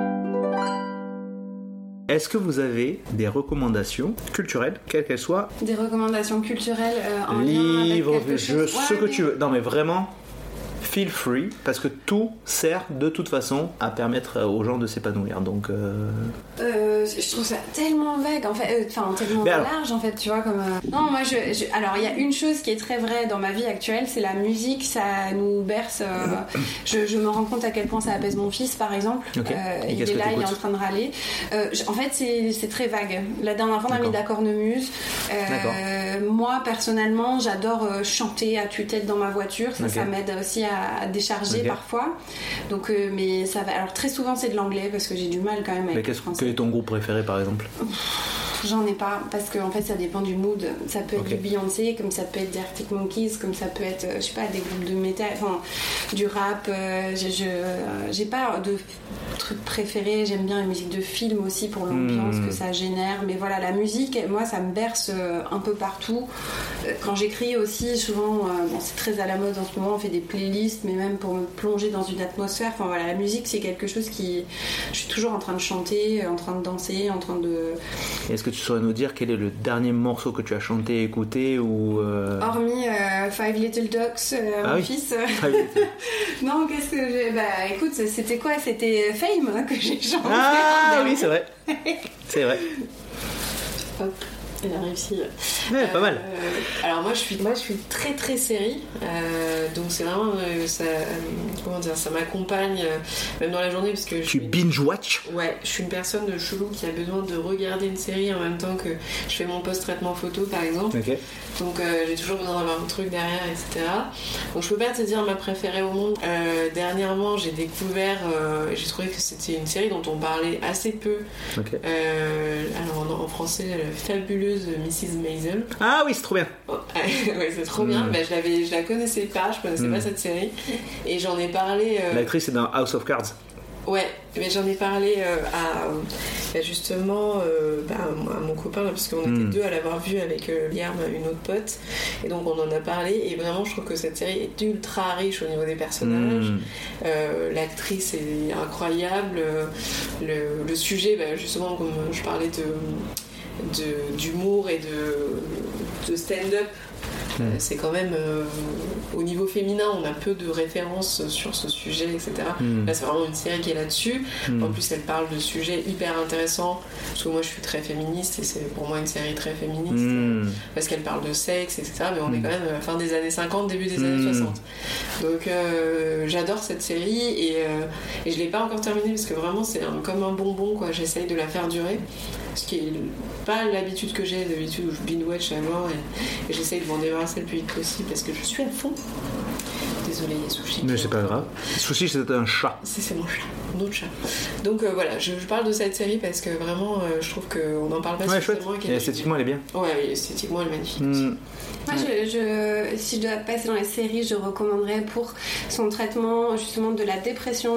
S2: Est-ce que vous avez des recommandations culturelles, quelles qu'elles soient?
S3: Des recommandations culturelles euh, en
S2: livres,
S3: lien avec quelque
S2: jeux,
S3: chose.
S2: ce
S3: ouais,
S2: que
S3: mais...
S2: tu veux. Non mais vraiment, feel free, parce que tout sert de toute façon à permettre aux gens de s'épanouir. Donc, euh...
S3: Euh, je trouve ça tellement vague, en fait, enfin euh, tellement alors... large, en fait, tu vois, comme. Euh... Non, moi, je, je... alors il y a une chose qui est très vraie dans ma vie actuelle, c'est la musique, ça nous berce. Euh... je, je me rends compte à quel point ça apaise mon fils, par exemple.
S2: Okay.
S3: Euh, il est là, il est en train de râler. Euh, je... En fait, c'est, c'est très vague. La dernière fois, on a mis d'accord Cornemuse. Euh, moi, personnellement, j'adore euh, chanter à tue-tête dans ma voiture. Ça, okay. ça m'aide aussi à, à décharger okay. parfois. Donc, euh, mais ça va. Alors très souvent, c'est de l'anglais parce que j'ai du mal quand même avec
S2: mais le français. Quel est ton groupe préféré, par exemple?
S3: J'en ai pas, parce qu'en en fait ça dépend du mood. Ça peut être okay. du Beyoncé, comme ça peut être des Arctic Monkeys, comme ça peut être, je sais pas, des groupes de métal, enfin du rap. Euh, je, je, j'ai pas de truc préféré. J'aime bien la musique de film aussi pour l'ambiance mmh. que ça génère. Mais voilà, la musique, moi ça me berce un peu partout. Quand j'écris aussi, souvent, euh, bon, c'est très à la mode en ce moment, on fait des playlists, mais même pour me plonger dans une atmosphère. Enfin voilà, la musique c'est quelque chose qui, je suis toujours en train de chanter, en train de danser, en train de.
S2: Est-ce que tu saurais nous dire quel est le dernier morceau que tu as chanté, écouté ou euh...
S3: hormis euh, Five Little Ducks, euh,
S2: ah
S3: mon
S2: oui.
S3: fils. Non, qu'est-ce que j'ai... Bah écoute, c'était quoi? C'était Fame hein, que j'ai chanté.
S2: Ah oui, c'est vrai. C'est vrai.
S4: Hop. Elle a réussi.
S2: Ouais, euh, pas mal.
S4: Euh, alors moi je suis, moi je suis très très série, euh, donc c'est vraiment euh, ça, euh, comment dire, ça m'accompagne euh, même dans la journée parce que
S2: tu binge watch.
S4: Ouais, je suis une personne de chelou qui a besoin de regarder une série en même temps que je fais mon post-traitement photo par exemple. Okay. Donc euh, j'ai toujours besoin d'avoir un truc derrière, et cetera. Donc je peux pas te dire ma préférée au monde. Euh, dernièrement j'ai découvert, euh, j'ai trouvé que c'était une série dont on parlait assez peu.
S2: Okay.
S4: Euh, alors en, en français, la fabuleuse missus Maisel.
S2: Ah oui, c'est trop bien.
S4: Oh, ouais, c'est trop mmh. bien. Bah, je, l'avais, je la connaissais pas, je connaissais mmh. pas cette série. Et j'en ai parlé. Euh...
S2: L'actrice est dans House of Cards.
S4: Ouais, mais j'en ai parlé euh, à, à justement euh, bah, à mon copain, parce qu'on mmh. était deux à l'avoir vu avec euh, Liam, une autre pote. Et donc on en a parlé. Et vraiment, je trouve que cette série est ultra riche au niveau des personnages. Mmh. Euh, l'actrice est incroyable. Le, le sujet, bah, justement, comme je parlais de. De, d'humour et de, de stand-up, Euh, c'est quand même euh, au niveau féminin, on a peu de références sur ce sujet, et cetera. Mm. Là, c'est vraiment une série qui est là-dessus. Mm. En plus, elle parle de sujets hyper intéressants. Parce que moi, je suis très féministe et c'est pour moi une série très féministe mm. euh, parce qu'elle parle de sexe, et cetera. Mais on mm. est quand même euh, fin des années cinquante, début des mm. années soixante. Donc, euh, j'adore cette série et, euh, et je l'ai pas encore terminée parce que vraiment, c'est un, comme un bonbon, quoi. J'essaye de la faire durer. Ce qui est pas l'habitude que j'ai d'habitude où je binge-watch à mort et, et j'essaye de m'en débarrasser le plus vite possible parce que je suis à fond. Désolée, Sushi.
S1: Mais c'est pas grave. Sushi, c'est un chat.
S4: C'est, c'est mon chat, mon autre chat. Donc euh, voilà, je, je parle de cette série parce que vraiment, euh, je trouve qu'on en parle pas
S1: ouais,
S4: suffisamment.
S1: Et esthétiquement, elle est bien.
S4: Ouais, esthétiquement, elle est magnifique. Mm.
S3: Moi, je, je, si je dois passer dans les séries, je recommanderais pour son traitement justement de la dépression,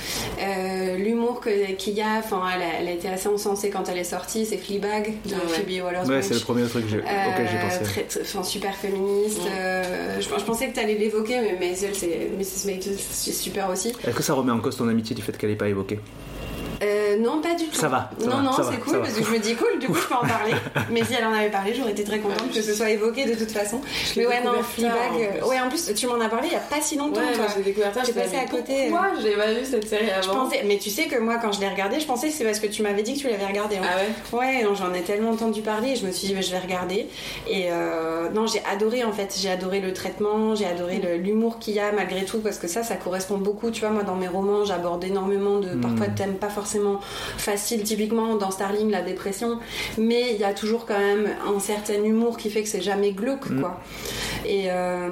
S3: euh, l'humour que, qu'il y a. Enfin, elle a, elle a été assez encensée quand elle est sortie. C'est Fleabag de ah, ouais. Phoebe Waller-Bridge.
S1: Ouais, c'est le premier truc que j'ai,
S3: euh,
S1: auquel j'ai pensé.
S3: Très, très, enfin, super féministe. Mm. Euh, je, je pensais que tu allais l'évoquer, mais Maisel, c'est, missus Maisel, c'est super aussi.
S1: Est-ce que ça remet en cause ton amitié du fait qu'elle n'ait pas évoqué?
S3: Euh, non, pas du tout.
S1: Ça va. Ça
S3: non,
S1: va,
S3: non,
S1: ça
S3: c'est
S1: va,
S3: cool parce que je me dis cool, du coup je peux en parler. Mais si elle en avait parlé, j'aurais été très contente ouais, que ce soit évoqué de toute façon. Mais ouais, non, Fleabag. Ouais, en plus, tu m'en as parlé il y a pas si longtemps.
S4: Ouais,
S3: toi.
S4: J'ai découvert ça.
S3: J'ai passé à côté.
S4: Moi, j'ai pas vu cette série avant.
S3: Je pensais, mais tu sais que moi, quand je l'ai regardée, je pensais que c'est parce que tu m'avais dit que tu l'avais regardée. Hein.
S4: Ah ouais.
S3: Ouais, non, j'en ai tellement entendu parler. Et je me suis dit, bah, je vais regarder. Et euh, non, j'ai adoré en fait. J'ai adoré le traitement, j'ai adoré le, l'humour qu'il y a malgré tout parce que ça, ça correspond beaucoup. Tu vois, moi, dans mes romans, j'aborde énormément de mm. parfois de thèmes pas forcément facile, typiquement dans Starling, la dépression, mais il y a toujours quand même un certain humour qui fait que c'est jamais glauque, mmh. quoi. Et euh,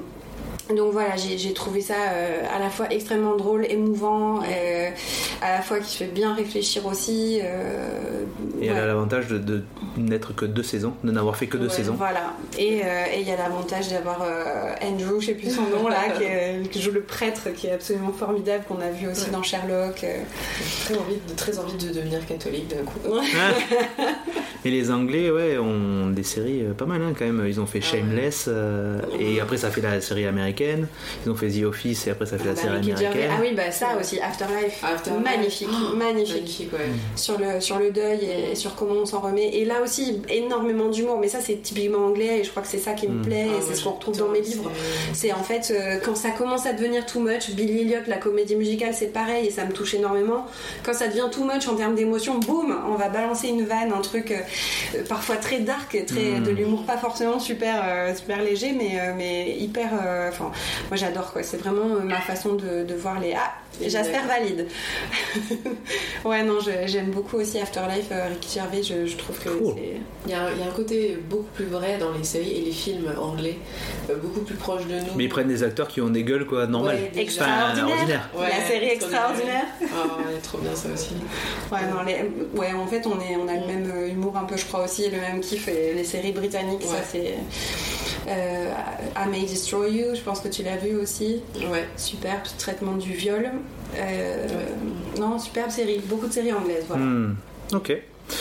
S3: donc voilà, j'ai, j'ai trouvé ça euh, à la fois extrêmement drôle, émouvant, euh, à la fois qui fait bien réfléchir aussi. Euh,
S1: et elle ouais. a l'avantage de, de n'être que deux saisons, de n'avoir fait que deux ouais, saisons.
S3: Voilà. Et euh, il y a l'avantage d'avoir euh, Andrew, je sais plus son nom là, qui, est, qui joue le prêtre, qui est absolument formidable, qu'on a vu aussi ouais. dans Sherlock. Euh.
S4: Très envie, de, très envie de devenir catholique d'un coup.
S1: Et les Anglais, ouais, ont des séries pas mal hein, quand même. Ils ont fait Shameless, euh, et après ça fait la série américaine. Ils ont fait The Office et après ça fait la série américaine.
S3: Ah oui, bah ça aussi, Afterlife. Afterlife. Magnifique, oh, magnifique.
S4: magnifique ouais.
S3: Sur le, sur le deuil et, et sur comment on s'en remet. Et là aussi, énormément d'humour. Mais ça, c'est typiquement anglais et je crois que c'est ça qui me plaît mm. et ah, c'est ce qu'on retrouve dans mes livres. C'est, c'est en fait, euh, quand ça commence à devenir too much, Billy Elliot, la comédie musicale, c'est pareil et ça me touche énormément. Quand ça devient too much en termes d'émotion, boum, on va balancer une vanne, un truc euh, parfois très dark, très, mm. de l'humour pas forcément super, euh, super léger, mais, euh, mais hyper... Enfin, euh, moi j'adore quoi, c'est vraiment ma façon de, de voir les... Ah, Jasper valide. Ouais, non, je, j'aime beaucoup aussi Afterlife, euh, Ricky Gervais, je, je trouve que cool. c'est...
S4: Il y, a, il y a un côté beaucoup plus vrai dans les séries et les films anglais, euh, beaucoup plus proche de nous.
S1: Mais ils prennent des acteurs qui ont des gueules quoi, normales.
S3: Ouais, extraordinaire.
S1: Enfin,
S3: ouais, la série extraordinaire.
S4: Ah, ouais, trop bien ça aussi.
S3: Ouais, non, les... ouais, en fait, on, est, on a le même humour un peu, je crois aussi, et le même kiff, et les séries britanniques, ouais. ça c'est... Euh, I May Destroy You, je pense que tu l'as vu aussi.
S4: Ouais.
S3: Superbe traitement du viol. Euh, ouais. Non, superbe série. Beaucoup de séries anglaises, voilà.
S1: Hmm. Ok.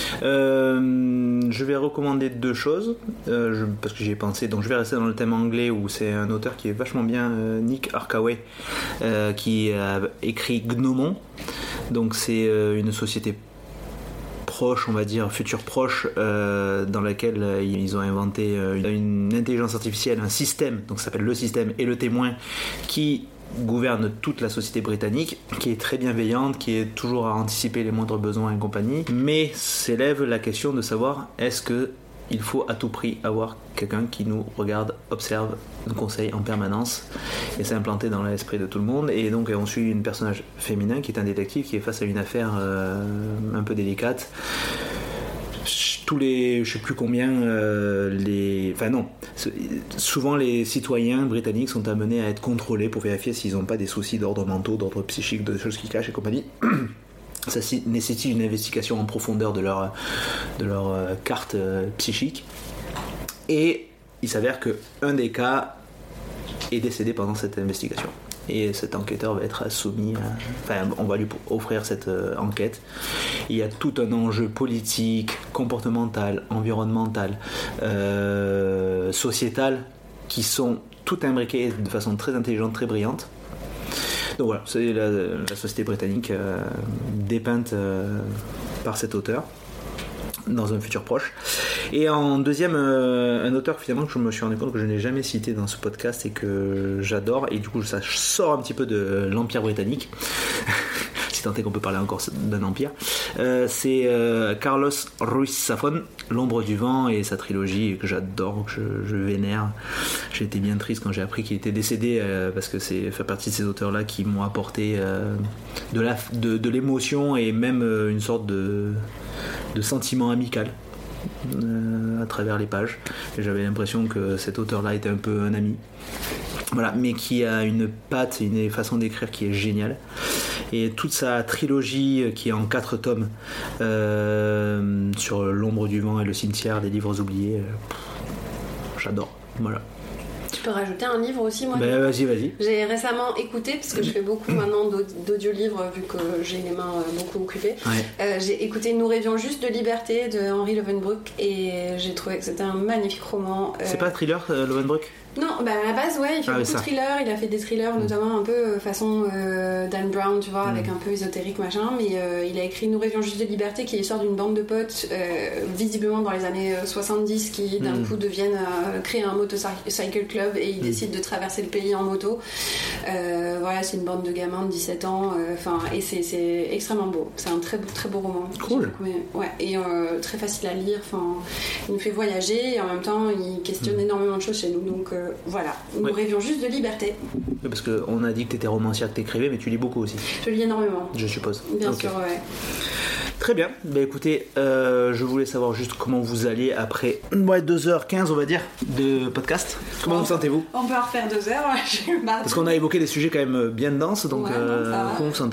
S1: Euh, je vais recommander deux choses euh, je, parce que j'y ai pensé, donc je vais rester dans le thème anglais où c'est un auteur qui est vachement bien, euh, Nick Arkaway, euh, qui a écrit Gnomon. Donc c'est euh, une société proche, on va dire, futur proche, euh, dans laquelle euh, ils ont inventé euh, une intelligence artificielle, un système, donc ça s'appelle le système et le témoin, qui gouverne toute la société britannique, qui est très bienveillante, qui est toujours à anticiper les moindres besoins et compagnie, mais s'élève la question de savoir est-ce que il faut à tout prix avoir quelqu'un qui nous regarde, observe, nous conseille en permanence, et c'est implanté dans l'esprit de tout le monde. Et donc on suit un personnage féminin qui est un détective qui est face à une affaire euh, un peu délicate. Tous les, je sais plus combien, euh, les, enfin non, souvent les citoyens britanniques sont amenés à être contrôlés pour vérifier s'ils n'ont pas des soucis d'ordre mentaux, d'ordre psychique, de choses qui cachent et compagnie. Ça nécessite une investigation en profondeur de leur, de leur euh, carte euh, psychique. Et il s'avère qu'un des cas est décédé pendant cette investigation. Et cet enquêteur va être soumis à... Enfin, on va lui offrir cette euh, enquête. Il y a tout un enjeu politique, comportemental, environnemental, euh, sociétal, qui sont tout imbriqués de façon très intelligente, très brillante. Donc voilà, c'est la, la société britannique euh, dépeinte euh, par cet auteur dans un futur proche. Et en deuxième, euh, un auteur finalement que je me suis rendu compte que je n'ai jamais cité dans ce podcast et que j'adore, et du coup ça sort un petit peu de l'Empire britannique. Si tant est qu'on peut parler encore d'un empire, euh, c'est euh, Carlos Ruiz Zafón, L'ombre du vent, et sa trilogie que j'adore, que je, je vénère. J'ai été bien triste quand j'ai appris qu'il était décédé, euh, parce que c'est fait partie de ces auteurs-là qui m'ont apporté euh, de, la, de, de l'émotion et même euh, une sorte de, de sentiment amical euh, à travers les pages. Et j'avais l'impression que cet auteur-là était un peu un ami. Voilà, mais qui a une patte, une façon d'écrire qui est géniale. Et toute sa trilogie qui est en quatre tomes euh, sur l'ombre du vent et le cimetière des livres oubliés, euh, j'adore. Voilà.
S3: Tu peux rajouter un livre aussi, moi.
S1: Ben, vas-y, vas-y.
S3: J'ai récemment écouté, parce que je fais beaucoup maintenant d'audiolivres vu que j'ai les mains beaucoup occupées.
S1: Ouais.
S3: Euh, j'ai écouté Nous rêvions juste de liberté de Henri Lovenbroek et j'ai trouvé que c'était un magnifique roman. Euh...
S1: C'est pas thriller, euh, Lovenbroek ?
S3: Non, bah à la base, ouais, il fait
S1: ah,
S3: beaucoup de thrillers. Il a fait des thrillers, notamment un peu euh, façon euh, Dan Brown, tu vois, mm. avec un peu ésotérique, machin. Mais euh, il a écrit Nous rêvions juste de liberté, qui est l'histoire d'une bande de potes, euh, visiblement dans les années soixante-dix, qui d'un mm. coup deviennent euh, créer un motorcycle club et ils mm. décident de traverser le pays en moto. Euh, voilà, c'est une bande de gamins de dix-sept ans. Enfin, euh, et c'est, c'est extrêmement beau. C'est un très beau, très beau roman.
S1: Cool.
S3: Mais, ouais, et euh, très facile à lire. Enfin, il nous fait voyager et en même temps, il questionne mm. énormément de choses chez nous. Donc euh, voilà, nous ouais. rêvions juste de liberté.
S1: Oui, parce qu'on a dit que tu étais romancière, que tu écrivais, mais tu lis beaucoup aussi.
S3: Je lis énormément.
S1: Je suppose.
S3: Bien
S1: okay.
S3: sûr, ouais.
S1: Très bien. Bah, écoutez, euh, je voulais savoir juste comment vous alliez après ouais, deux heures quinze, on va dire, de podcast. Comment bon, vous sentez-vous ?
S3: On peut en refaire deux heures, ouais, j'ai eu marre.
S1: Parce qu'on a évoqué des sujets quand même bien denses, donc
S3: ouais,
S1: euh,
S3: non,
S1: comment vous sentez ?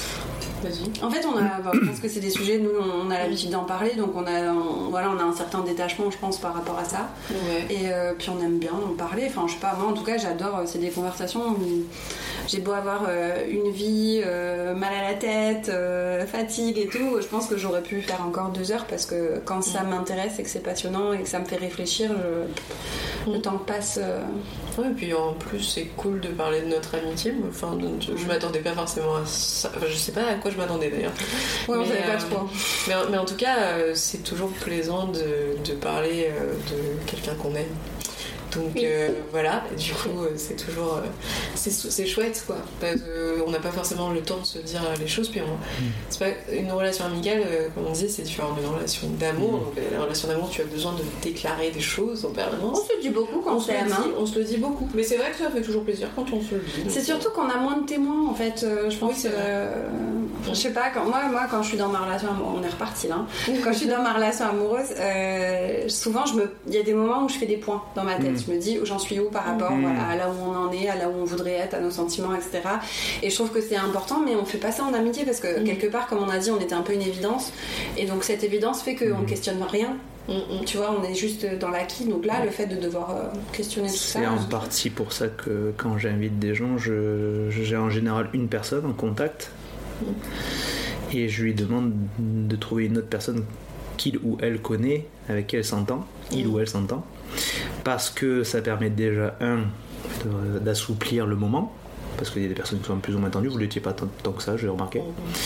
S3: En fait, on a, bah, je pense que c'est des sujets, nous, on a l'habitude d'en parler, donc on a, on, voilà, on a un certain détachement, je pense, par rapport à ça.
S4: Ouais.
S3: Et euh, puis on aime bien en parler. Enfin, je sais pas, moi, en tout cas, j'adore. C'est des conversations où j'ai beau avoir euh, une vie, euh, mal à la tête, euh, fatigue et tout. Je pense que j'aurais pu faire encore deux heures parce que quand ça m'intéresse et que c'est passionnant et que ça me fait réfléchir, je, le temps passe. Euh...
S4: Ouais, et puis en plus, c'est cool de parler de notre amitié. Enfin, je, je m'attendais pas forcément à ça. Enfin, je sais pas à quoi je m'attendais d'ailleurs.
S3: Ouais, on savait
S4: euh,
S3: pas trop.
S4: Mais, mais en tout cas, euh, c'est toujours plaisant de, de parler euh, de quelqu'un qu'on aime. Donc oui. euh, voilà, et du coup euh, c'est toujours euh, c'est, c'est chouette quoi, parce qu'on n'a pas forcément le temps de se dire les choses, puis on, mm. c'est pas une relation amicale, euh, comme on disait, c'est différent d'une relation d'amour. Mm. Donc la relation d'amour, tu as besoin de déclarer des choses en permanence.
S3: On se le dit beaucoup quand on, on s'aime, hein.
S4: On se le dit beaucoup, mais c'est vrai que ça fait toujours plaisir quand on se le dit.
S3: C'est surtout qu'on a moins de témoins en fait, euh, je pense. Oui, euh, je sais pas, quand, moi, moi quand je suis dans ma relation amoureuse, on est reparti là. Quand je suis dans ma relation amoureuse, euh, souvent je me, il y a des moments où je fais des points dans ma tête. Mm. Je me dis j'en suis où par rapport mmh. voilà, à là où on en est, à là où on voudrait être, à nos sentiments, et cetera. Et je trouve que c'est important, mais on fait pas ça en amitié parce que mmh. quelque part, comme on a dit, on était un peu une évidence. Et donc cette évidence fait qu'on ne mmh. questionne rien. Mmh. Tu vois, on est juste dans l'acquis. Donc là, le fait de devoir euh, questionner tout ça.
S1: C'est en partie pour ça que quand j'invite des gens, je, j'ai en général une personne en contact mmh. et je lui demande de trouver une autre personne qu'il ou elle connaît, avec qui elle s'entend, il mmh. ou elle s'entend. Parce que ça permet déjà, un, de, d'assouplir le moment, parce qu'il y a des personnes qui sont plus ou moins tendues, vous ne l'étiez pas tant, tant que ça, j'ai remarqué.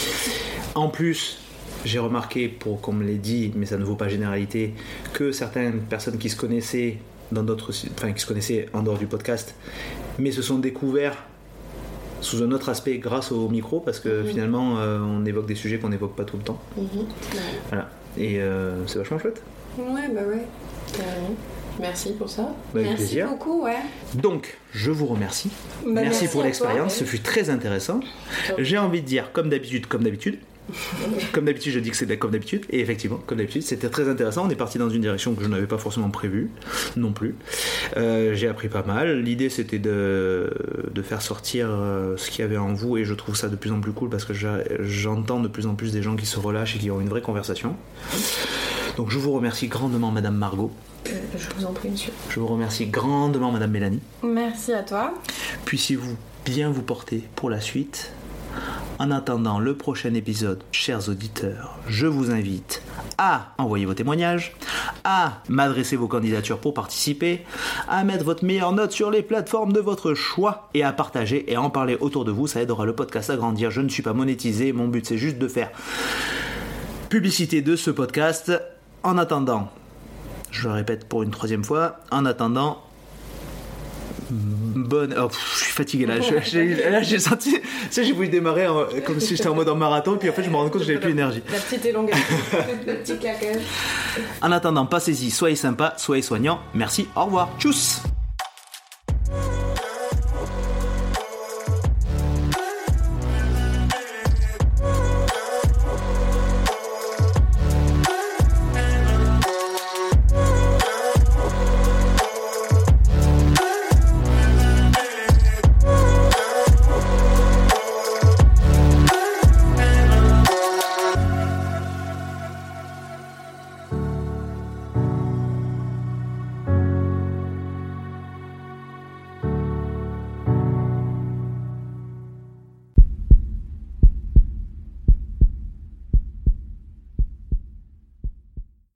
S1: En plus, j'ai remarqué, pour qu'on me l'ait dit, mais ça ne vaut pas généralité, que certaines personnes qui se connaissaient dans d'autres, enfin qui se connaissaient en dehors du podcast, mais se sont découverts sous un autre aspect grâce au micro, parce que mmh. finalement, euh, on évoque des sujets qu'on n'évoque pas tout le temps. Mmh. Voilà. Et euh, c'est vachement chouette.
S3: Ouais, bah ouais.
S4: Carrément. Merci pour ça.
S1: Bah,
S3: merci
S1: plaisir.
S3: beaucoup, ouais.
S1: Donc, je vous remercie.
S3: Bah,
S1: merci,
S3: merci
S1: pour l'expérience,
S3: toi,
S1: ce fut très intéressant. J'ai envie de dire, comme d'habitude, comme d'habitude. Comme d'habitude, je dis que c'est comme d'habitude. Et effectivement, comme d'habitude, c'était très intéressant. On est parti dans une direction que je n'avais pas forcément prévue, non plus. Euh, j'ai appris pas mal. L'idée, c'était de, de faire sortir ce qu'il y avait en vous. Et je trouve ça de plus en plus cool parce que j'entends de plus en plus des gens qui se relâchent et qui ont une vraie conversation. Donc, je vous remercie grandement, Madame Margot.
S4: Euh, je vous en prie, monsieur.
S1: Je vous remercie grandement, Madame Mélanie.
S3: Merci à toi.
S1: Puissiez-vous bien vous porter pour la suite. En attendant le prochain épisode, chers auditeurs, je vous invite à envoyer vos témoignages, à m'adresser vos candidatures pour participer, à mettre votre meilleure note sur les plateformes de votre choix et à partager et à en parler autour de vous. Ça aidera le podcast à grandir. Je ne suis pas monétisé. Mon but, c'est juste de faire publicité de ce podcast. En attendant,
S2: Je le répète pour une troisième fois. En attendant, bonne. Oh, pff, je suis fatigué là. Je, j'ai, là, j'ai senti. Tu sais, j'ai voulu démarrer en, comme si j'étais en mode en marathon, puis en fait, je me rends compte que j'avais plus d'énergie.
S3: La petite élongation, le petit claquage.
S2: En attendant, passez-y, soyez sympa, soyez soignants. Merci, au revoir. Tchuss!